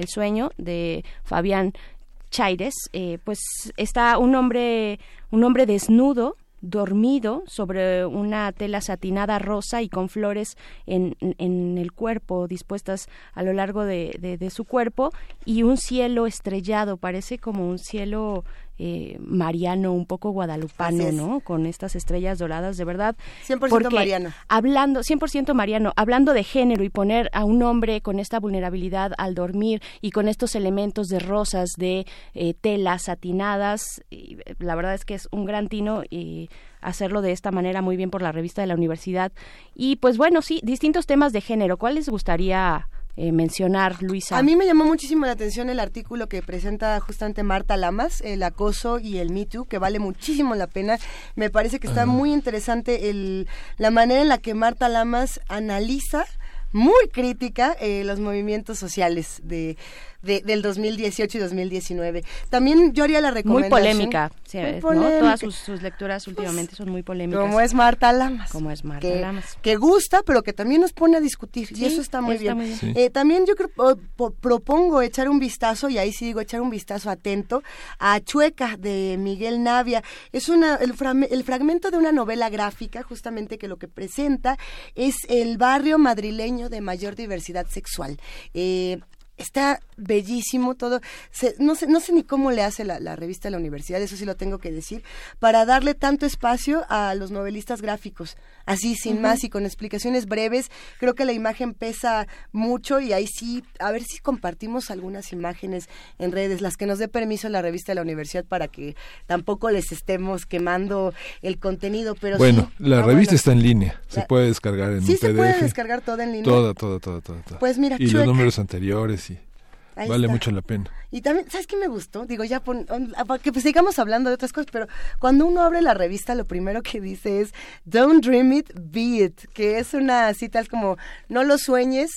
de Fabián Chaires. Pues está un hombre desnudo, dormido sobre una tela satinada rosa y con flores en el cuerpo, dispuestas a lo largo de su cuerpo, y un cielo estrellado, parece como un cielo mariano, un poco guadalupano, ¿no? Con estas estrellas doradas, de verdad. 100% mariano. 100% mariano, hablando de género y poner a un hombre con esta vulnerabilidad al dormir y con estos elementos de rosas, de telas satinadas, y la verdad es que es un gran tino y hacerlo de esta manera muy bien por la revista de la universidad. Y pues bueno, sí, distintos temas de género. ¿Cuál les gustaría mencionar, Luisa? A mí me llamó muchísimo la atención el artículo que presenta justamente Marta Lamas, el acoso y el Me Too, que vale muchísimo la pena. Me parece que está muy interesante la manera en la que Marta Lamas analiza, muy crítica, los movimientos sociales del 2018 y 2019. También yo haría la recomendación. Muy polémica, sí, ¿no? Todas sus lecturas últimamente son muy polémicas. Como es Marta Lamas. Que gusta, pero que también nos pone a discutir, y eso está muy bien. Sí. También yo creo, propongo echar un vistazo, y ahí sí digo echar un vistazo atento, a Chueca, de Miguel Navia. Es el fragmento de una novela gráfica, justamente, que lo que presenta es el barrio madrileño de mayor diversidad sexual. Está bellísimo todo. No sé ni cómo le hace la revista de la universidad, eso sí lo tengo que decir, para darle tanto espacio a los novelistas gráficos, así sin más y con explicaciones breves. Creo que la imagen pesa mucho, y ahí sí, a ver si compartimos algunas imágenes en redes, las que nos dé permiso la revista de la universidad, para que tampoco les estemos quemando el contenido. Pero bueno, sí, la revista está en línea, se puede descargar en un PDF. Sí, se puede descargar toda en línea. Toda. Pues mira, y los números anteriores, y vale mucho la pena. Y también, ¿sabes qué me gustó? Digo, ya que pues sigamos hablando de otras cosas, pero cuando uno abre la revista, lo primero que dice es "Don't dream it, be it", que es una cita, es como "no lo sueñes,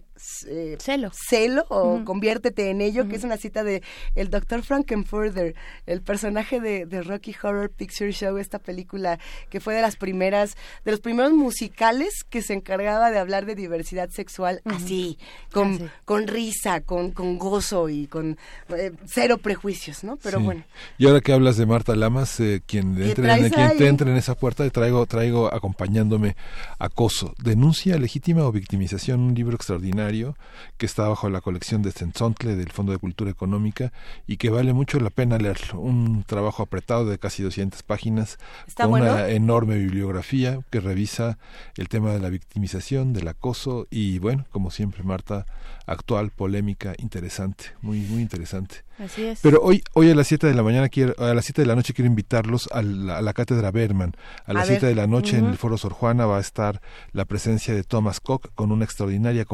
celo o conviértete en ello", que es una cita de el Dr. Frankenfurter, el personaje de Rocky Horror Picture Show, esta película que fue de los primeros musicales que se encargaba de hablar de diversidad sexual así, con risa, con gozo y con cero prejuicios, ¿no? Pero bueno. Y ahora que hablas de Marta Lamas, quien entre en esa puerta, traigo acompañándome Acoso, denuncia legítima o victimización, un libro extraordinario que está bajo la colección de Tzentzontle del Fondo de Cultura Económica y que vale mucho la pena leerlo. Un trabajo apretado de casi 200 páginas, con una enorme bibliografía que revisa el tema de la victimización, del acoso, y bueno, como siempre, Marta, actual, polémica, interesante, muy interesante. Así es. Pero hoy a las 7 de la mañana a las 7 de la noche quiero invitarlos a la cátedra Berman. A las 7 de la noche en el Foro Sor Juana va a estar la presencia de Thomas Koch con una extraordinaria compañía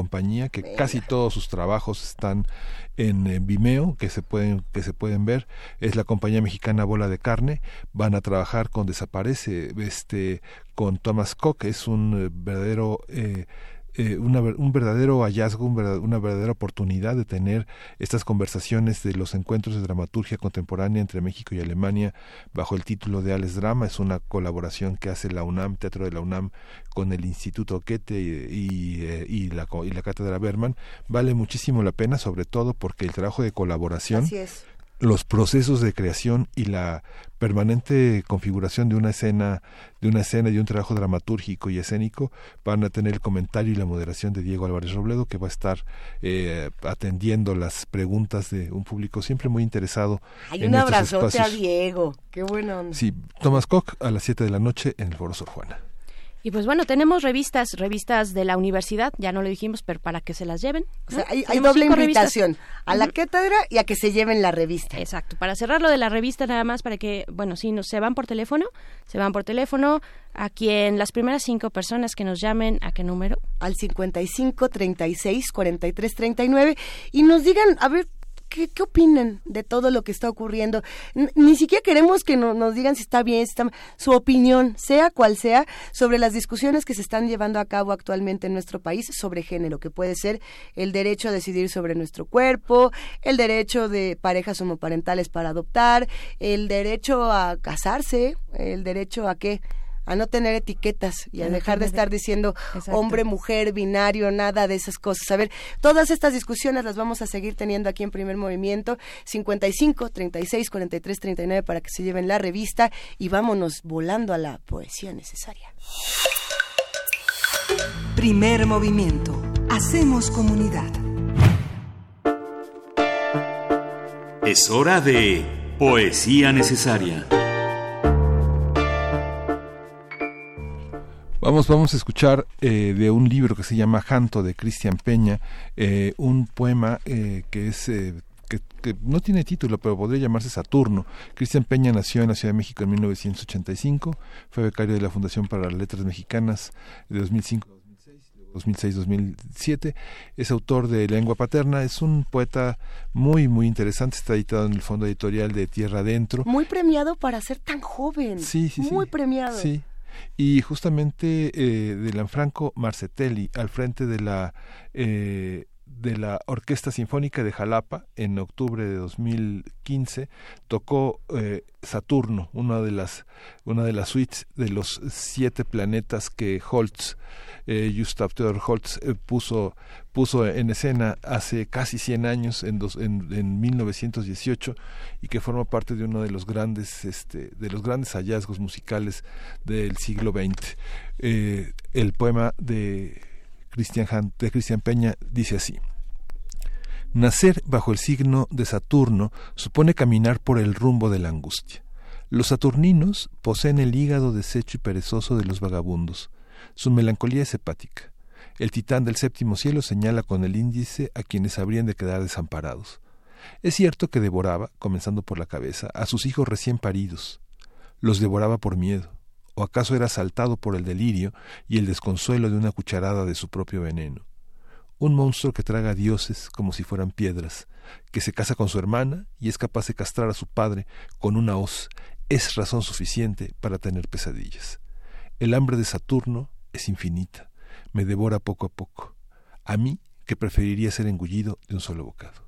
Peña, que casi todos sus trabajos están en Vimeo, que se pueden ver. Es la compañía mexicana Bola de Carne. Van a trabajar con Desaparece, con Thomas Koch. Es un verdadero un verdadero hallazgo, una verdadera oportunidad de tener estas conversaciones de los encuentros de dramaturgia contemporánea entre México y Alemania bajo el título de Ales Drama. Es una colaboración que hace la UNAM, Teatro de la UNAM, con el Instituto Goethe y la Cátedra Berman. Vale muchísimo la pena, sobre todo porque el trabajo de colaboración, así es, los procesos de creación y la permanente configuración de una escena y un trabajo dramatúrgico y escénico van a tener el comentario y la moderación de Diego Álvarez Robledo, que va a estar atendiendo las preguntas de un público siempre muy interesado. Hay un abrazote a Diego, qué bueno. Sí, Thomas Koch a las 7 de la noche en el Foro Sor Juana. Y pues bueno, tenemos revistas de la universidad, ya no lo dijimos, pero para que se las lleven, ¿no? O sea, hay doble invitación, a la cátedra y a que se lleven la revista. Exacto, para cerrar lo de la revista nada más, para que, bueno, si se van por teléfono, a quien las primeras 5 personas que nos llamen, ¿a qué número? Al 55 36 43 39 y nos digan, a ver, ¿qué opinan de todo lo que está ocurriendo? Ni siquiera queremos que nos digan si está bien, si está mal. Su opinión, sea cual sea, sobre las discusiones que se están llevando a cabo actualmente en nuestro país sobre género, que puede ser el derecho a decidir sobre nuestro cuerpo, el derecho de parejas homoparentales para adoptar, el derecho a casarse, el derecho a ¿qué? A no tener etiquetas y a dejar de estar diciendo hombre, mujer, binario, nada de esas cosas. A ver, todas estas discusiones las vamos a seguir teniendo aquí en Primer Movimiento, 55 36 43 39 para que se lleven la revista y vámonos volando a la poesía necesaria. Primer Movimiento. Hacemos comunidad. Es hora de poesía necesaria. Vamos a escuchar de un libro que se llama Janto, de Cristian Peña, un poema que es que no tiene título, pero podría llamarse Saturno. Cristian Peña nació en la Ciudad de México en 1985, fue becario de la Fundación para las Letras Mexicanas de 2006-2007, es autor de Lengua Paterna, es un poeta muy interesante, está editado en el Fondo Editorial de Tierra Adentro. Muy premiado para ser tan joven. Sí. Muy premiado. Sí. Y justamente de Lanfranco Marcetelli, al frente de la Orquesta Sinfónica de Jalapa, en octubre de 2015, tocó Saturno, una de las suites de los 7 planetas que Gustav Theodor Holst puso en escena hace casi 100 años, en 1918, y que forma parte de uno de los grandes hallazgos musicales del siglo XX. El poema de Cristian Peña dice así: nacer bajo el signo de Saturno supone caminar por el rumbo de la angustia. Los saturninos poseen el hígado deshecho y perezoso de los vagabundos. Su melancolía es hepática. El titán del séptimo cielo señala con el índice a quienes habrían de quedar desamparados. Es cierto que devoraba, comenzando por la cabeza, a sus hijos recién paridos. Los devoraba por miedo. ¿O acaso era asaltado por el delirio y el desconsuelo de una cucharada de su propio veneno? Un monstruo que traga dioses como si fueran piedras, que se casa con su hermana y es capaz de castrar a su padre con una hoz, es razón suficiente para tener pesadillas. El hambre de Saturno es infinita, me devora poco a poco. A mí, que preferiría ser engullido de un solo bocado.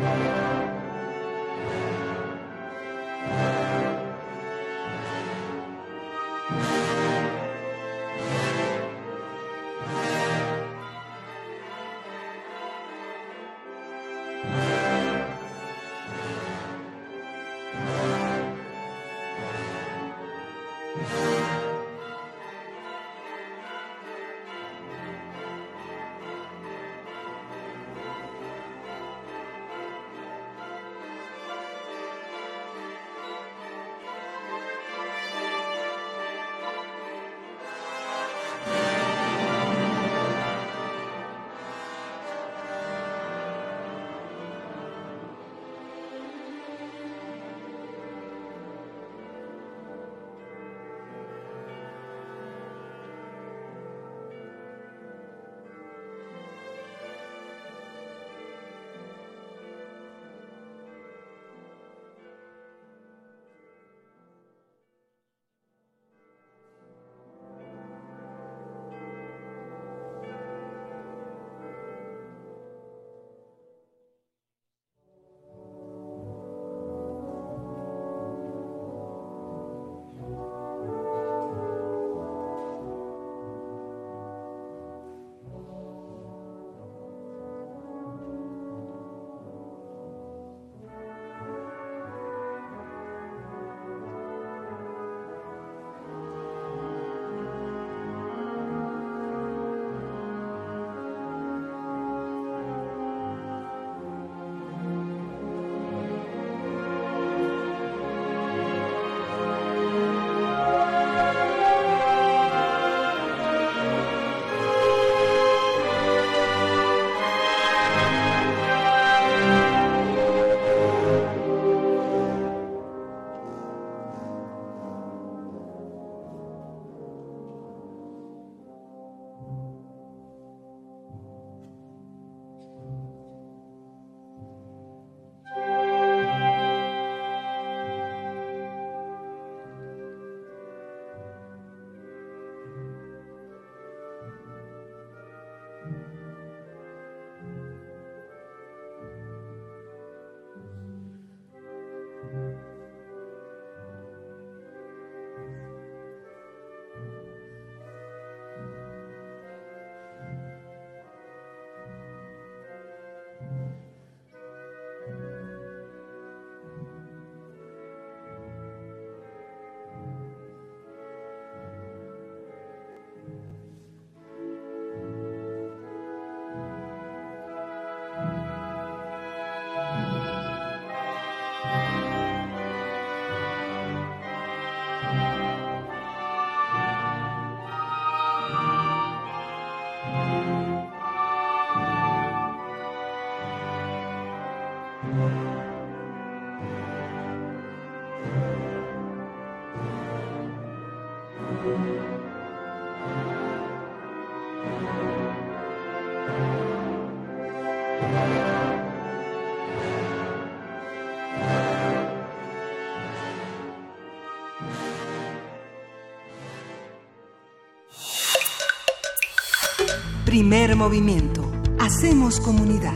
Primer movimiento. Hacemos comunidad.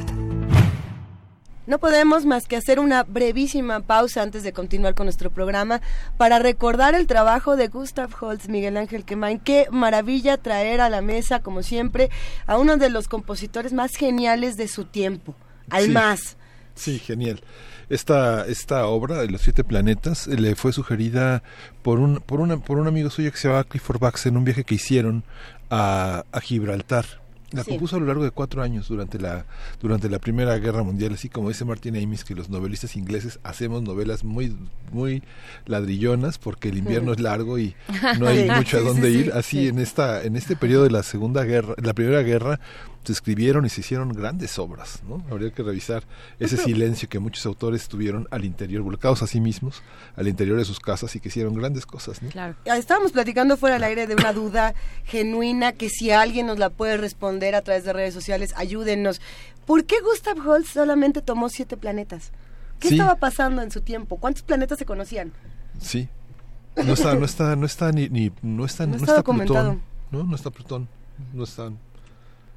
No podemos más que hacer una brevísima pausa antes de continuar con nuestro programa para recordar el trabajo de Gustav Holst, Miguel Ángel Quemain. Qué maravilla traer a la mesa, como siempre, a uno de los compositores más geniales de su tiempo, al más. Sí, genial. Esta obra de los 7 planetas le fue sugerida por un amigo suyo que se llamaba Clifford Bax en un viaje que hicieron a Gibraltar. La compuso a lo largo de 4 años durante la Primera Guerra Mundial, así como dice Martin Amis que los novelistas ingleses hacemos novelas muy muy ladrillonas porque el invierno es largo y no hay mucho a dónde ir. Así en este periodo de la Primera Guerra se escribieron y se hicieron grandes obras, ¿no? Habría que revisar ese silencio que muchos autores tuvieron al interior, volcados a sí mismos, al interior de sus casas y que hicieron grandes cosas, ¿no? Claro. Estábamos platicando fuera del aire de una duda genuina que si alguien nos la puede responder a través de redes sociales, ayúdennos. ¿Por qué Gustav Holst solamente tomó 7 planetas? ¿Qué estaba pasando en su tiempo? ¿Cuántos planetas se conocían? Sí. No está documentado. Plutón. No está Plutón. No están.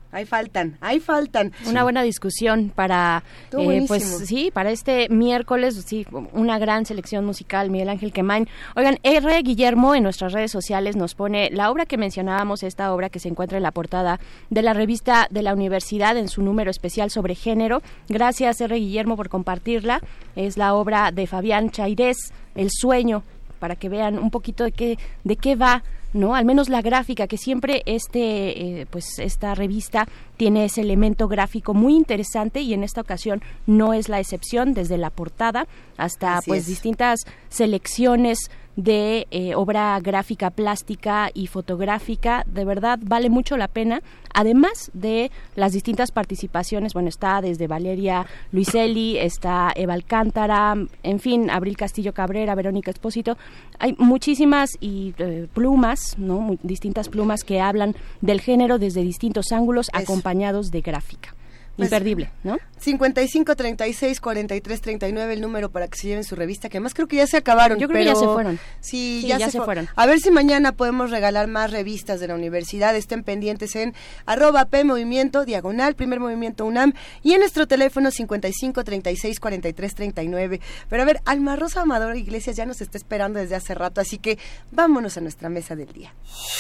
Ahí faltan. Una buena discusión para, pues sí, para este miércoles, sí, una gran selección musical, Miguel Ángel Quemain. Oigan, R. Guillermo en nuestras redes sociales nos pone la obra que mencionábamos, esta obra que se encuentra en la portada de la revista de la universidad en su número especial sobre género. Gracias, R. Guillermo, por compartirla. Es la obra de Fabián Chairés, El sueño, para que vean un poquito de qué va, ¿no? Al menos la gráfica, que siempre esta revista tiene ese elemento gráfico muy interesante y en esta ocasión no es la excepción, desde la portada hasta distintas selecciones de obra gráfica, plástica y fotográfica. De verdad vale mucho la pena, además de las distintas participaciones. Bueno, está desde Valeria Luiselli, está Eva Alcántara, en fin, Abril Castillo Cabrera, Verónica Expósito. Hay muchísimas plumas, ¿no? Distintas plumas que hablan del género desde distintos ángulos, acompañados de gráfica. Imperdible, ¿no? 55 36 43 39 el número para que se lleven su revista, que además creo que ya se acabaron. Yo creo que ya se fueron. Sí, ya se fueron. A ver si mañana podemos regalar más revistas de la universidad. Estén pendientes en @PMovimiento, / Primer Movimiento UNAM, y en nuestro teléfono 55 36 43 39. Pero a ver, Alma Rosa Amador Iglesias ya nos está esperando desde hace rato, así que vámonos a nuestra mesa del día.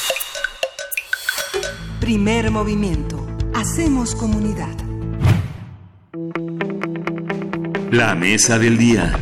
Primer Movimiento. Hacemos comunidad. La mesa del día.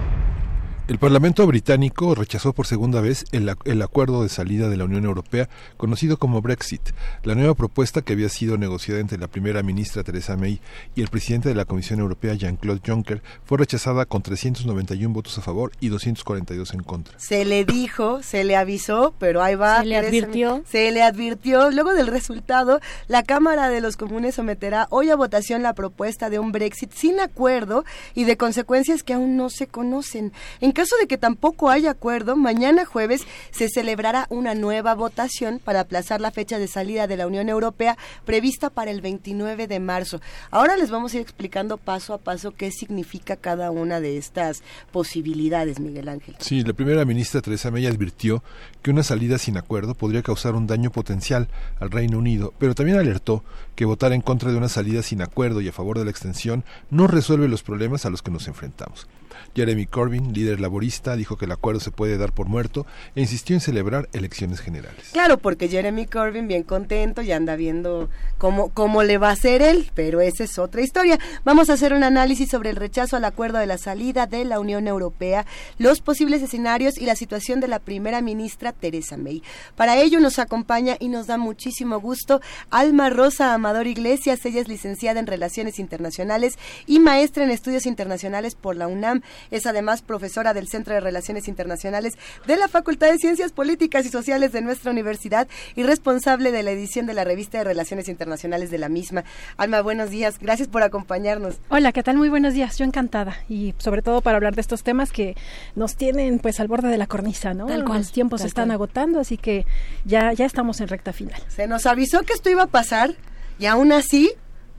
El Parlamento británico rechazó por segunda vez el acuerdo de salida de la Unión Europea, conocido como Brexit. La nueva propuesta, que había sido negociada entre la primera ministra Theresa May y el presidente de la Comisión Europea, Jean-Claude Juncker, fue rechazada con 391 votos a favor y 242 en contra. Se le dijo, se le avisó, pero ahí va. Se le advirtió. Luego del resultado, la Cámara de los Comunes someterá hoy a votación la propuesta de un Brexit sin acuerdo y de consecuencias que aún no se conocen. En caso de que tampoco haya acuerdo, mañana jueves se celebrará una nueva votación para aplazar la fecha de salida de la Unión Europea prevista para el 29 de marzo. Ahora les vamos a ir explicando paso a paso qué significa cada una de estas posibilidades, Miguel Ángel. Sí, la primera ministra Theresa May advirtió que una salida sin acuerdo podría causar un daño potencial al Reino Unido, pero también alertó que votar en contra de una salida sin acuerdo y a favor de la extensión no resuelve los problemas a los que nos enfrentamos. Jeremy Corbyn, líder laborista, dijo que el acuerdo se puede dar por muerto e insistió en celebrar elecciones generales. Claro, porque Jeremy Corbyn, bien contento, ya anda viendo cómo le va a hacer él, pero esa es otra historia. Vamos a hacer un análisis sobre el rechazo al acuerdo de la salida de la Unión Europea, los posibles escenarios y la situación de la primera ministra Theresa May. Para ello nos acompaña y nos da muchísimo gusto Alma Rosa Amador Iglesias. Ella es licenciada en Relaciones Internacionales y maestra en Estudios Internacionales por la UNAM. Es además profesora del Centro de Relaciones Internacionales de la Facultad de Ciencias Políticas y Sociales de nuestra universidad y responsable de la edición de la Revista de Relaciones Internacionales de la misma. Alma, buenos días. Gracias por acompañarnos. Hola, ¿qué tal? Muy buenos días. Yo encantada. Y sobre todo para hablar de estos temas que nos tienen pues al borde de la cornisa, ¿no? Tal cual. Los tiempos se están agotando, así que ya estamos en recta final. Se nos avisó que esto iba a pasar y aún así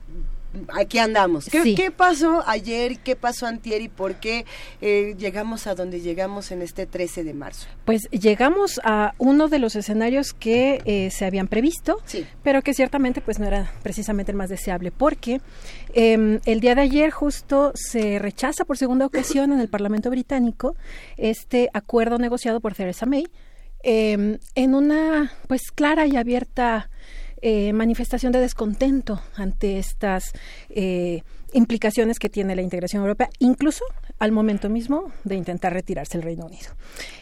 aquí andamos. ¿Qué pasó ayer? ¿Qué pasó antier? ¿Y por qué llegamos a donde llegamos en este 13 de marzo? Pues llegamos a uno de los escenarios que se habían previsto, sí, pero que ciertamente pues no era precisamente el más deseable, porque el día de ayer justo se rechaza por segunda ocasión en el Parlamento británico este acuerdo negociado por Theresa May en una pues clara y abierta manifestación de descontento ante estas implicaciones que tiene la integración europea, incluso al momento mismo de intentar retirarse el Reino Unido.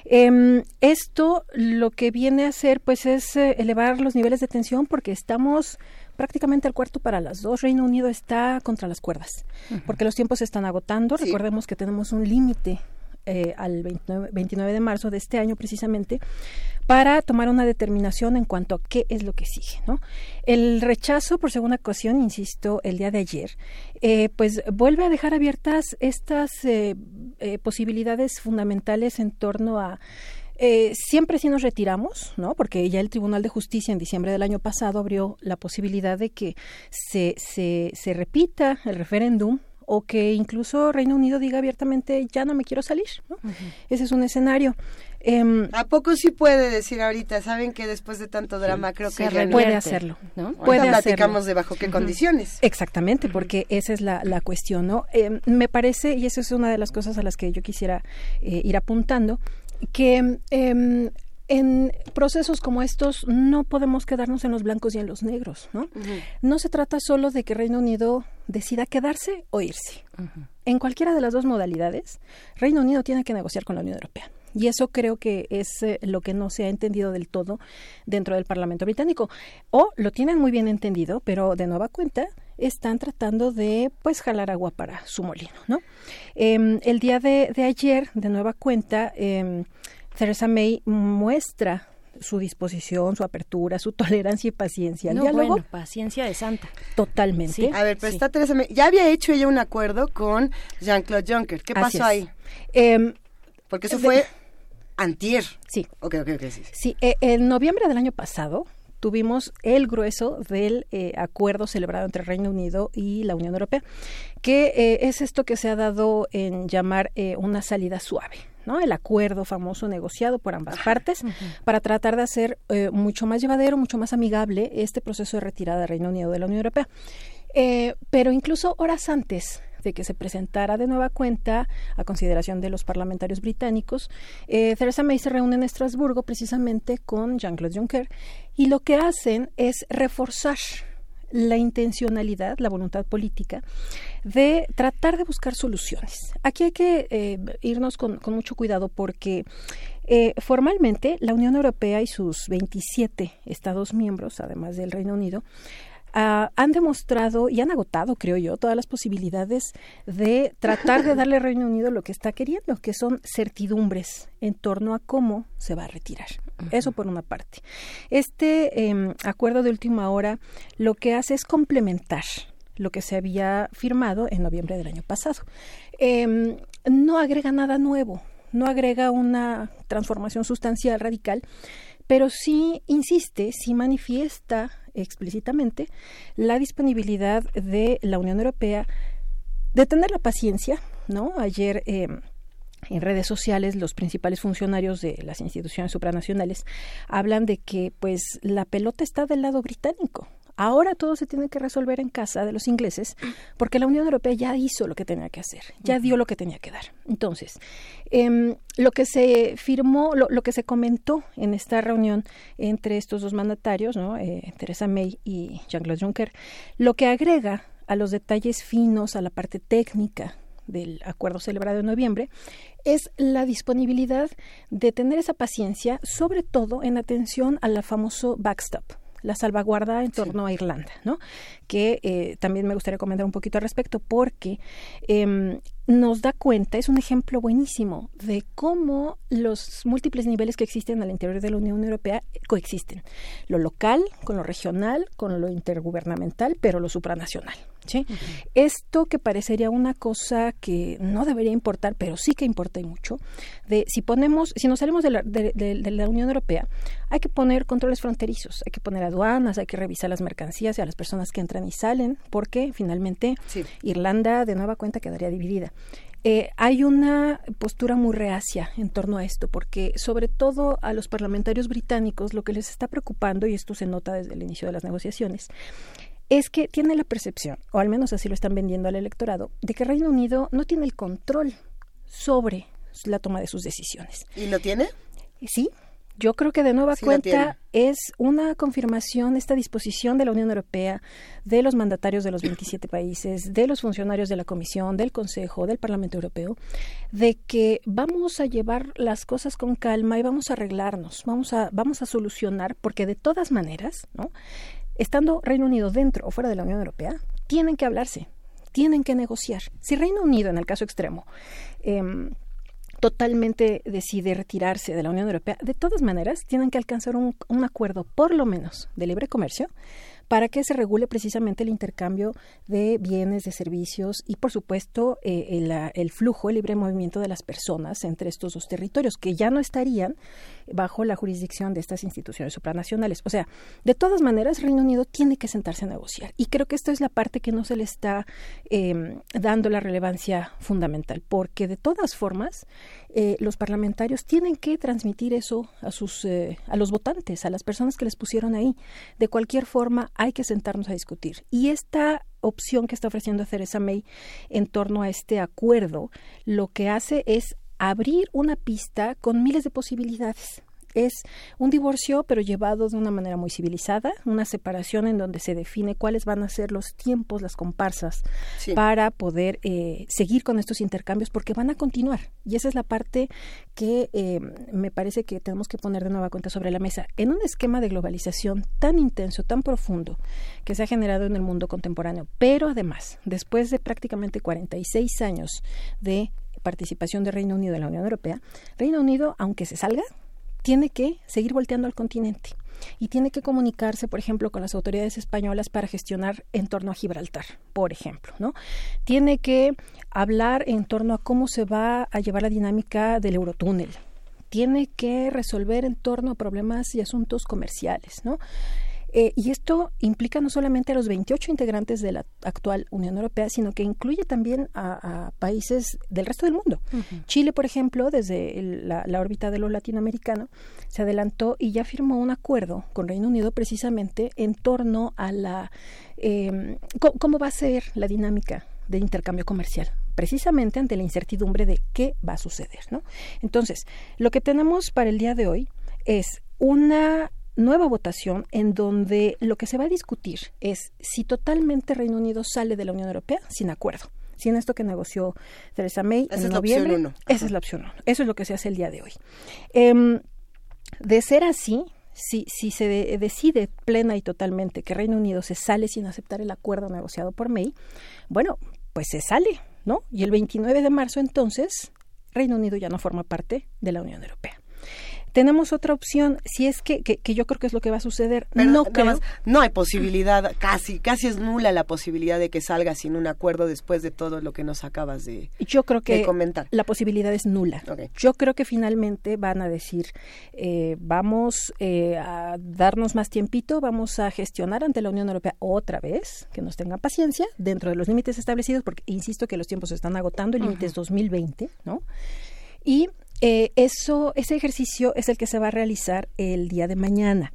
Esto lo que viene a hacer pues es elevar los niveles de tensión, porque estamos prácticamente al cuarto para las dos. Reino Unido está contra las cuerdas, porque los tiempos se están agotando. Sí. Recordemos que tenemos un límite al 29 de marzo de este año precisamente, para tomar una determinación en cuanto a qué es lo que sigue, ¿no? El rechazo por segunda ocasión, insisto, el día de ayer, pues vuelve a dejar abiertas estas posibilidades fundamentales en torno a siempre si nos retiramos, ¿no? Porque ya el Tribunal de Justicia en diciembre del año pasado abrió la posibilidad de que se repita el referéndum o que incluso Reino Unido diga abiertamente ya no me quiero salir, ¿no? Ese es un escenario. ¿A poco sí puede decir ahorita? Saben que después de tanto drama creo que ya puede hacerlo, ¿no? Puede platicamos de bajo qué condiciones. Exactamente, porque esa es la cuestión, ¿no? Me parece, y esa es una de las cosas a las que yo quisiera ir apuntando, que en procesos como estos no podemos quedarnos en los blancos y en los negros, ¿no? No se trata solo de que Reino Unido decida quedarse o irse. En cualquiera de las dos modalidades, Reino Unido tiene que negociar con la Unión Europea. Y eso creo que es lo que no se ha entendido del todo dentro del Parlamento británico. O lo tienen muy bien entendido, pero de nueva cuenta están tratando de pues jalar agua para su molino, ¿no? El día de ayer, de nueva cuenta, Theresa May muestra su disposición, su apertura, su tolerancia y paciencia al diálogo. Bueno, paciencia de santa. Totalmente. Sí. A ver, pero está Theresa May. Ya había hecho ella un acuerdo con Jean-Claude Juncker. ¿Qué pasó ahí? Porque eso fue antier. Sí. Ok, sí. Sí, en noviembre del año pasado tuvimos el grueso del acuerdo celebrado entre Reino Unido y la Unión Europea, que es esto que se ha dado en llamar una salida suave, ¿no? El acuerdo famoso negociado por ambas partes para tratar de hacer mucho más llevadero, mucho más amigable este proceso de retirada de Reino Unido de la Unión Europea. Pero incluso horas antes de que se presentara de nueva cuenta a consideración de los parlamentarios británicos, Theresa May se reúne en Estrasburgo precisamente con Jean-Claude Juncker y lo que hacen es reforzar la intencionalidad, la voluntad política de tratar de buscar soluciones. Aquí hay que irnos con mucho cuidado porque formalmente la Unión Europea y sus 27 Estados miembros, además del Reino Unido, han demostrado y han agotado, creo yo, todas las posibilidades de tratar de darle al Reino Unido lo que está queriendo, que son certidumbres en torno a cómo se va a retirar. Eso por una parte. Este acuerdo de última hora lo que hace es complementar lo que se había firmado en noviembre del año pasado. No agrega nada nuevo, no agrega una transformación sustancial radical, pero sí insiste, sí manifiesta explícitamente la disponibilidad de la Unión Europea de tener la paciencia, ¿no? Ayer en redes sociales los principales funcionarios de las instituciones supranacionales hablan de que pues la pelota está del lado británico. Ahora todo se tiene que resolver en casa de los ingleses porque la Unión Europea ya hizo lo que tenía que hacer, ya dio lo que tenía que dar. Entonces, lo que se firmó, lo que se comentó en esta reunión entre estos dos mandatarios, ¿no? Theresa May y Jean-Claude Juncker, lo que agrega a los detalles finos, a la parte técnica del acuerdo celebrado en noviembre, es la disponibilidad de tener esa paciencia, sobre todo en atención al famoso backstop, la salvaguarda en torno a Irlanda, ¿no? Que también me gustaría comentar un poquito al respecto porque nos da cuenta, es un ejemplo buenísimo de cómo los múltiples niveles que existen al interior de la Unión Europea coexisten. Lo local, con lo regional, con lo intergubernamental, pero lo supranacional, ¿sí? Esto que parecería una cosa que no debería importar, pero sí que importa y mucho, de si nos salimos de la Unión Europea, hay que poner controles fronterizos, hay que poner aduanas, hay que revisar las mercancías y a las personas que entran y salen, porque finalmente Irlanda de nueva cuenta quedaría dividida. Hay una postura muy reacia en torno a esto, porque sobre todo a los parlamentarios británicos lo que les está preocupando, y esto se nota desde el inicio de las negociaciones, es que tiene la percepción, o al menos así lo están vendiendo al electorado, de que Reino Unido no tiene el control sobre la toma de sus decisiones. ¿Y lo tiene? Sí. Yo creo que de nueva cuenta es una confirmación, esta disposición de la Unión Europea, de los mandatarios de los 27 países, de los funcionarios de la Comisión, del Consejo, del Parlamento Europeo, de que vamos a llevar las cosas con calma y vamos a arreglarnos, vamos a solucionar, porque de todas maneras, ¿no? Estando Reino Unido dentro o fuera de la Unión Europea, tienen que hablarse, tienen que negociar. Si Reino Unido, en el caso extremo, totalmente decide retirarse de la Unión Europea, de todas maneras tienen que alcanzar un acuerdo, por lo menos, de libre comercio, para que se regule precisamente el intercambio de bienes, de servicios y, por supuesto, el flujo, el libre movimiento de las personas entre estos dos territorios, que ya no estarían bajo la jurisdicción de estas instituciones supranacionales. O sea, de todas maneras, Reino Unido tiene que sentarse a negociar. Y creo que esta es la parte que no se le está dando la relevancia fundamental, porque de todas formas, los parlamentarios tienen que transmitir eso a los votantes, a las personas que les pusieron ahí. De cualquier forma, hay que sentarnos a discutir. Y esta opción que está ofreciendo Theresa May en torno a este acuerdo, lo que hace es abrir una pista con miles de posibilidades. Es un divorcio, pero llevado de una manera muy civilizada, una separación en donde se define cuáles van a ser los tiempos, las comparsas, para poder seguir con estos intercambios, porque van a continuar. Y esa es la parte que me parece que tenemos que poner de nueva cuenta sobre la mesa. En un esquema de globalización tan intenso, tan profundo, que se ha generado en el mundo contemporáneo, pero además, después de prácticamente 46 años de participación de Reino Unido en la Unión Europea, Reino Unido, aunque se salga, tiene que seguir volteando al continente y tiene que comunicarse, por ejemplo, con las autoridades españolas para gestionar en torno a Gibraltar, por ejemplo, ¿no? Tiene que hablar en torno a cómo se va a llevar la dinámica del Eurotúnel. Tiene que resolver en torno a problemas y asuntos comerciales, ¿no? Y esto implica no solamente a los 28 integrantes de la actual Unión Europea, sino que incluye también a países del resto del mundo. Uh-huh. Chile, por ejemplo, desde la órbita de lo latinoamericano, se adelantó y ya firmó un acuerdo con Reino Unido precisamente en torno a cómo va a ser la dinámica de intercambio comercial, precisamente ante la incertidumbre de qué va a suceder, ¿no? Entonces, lo que tenemos para el día de hoy es una nueva votación en donde lo que se va a discutir es si totalmente Reino Unido sale de la Unión Europea sin acuerdo, sin esto que negoció Theresa May en noviembre. Esa es la opción 1. Esa es la opción 1. Eso es lo que se hace el día de hoy. De ser así, si se decide plena y totalmente que Reino Unido se sale sin aceptar el acuerdo negociado por May, bueno, pues se sale, ¿no? Y el 29 de marzo, entonces, Reino Unido ya no forma parte de la Unión Europea. Tenemos otra opción, si es que yo creo que es lo que va a suceder. Pero no hay posibilidad, casi es nula la posibilidad de que salga sin un acuerdo después de todo lo que nos acabas de comentar. Yo creo que la posibilidad es nula. Okay. Yo creo que finalmente van a decir, vamos a darnos más tiempito, vamos a gestionar ante la Unión Europea otra vez, que nos tengan paciencia dentro de los límites establecidos, porque insisto que los tiempos se están agotando, el límite es 2020, ¿no? Y ese ejercicio es el que se va a realizar el día de mañana.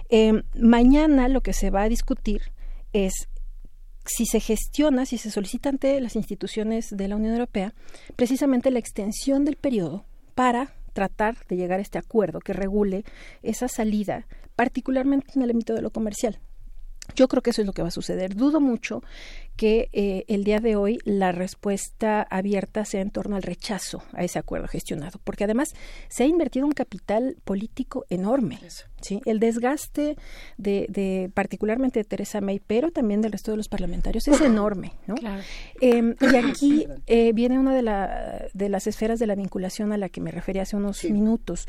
Mañana lo que se va a discutir es si se solicita ante las instituciones de la Unión Europea precisamente la extensión del periodo para tratar de llegar a este acuerdo que regule esa salida, particularmente en el ámbito de lo comercial. Yo creo que eso es lo que va a suceder. Dudo mucho que el día de hoy la respuesta abierta sea en torno al rechazo a ese acuerdo gestionado, porque además se ha invertido un capital político enorme. ¿Sí? El desgaste de particularmente de Theresa May, pero también del resto de los parlamentarios es enorme, ¿no? Claro. Y aquí viene una de las esferas de la vinculación a la que me refería hace unos minutos.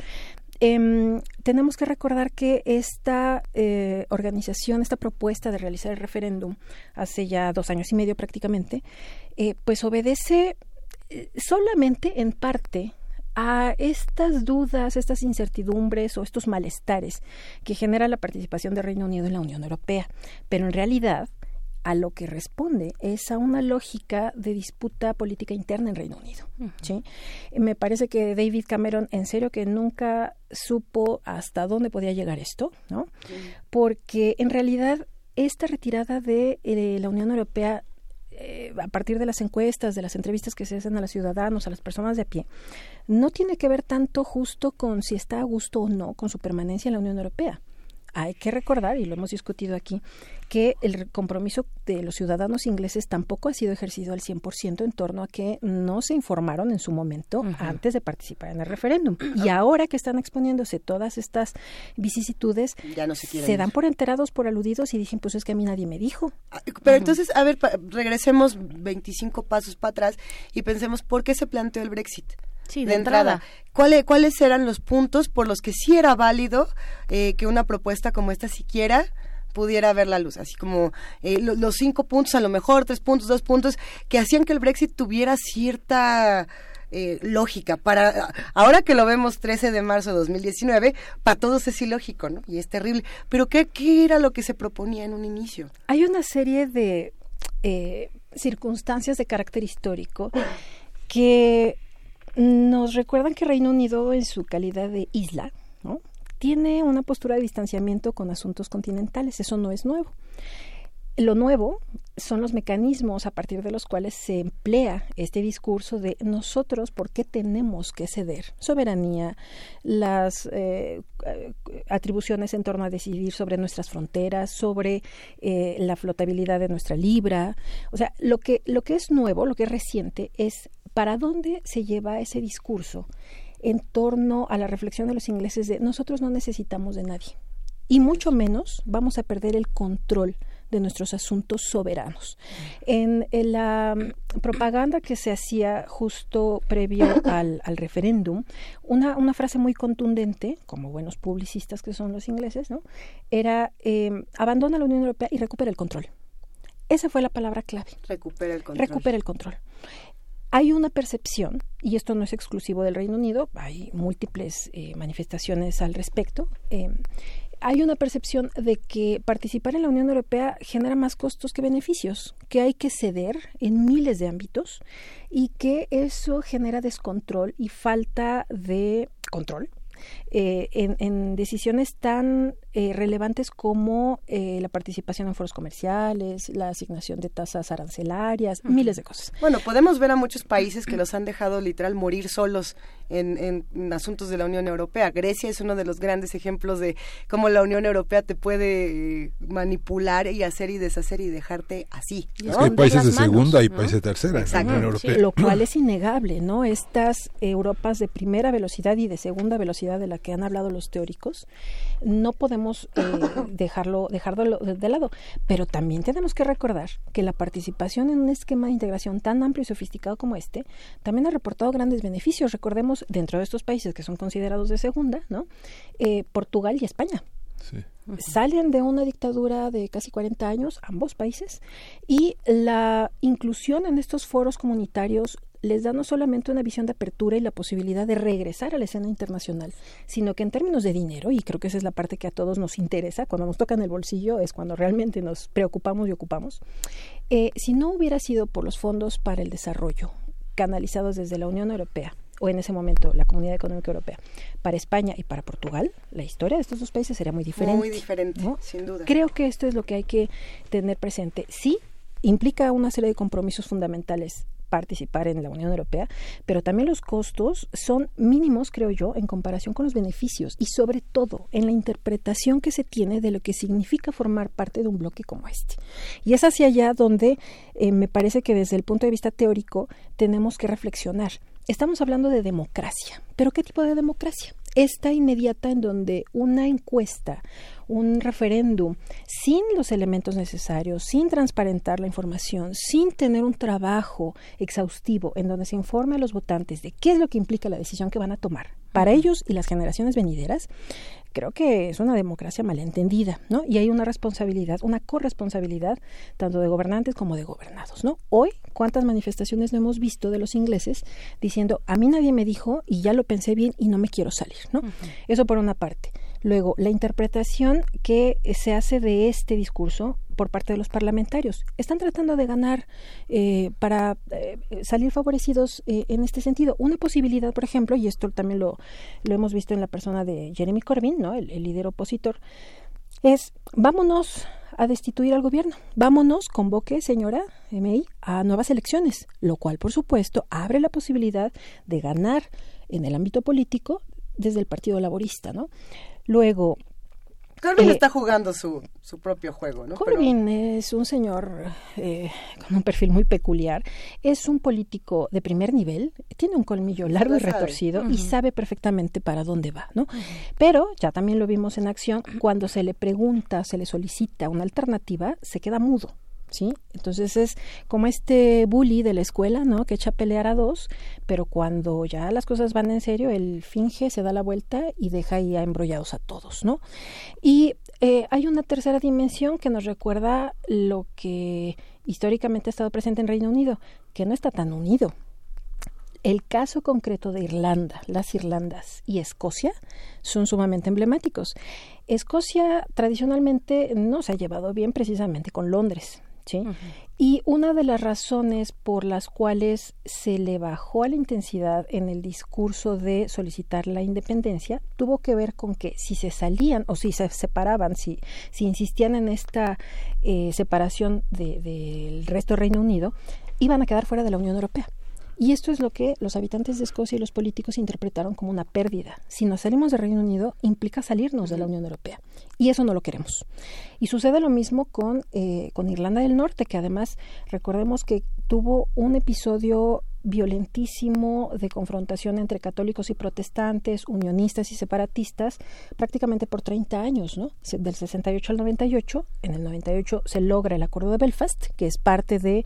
Tenemos que recordar que esta organización, esta propuesta de realizar el referéndum hace ya 2 años y medio prácticamente, pues obedece solamente en parte a estas dudas, estas incertidumbres o estos malestares que genera la participación de Reino Unido en la Unión Europea. Pero en realidad, a lo que responde es a una lógica de disputa política interna en Reino Unido. Uh-huh. ¿Sí? Me parece que David Cameron, en serio, que nunca supo hasta dónde podía llegar esto, ¿no? Uh-huh. Porque en realidad esta retirada de la Unión Europea, a partir de las encuestas, de las entrevistas que se hacen a los ciudadanos, a las personas de a pie, no tiene que ver tanto justo con si está a gusto o no con su permanencia en la Unión Europea. Hay que recordar, y lo hemos discutido aquí, que el compromiso de los ciudadanos ingleses tampoco ha sido ejercido al 100% en torno a que no se informaron en su momento antes de participar en el referéndum. Y ahora que están exponiéndose todas estas vicisitudes, ya no se dan por enterados, por aludidos y dicen, pues es que a mí nadie me dijo. Pero entonces, a ver, regresemos 25 pasos para atrás y pensemos por qué se planteó el Brexit. Sí, de entrada. ¿Cuáles eran los puntos por los que sí era válido que una propuesta como esta siquiera pudiera ver la luz? Así como los 5 puntos, a lo mejor 3 puntos, 2 puntos, que hacían que el Brexit tuviera cierta lógica. Ahora que lo vemos 13 de marzo de 2019, para todos es ilógico, ¿no? Y es terrible. Pero ¿qué era lo que se proponía en un inicio? Hay una serie de circunstancias de carácter histórico que nos recuerdan que Reino Unido, en su calidad de isla, ¿no?, tiene una postura de distanciamiento con asuntos continentales. Eso no es nuevo. Lo nuevo son los mecanismos a partir de los cuales se emplea este discurso de nosotros, ¿por qué tenemos que ceder? Soberanía, las atribuciones en torno a decidir sobre nuestras fronteras, sobre la flotabilidad de nuestra libra. O sea, lo que es nuevo, lo que es reciente, es para dónde se lleva ese discurso en torno a la reflexión de los ingleses de nosotros no necesitamos de nadie y mucho menos vamos a perder el control de nuestros asuntos soberanos. En la propaganda que se hacía justo previo al referéndum, una frase muy contundente, como buenos publicistas que son los ingleses, ¿no?, era abandona la Unión Europea y recupera el control. Esa fue la palabra clave. Recupera el control. Recupera el control. Hay una percepción, y esto no es exclusivo del Reino Unido, hay múltiples manifestaciones al respecto, hay una percepción de que participar en la Unión Europea genera más costos que beneficios, que hay que ceder en miles de ámbitos y que eso genera descontrol y falta de control en decisiones tan relevantes como la participación en foros comerciales, la asignación de tasas arancelarias, miles de cosas. Bueno, podemos ver a muchos países que los han dejado literal morir solos en asuntos de la Unión Europea. Grecia es uno de los grandes ejemplos de cómo la Unión Europea te puede manipular y hacer y deshacer y dejarte así, ¿no? Es que hay países de segunda y países de tercera en la Unión Europea. Sí, lo cual es innegable, ¿no? Estas Europas de primera velocidad y de segunda velocidad de la que han hablado los teóricos, no podemos dejarlo de lado. Pero también tenemos que recordar que la participación en un esquema de integración tan amplio y sofisticado como este, también ha reportado grandes beneficios. Recordemos, dentro de estos países que son considerados de segunda, ¿no?, Portugal y España. Sí. Salen de una dictadura de casi 40 años, ambos países, y la inclusión en estos foros comunitarios les da no solamente una visión de apertura y la posibilidad de regresar a la escena internacional, sino que en términos de dinero, y creo que esa es la parte que a todos nos interesa, cuando nos toca en el bolsillo es cuando realmente nos preocupamos y ocupamos, si no hubiera sido por los fondos para el desarrollo canalizados desde la Unión Europea, o en ese momento la Comunidad Económica Europea, para España y para Portugal, la historia de estos dos países sería muy diferente. Muy diferente, ¿no? Sin duda. Creo que esto es lo que hay que tener presente. Sí, implica una serie de compromisos fundamentales participar en la Unión Europea, pero también los costos son mínimos, creo yo, en comparación con los beneficios y sobre todo en la interpretación que se tiene de lo que significa formar parte de un bloque como este. Y es hacia allá donde me parece que desde el punto de vista teórico tenemos que reflexionar. Estamos hablando de democracia, pero ¿qué tipo de democracia? Esta inmediata en donde una encuesta, un referéndum, sin los elementos necesarios, sin transparentar la información, sin tener un trabajo exhaustivo en donde se informe a los votantes de qué es lo que implica la decisión que van a tomar para ellos y las generaciones venideras, creo que es una democracia malentendida, ¿no? Y hay una responsabilidad, una corresponsabilidad, tanto de gobernantes como de gobernados, ¿no? Hoy, ¿cuántas manifestaciones no hemos visto de los ingleses diciendo, a mí nadie me dijo y ya lo pensé bien y no me quiero salir, ¿no? Uh-huh. Eso por una parte. Luego, la interpretación que se hace de este discurso por parte de los parlamentarios. Están tratando de ganar para salir favorecidos en este sentido. Una posibilidad, por ejemplo, y esto también lo hemos visto en la persona de Jeremy Corbyn, ¿no?, el líder opositor, es vámonos a destituir al gobierno. Vámonos, convoque, señora May, a nuevas elecciones, lo cual, por supuesto, abre la posibilidad de ganar en el ámbito político desde el Partido Laborista, ¿no? Luego, Corbyn está jugando su propio juego, ¿no? Corbyn es un señor con un perfil muy peculiar. Es un político de primer nivel, tiene un colmillo largo y retorcido y sabe perfectamente para dónde va, ¿no? Pero ya también lo vimos en acción, cuando se le pregunta, se le solicita una alternativa, se queda mudo. ¿Sí? Entonces es como este bully de la escuela, ¿no?, que echa a pelear a dos, pero cuando ya las cosas van en serio, él finge, se da la vuelta y deja ahí embrollados a todos, ¿no? Y hay una tercera dimensión que nos recuerda lo que históricamente ha estado presente en Reino Unido, que no está tan unido. El caso concreto de Irlanda, las Irlandas y Escocia son sumamente emblemáticos. Escocia tradicionalmente no se ha llevado bien precisamente con Londres, ¿sí? Uh-huh. Y una de las razones por las cuales se le bajó a la intensidad en el discurso de solicitar la independencia tuvo que ver con que si se salían o si se separaban, si insistían en esta separación del resto del Reino Unido, iban a quedar fuera de la Unión Europea. Y esto es lo que los habitantes de Escocia y los políticos interpretaron como una pérdida. Si nos salimos del Reino Unido, implica salirnos de la Unión Europea. Y eso no lo queremos. Y sucede lo mismo con Irlanda del Norte, que además, recordemos que tuvo un episodio violentísimo de confrontación entre católicos y protestantes, unionistas y separatistas, prácticamente por 30 años, ¿no? Del 68 al 98. En el 98 se logra el Acuerdo de Belfast, que es parte de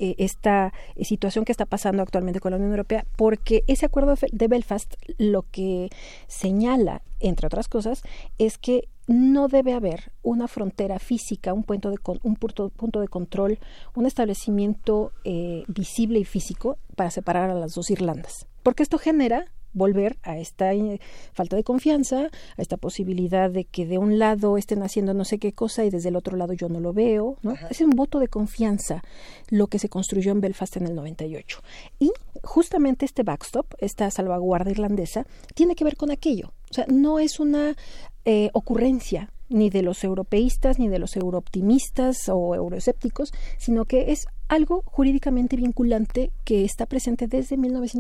esta situación que está pasando actualmente con la Unión Europea, porque ese Acuerdo de Belfast lo que señala, entre otras cosas, es que no debe haber una frontera física, un punto de control, un establecimiento visible y físico para separar a las dos Irlandas. Porque esto genera volver a esta falta de confianza, a esta posibilidad de que de un lado estén haciendo no sé qué cosa y desde el otro lado yo no lo veo, ¿no? Ajá. Es un voto de confianza lo que se construyó en Belfast en el 98. Y justamente este backstop, esta salvaguarda irlandesa, tiene que ver con aquello. O sea, no es una ocurrencia ni de los europeístas, ni de los eurooptimistas o euroescépticos, sino que es algo jurídicamente vinculante que está presente desde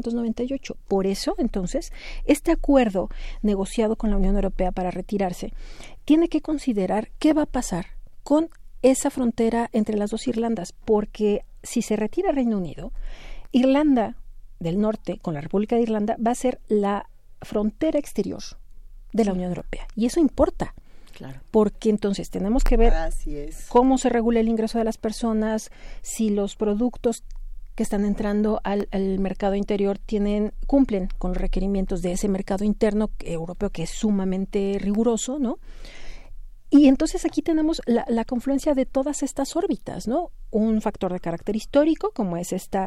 1998. Por eso, entonces, este acuerdo negociado con la Unión Europea para retirarse tiene que considerar qué va a pasar con esa frontera entre las dos Irlandas, porque si se retira Reino Unido, Irlanda del Norte con la República de Irlanda va a ser la frontera exterior de la Unión Europea. Y eso importa. Claro. Porque entonces tenemos que ver cómo se regula el ingreso de las personas, si los productos que están entrando al mercado interior cumplen con los requerimientos de ese mercado interno europeo que es sumamente riguroso, ¿no? Y entonces aquí tenemos la confluencia de todas estas órbitas, ¿no? Un factor de carácter histórico, como es este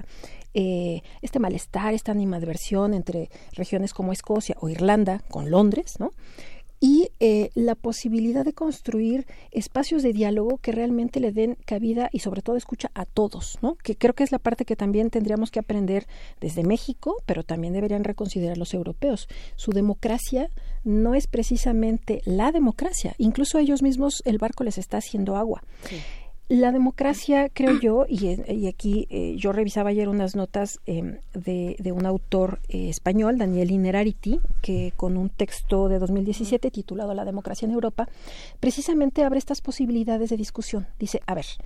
malestar, esta animadversión entre regiones como Escocia o Irlanda con Londres, ¿no? Y la posibilidad de construir espacios de diálogo que realmente le den cabida y sobre todo escucha a todos, ¿no? Que creo que es la parte que también tendríamos que aprender desde México, pero también deberían reconsiderar los europeos. Su democracia no es precisamente la democracia, incluso ellos mismos el barco les está haciendo agua. Sí. La democracia, creo yo, y aquí yo revisaba ayer unas notas de un autor español, Daniel Innerarity, que con un texto de 2017 titulado La democracia en Europa, precisamente abre estas posibilidades de discusión. Dice, a ver,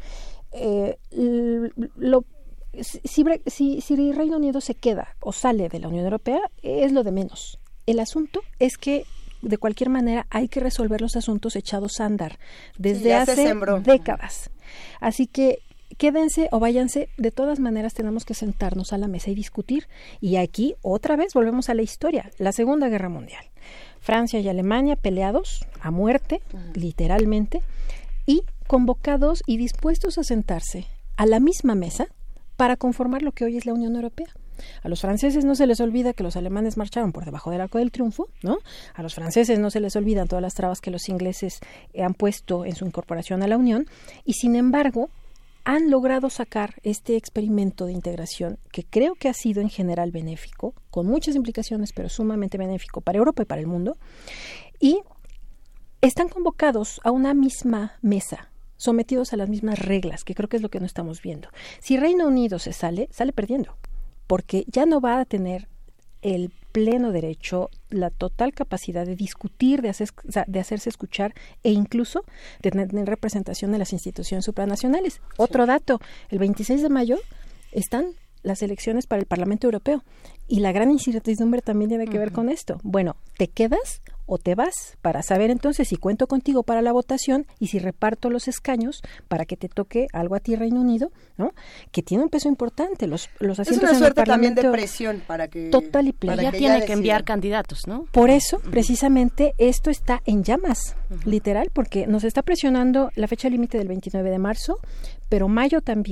si Reino Unido se queda o sale de la Unión Europea, es lo de menos. El asunto es que de cualquier manera hay que resolver los asuntos echados a andar desde hace décadas. Así que quédense o váyanse, de todas maneras tenemos que sentarnos a la mesa y discutir. Y aquí otra vez volvemos a la historia, la Segunda Guerra Mundial. Francia y Alemania peleados a muerte, literalmente, y convocados y dispuestos a sentarse a la misma mesa para conformar lo que hoy es la Unión Europea. A los franceses no se les olvida que los alemanes marcharon por debajo del Arco del Triunfo, ¿no? A los franceses no se les olvidan todas las trabas que los ingleses han puesto en su incorporación a la Unión, y sin embargo han logrado sacar este experimento de integración que creo que ha sido en general benéfico, con muchas implicaciones, pero sumamente benéfico para Europa y para el mundo, y están convocados a una misma mesa, sometidos a las mismas reglas, que creo que es lo que no estamos viendo. Si Reino Unido sale perdiendo, porque ya no va a tener el pleno derecho, la total capacidad de discutir, de hacerse escuchar e incluso de tener representación de las instituciones supranacionales. Sí. Otro dato, el 26 de mayo están las elecciones para el Parlamento Europeo y la gran incertidumbre también tiene que ver con esto. Bueno, ¿te quedas o te vas? Para saber entonces si cuento contigo para la votación y si reparto los escaños para que te toque algo a ti, Reino Unido, ¿no? Que tiene un peso importante. Los asientos es una suerte también de presión para que total y plena. Ya tiene que enviar candidatos, ¿no? Por eso, precisamente, esto está en llamas, literal, porque nos está presionando la fecha límite del 29 de marzo, pero mayo también.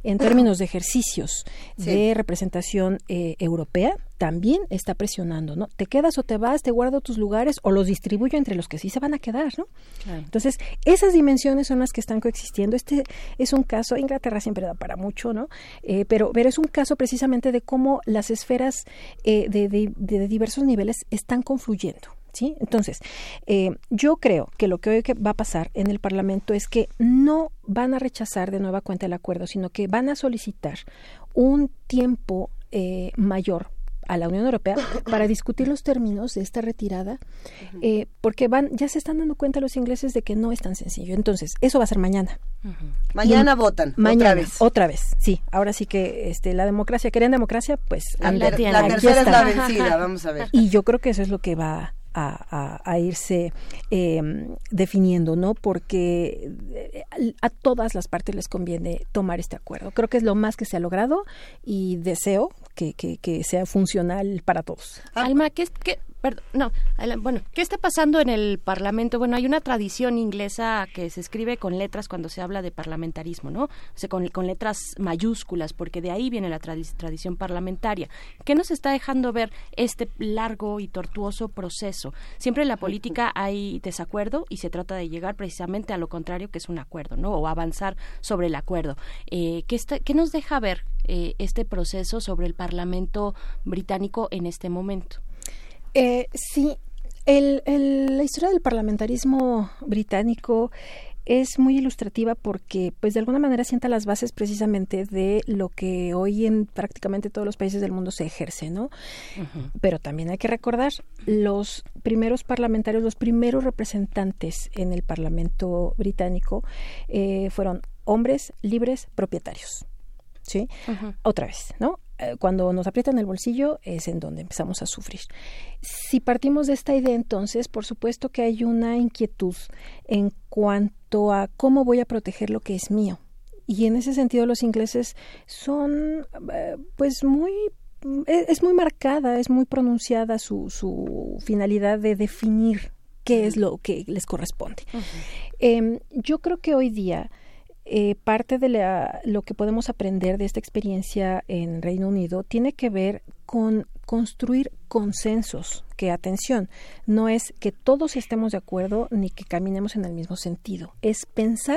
en términos de ejercicios de representación europea, también está presionando, ¿no? Te quedas o te vas, te guardo tus lugares o los distribuyo entre los que sí se van a quedar, ¿no? Claro. Entonces, esas dimensiones son las que están coexistiendo. Este es un caso, Inglaterra siempre da para mucho, ¿no? Pero es un caso precisamente de cómo las esferas de diversos niveles están confluyendo. ¿Sí? Entonces, yo creo que lo que hoy va a pasar en el Parlamento es que no van a rechazar de nueva cuenta el acuerdo, sino que van a solicitar un tiempo mayor a la Unión Europea para discutir los términos de esta retirada, porque ya se están dando cuenta los ingleses de que no es tan sencillo. Entonces, eso va a ser mañana. Mañana votan, otra vez, sí. Ahora sí que la democracia, querían democracia, pues la tercera es la vencida, vamos a ver. Y yo creo que eso es lo que va a irse definiendo, ¿no? Porque a todas las partes les conviene tomar este acuerdo. Creo que es lo más que se ha logrado y deseo que sea funcional para todos. Alma, ¿qué está pasando en el Parlamento? Bueno, hay una tradición inglesa que se escribe con letras cuando se habla de parlamentarismo, ¿no? O sea, con letras mayúsculas, porque de ahí viene la tradición parlamentaria. ¿Qué nos está dejando ver este largo y tortuoso proceso? Siempre en la política hay desacuerdo y se trata de llegar precisamente a lo contrario, que es un acuerdo, ¿no? O avanzar sobre el acuerdo. ¿Qué nos deja ver este proceso sobre el Parlamento británico en este momento? Sí, la historia del parlamentarismo británico es muy ilustrativa porque, pues, de alguna manera sienta las bases precisamente de lo que hoy en prácticamente todos los países del mundo se ejerce, ¿no? Uh-huh. Pero también hay que recordar, los primeros parlamentarios, los primeros representantes en el Parlamento británico fueron hombres libres propietarios, ¿sí? Uh-huh. Otra vez, ¿no? Cuando nos aprietan el bolsillo es en donde empezamos a sufrir. Si partimos de esta idea, entonces, por supuesto que hay una inquietud en cuanto a cómo voy a proteger lo que es mío. Y en ese sentido los ingleses son, pues, es muy marcada, es muy pronunciada su finalidad de definir qué es lo que les corresponde. Uh-huh. Yo creo que hoy día parte de lo que podemos aprender de esta experiencia en Reino Unido tiene que ver con construir consensos, que, atención, no es que todos estemos de acuerdo ni que caminemos en el mismo sentido, es pensar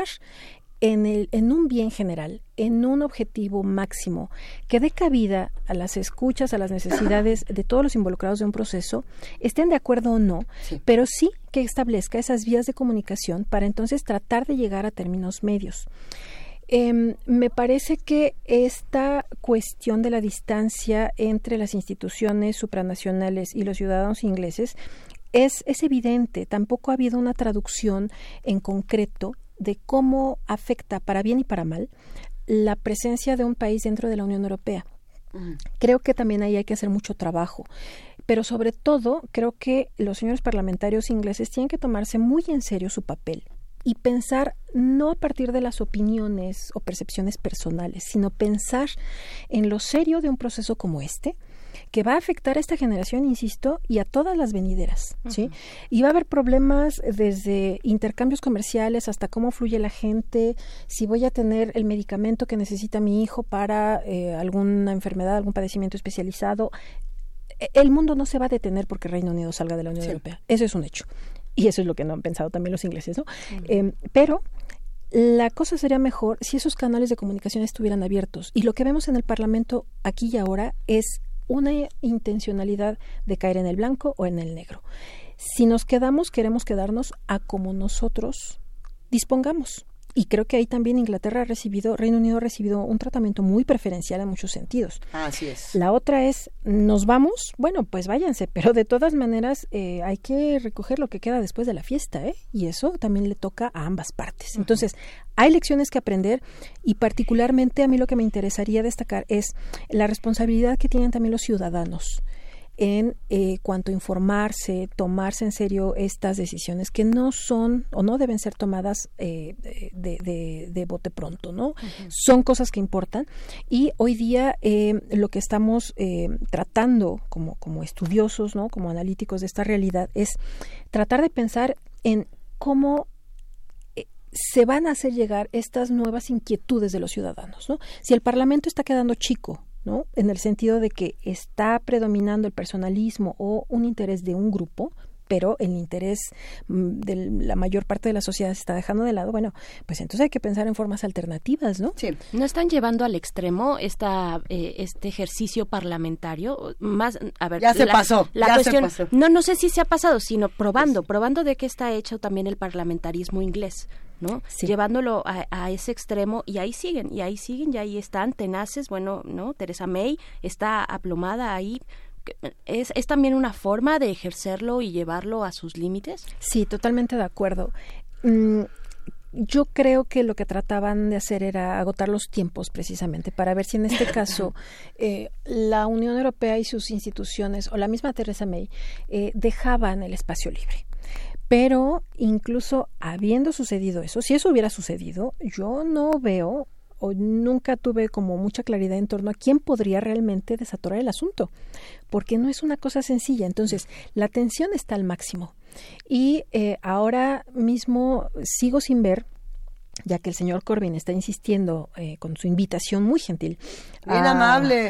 en un bien general, en un objetivo máximo que dé cabida a las escuchas, a las necesidades de todos los involucrados de un proceso, estén de acuerdo o no, sí, pero sí que establezca esas vías de comunicación para entonces tratar de llegar a términos medios. Me parece que esta cuestión de la distancia entre las instituciones supranacionales y los ciudadanos ingleses es evidente. Tampoco ha habido una traducción en concreto de cómo afecta, para bien y para mal, la presencia de un país dentro de la Unión Europea. Creo que también ahí hay que hacer mucho trabajo, pero sobre todo creo que los señores parlamentarios ingleses tienen que tomarse muy en serio su papel y pensar no a partir de las opiniones o percepciones personales, sino pensar en lo serio de un proceso como este, que va a afectar a esta generación, insisto, y a todas las venideras, ¿sí? Uh-huh. Y va a haber problemas desde intercambios comerciales hasta cómo fluye la gente, si voy a tener el medicamento que necesita mi hijo para alguna enfermedad, algún padecimiento especializado. El mundo no se va a detener porque Reino Unido salga de la Unión Europea. Eso es un hecho. Y eso es lo que no han pensado también los ingleses, ¿no? Uh-huh. Pero la cosa sería mejor si esos canales de comunicación estuvieran abiertos. Y lo que vemos en el Parlamento aquí y ahora es una intencionalidad de caer en el blanco o en el negro. Si nos quedamos, queremos quedarnos a como nosotros dispongamos. Y creo que ahí también Reino Unido ha recibido un tratamiento muy preferencial en muchos sentidos. Así es. La otra es, ¿nos vamos? Bueno, pues váyanse, pero de todas maneras hay que recoger lo que queda después de la fiesta, ¿eh? Y eso también le toca a ambas partes. Uh-huh. Entonces, hay lecciones que aprender y particularmente a mí lo que me interesaría destacar es la responsabilidad que tienen también los ciudadanos en cuanto a informarse, tomarse en serio estas decisiones que no son o no deben ser tomadas de bote pronto, ¿no? Uh-huh. Son cosas que importan y hoy día lo que estamos tratando como estudiosos, ¿no? Como analíticos de esta realidad es tratar de pensar en cómo se van a hacer llegar estas nuevas inquietudes de los ciudadanos, ¿no? Si el Parlamento está quedando chico, ¿no? En el sentido de que está predominando el personalismo o un interés de un grupo, pero el interés de la mayor parte de la sociedad se está dejando de lado, bueno, pues entonces hay que pensar en formas alternativas, ¿no? Sí. ¿No están llevando al extremo este ejercicio parlamentario? Más, a ver, ya se pasó. No sé si se ha pasado, sino probando de qué está hecho también el parlamentarismo inglés, ¿no? Sí. Llevándolo a ese extremo, y ahí siguen, y ahí están tenaces. Bueno, ¿no? Theresa May está aplomada ahí. ¿Es también una forma de ejercerlo y llevarlo a sus límites? Sí, totalmente de acuerdo. Yo creo que lo que trataban de hacer era agotar los tiempos, precisamente, para ver si en este caso la Unión Europea y sus instituciones, o la misma Theresa May, dejaban el espacio libre. Pero incluso habiendo sucedido eso, si eso hubiera sucedido, yo no veo o nunca tuve como mucha claridad en torno a quién podría realmente desatorar el asunto, porque no es una cosa sencilla. Entonces, la tensión está al máximo y ahora mismo sigo sin ver, ya que el señor Corbyn está insistiendo con su invitación muy gentil amable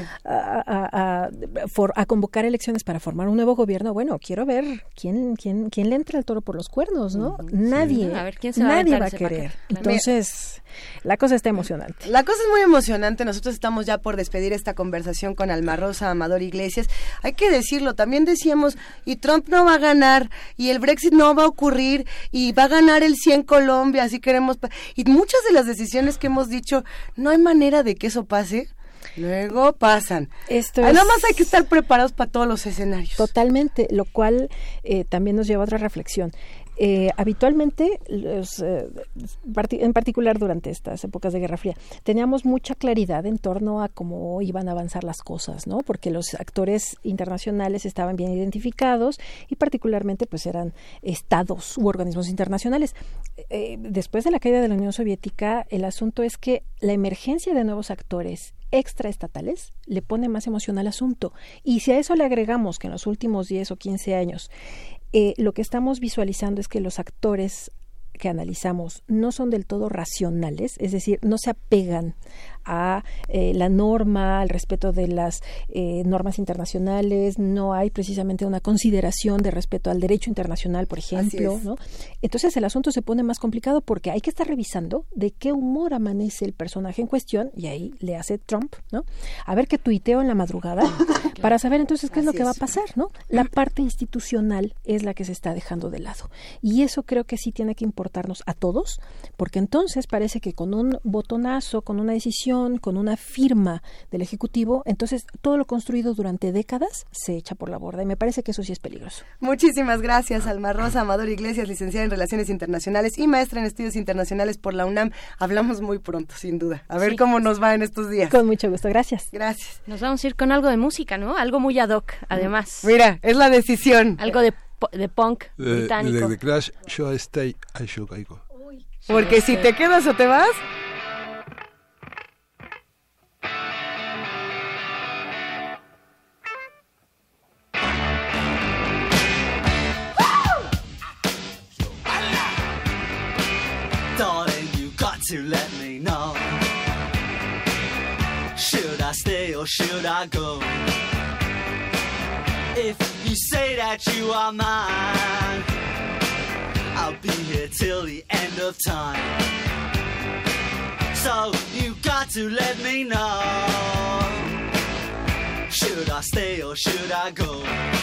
a convocar elecciones para formar un nuevo gobierno. Bueno, quiero ver quién le entra el toro por los cuernos, ¿no? Nadie, a ver, ¿quién nadie va a querer. Entonces, la cosa está emocionante. La cosa es muy emocionante. Nosotros estamos ya por despedir esta conversación con Alma Rosa Amador Iglesias. Hay que decirlo, también decíamos, y Trump no va a ganar, y el Brexit no va a ocurrir, y va a ganar el 100 Colombia, así queremos... Y muchas de las decisiones que hemos dicho, no hay manera de que eso pase. Luego pasan. Nada más hay que estar preparados para todos los escenarios. Totalmente, lo cual también nos lleva a otra reflexión. Habitualmente, en particular durante estas épocas de Guerra Fría, teníamos mucha claridad en torno a cómo iban a avanzar las cosas, ¿no? Porque los actores internacionales estaban bien identificados y particularmente pues eran estados u organismos internacionales. Después de la caída de la Unión Soviética, el asunto es que la emergencia de nuevos actores extraestatales le pone más emoción al asunto. Y si a eso le agregamos que en los últimos 10 o 15 años lo que estamos visualizando es que los actores que analizamos no son del todo racionales, es decir, no se apegan a la norma, al respeto de las normas internacionales, no hay precisamente una consideración de respeto al derecho internacional, por ejemplo, ¿no? Entonces el asunto se pone más complicado porque hay que estar revisando de qué humor amanece el personaje en cuestión, y ahí le hace Trump, ¿no? A ver qué tuiteo en la madrugada para saber entonces qué es lo que va a pasar, ¿no? La parte institucional es la que se está dejando de lado, y eso creo que sí tiene que importarnos a todos, porque entonces parece que con un botonazo, con una decisión, con una firma del Ejecutivo, entonces todo lo construido durante décadas se echa por la borda, y me parece que eso sí es peligroso. Muchísimas gracias, Alma Rosa Amador Iglesias, licenciada en Relaciones Internacionales y maestra en Estudios Internacionales por la UNAM. Hablamos muy pronto, sin duda. A ver cómo nos va en estos días. Con mucho gusto, gracias. Gracias. Nos vamos a ir con algo de música, ¿no? Algo muy ad hoc, además. Mira, es la decisión. Algo de punk británico. De Clash, Should I Stay, I Should I Go. Porque si te quedas o te vas... Darling, you got to let me know. Should I stay or should I go? If you say that you are mine, I'll be here till the end of time. So you got to let me know. Should I stay or should I go?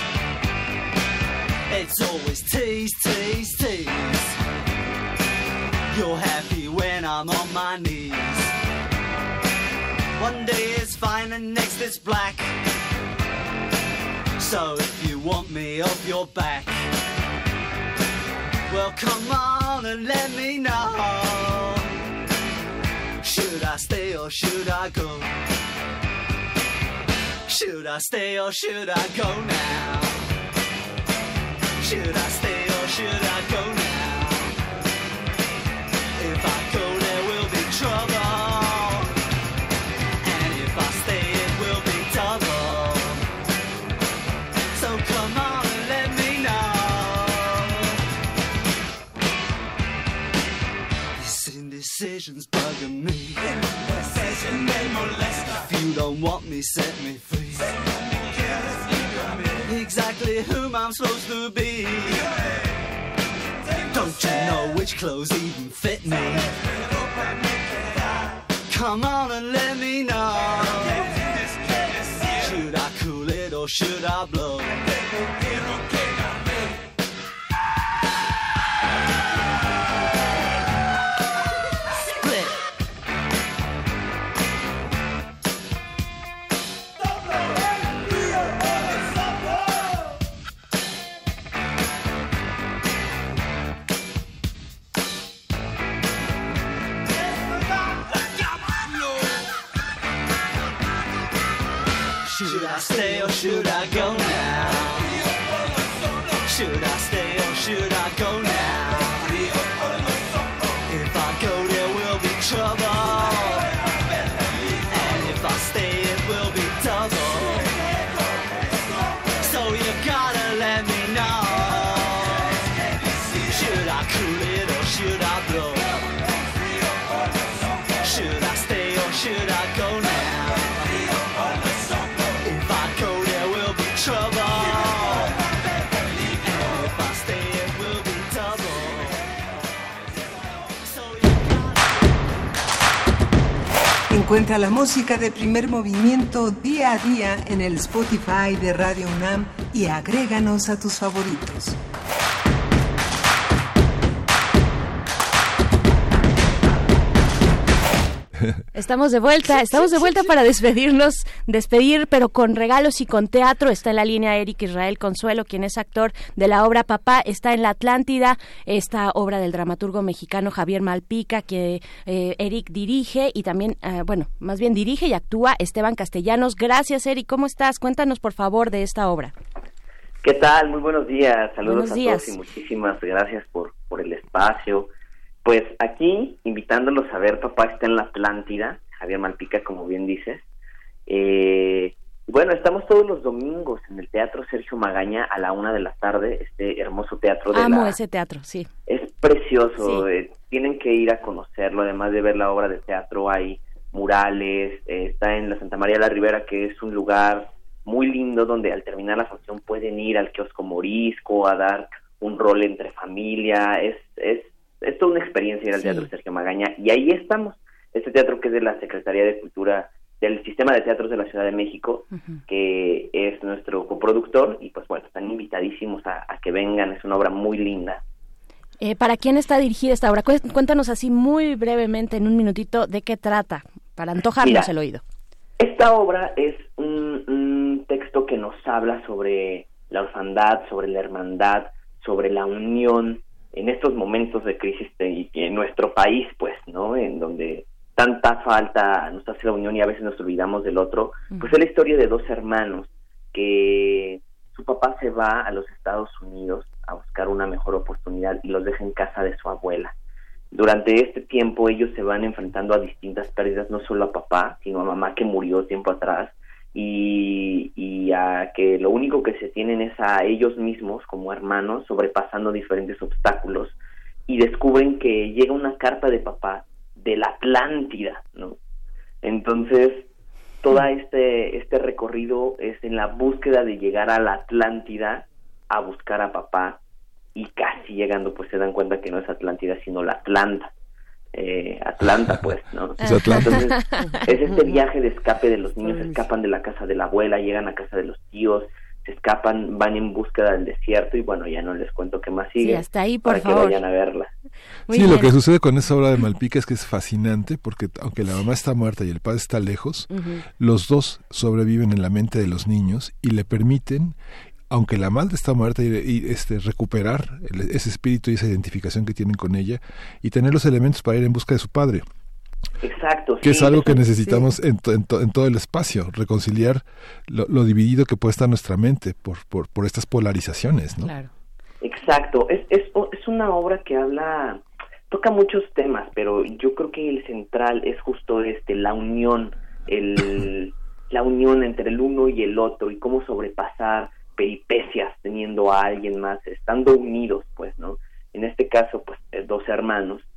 It's always tease, tease, tease. You're happy when I'm on my knees. One day is fine and next is black. So if you want me off your back, well come on and let me know. Should I stay or should I go? Should I stay or should I go now? Should I stay or should I go now? If I go there will be trouble, and if I stay it will be double. So come on and let me know. This indecision's bugging me. Indecision may molest us. If you don't want me, set me free. Exactly whom I'm supposed to be. Don't you know which clothes even fit me? Come on and let me know. Should I cool it or should I blow? Should I stay or should I go now? Should I stay or should I go now? If I go there will be trouble, and if I stay it will be double. So you gotta let me know. Should I cool it or should I blow? Should I stay or should I go now? Encuentra la música de Primer Movimiento día a día en el Spotify de Radio UNAM y agréganos a tus favoritos. Estamos de vuelta para despedir, pero con regalos y con teatro. Está en la línea Eric Israel Consuelo, quien es actor de la obra Papá. Está en la Atlántida, esta obra del dramaturgo mexicano Javier Malpica, que Eric dirige y también, más bien dirige y actúa Esteban Castellanos. Gracias, Eric. ¿Cómo estás? Cuéntanos, por favor, de esta obra. ¿Qué tal? Muy buenos días. Saludos buenos días a todos y muchísimas gracias por el espacio. Pues aquí, invitándolos a ver Papá está en la Atlántida, Javier Malpica, como bien dices. Bueno, estamos todos los domingos en el Teatro Sergio Magaña a la 1:00 p.m, este hermoso teatro de Amo ese teatro, sí. Es precioso, Sí. Tienen que ir a conocerlo, además de ver la obra de teatro, hay murales, está en la Santa María de la Ribera, que es un lugar muy lindo donde al terminar la función pueden ir al kiosco morisco a dar un rol entre familia, es toda una experiencia ir al Teatro Sergio Magaña, y ahí estamos, este teatro que es de la Secretaría de Cultura del Sistema de Teatros de la Ciudad de México, que es nuestro coproductor, y pues bueno, están invitadísimos a que vengan, es una obra muy linda. ¿Para quién está dirigida esta obra? Cuéntanos así muy brevemente, en un minutito, de qué trata, para antojarnos el oído. Esta obra es un texto que nos habla sobre la orfandad, sobre la hermandad, sobre la unión, en estos momentos de crisis en nuestro país, pues, ¿no? En donde tanta falta nos hace la unión y a veces nos olvidamos del otro. Pues es la historia de dos hermanos que su papá se va a los Estados Unidos a buscar una mejor oportunidad y los deja en casa de su abuela. Durante este tiempo ellos se van enfrentando a distintas pérdidas, no solo a papá, sino a mamá que murió tiempo atrás, y a que lo único que se tienen es a ellos mismos como hermanos, sobrepasando diferentes obstáculos, y descubren que llega una carta de papá de la Atlántida, ¿no? Entonces todo este recorrido es en la búsqueda de llegar a la Atlántida a buscar a papá, y casi llegando pues se dan cuenta que no es Atlántida sino la Atlanta, pues, ¿no? Es Atlanta. Entonces es este viaje de escape de los niños, escapan de la casa de la abuela, llegan a casa de los tíos, se escapan, van en búsqueda del desierto, y bueno, ya no les cuento qué más sigue. Sí, hasta ahí, por para favor. que vayan a verla. Muy bien. Lo que sucede con esa obra de Malpica es que es fascinante, porque aunque la mamá está muerta y el padre está lejos, los dos sobreviven en la mente de los niños y le permiten, aunque la madre está muerta, y recuperar ese espíritu y esa identificación que tienen con ella y tener los elementos para ir en busca de su padre. Exacto. Que es algo que necesitamos en todo el espacio, reconciliar lo dividido que puede estar nuestra mente por estas polarizaciones, ¿no? Claro. Exacto. Es una obra que toca muchos temas, pero yo creo que el central es justo la unión, la unión entre el uno y el otro, y cómo sobrepasar peripecias teniendo a alguien más, estando unidos, pues, ¿no? En este caso, pues, dos hermanos,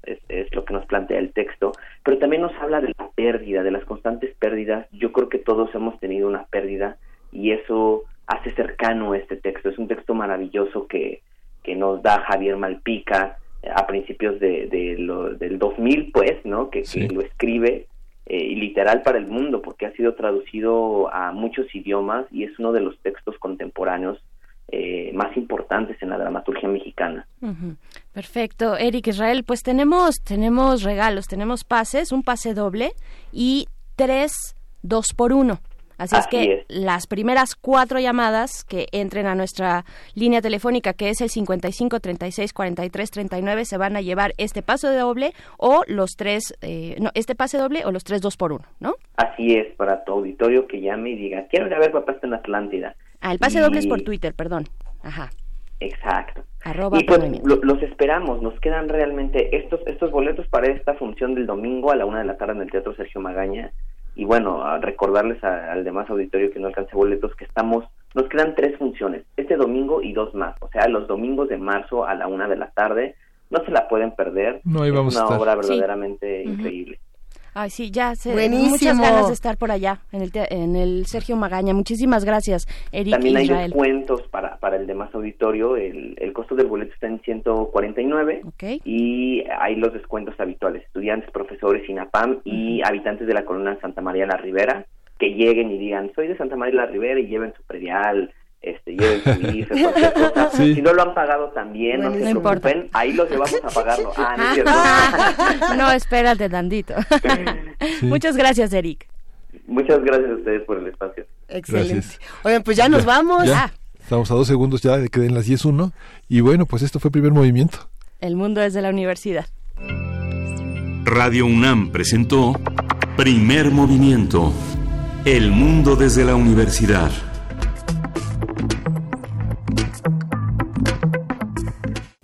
es lo que nos plantea el texto, pero también nos habla de la pérdida, de las constantes pérdidas. Yo creo que todos hemos tenido una pérdida y eso hace cercano este texto. Es un texto maravilloso que nos da Javier Malpica a principios del 2000, pues, ¿no? Que lo escribe literal para el mundo, porque ha sido traducido a muchos idiomas y es uno de los textos contemporáneos más importantes en la dramaturgia mexicana. Perfecto, Eric Israel, pues tenemos regalos, tenemos pases, un pase doble y 3 2x1. Así es que las primeras 4 llamadas que entren a nuestra línea telefónica, que es el 55 36 43 39, se van a llevar este pase doble o los 3, este pase doble o los 3 2x1, ¿no? Así es, para tu auditorio que llame y diga, quiero ir a ver Papá está en Atlántida. El pase doble es por Twitter, perdón. Ajá. Exacto. @ y pues los esperamos, nos quedan realmente estos boletos para esta función del domingo a la 1 de la tarde en el Teatro Sergio Magaña. Y bueno, a recordarles al demás auditorio que no alcance boletos que nos quedan 3 funciones, este domingo y 2 más, o sea, los domingos de marzo a la 1 de la tarde, no se la pueden perder, no, ahí vamos es una a estar. Obra verdaderamente increíble. Ay, sí, ya sé, muchas ganas de estar por allá, en el Sergio Magaña. Muchísimas gracias, Eric También hay Israel. descuentos para el demás auditorio, el costo del boleto está en 149, y hay los descuentos habituales, estudiantes, profesores, INAPAM y habitantes de la colonia Santa María la Ribera, que lleguen y digan, soy de Santa María la Ribera, y lleven su predial, lleven su IFE, cualquier cosa. Sí. Si no lo han pagado también, no se preocupen, ahí los llevamos a pagarlo. No es cierto. No, espérate tantito. Sí. Muchas gracias, Eric. Muchas gracias a ustedes por el espacio. Excelente. Gracias. Oigan, pues ya nos vamos. Ya. Estamos a 2 segundos ya de que den las 10:01 y bueno, pues esto fue Primer Movimiento. El mundo desde la universidad. Radio UNAM presentó Primer Movimiento. El mundo desde la universidad.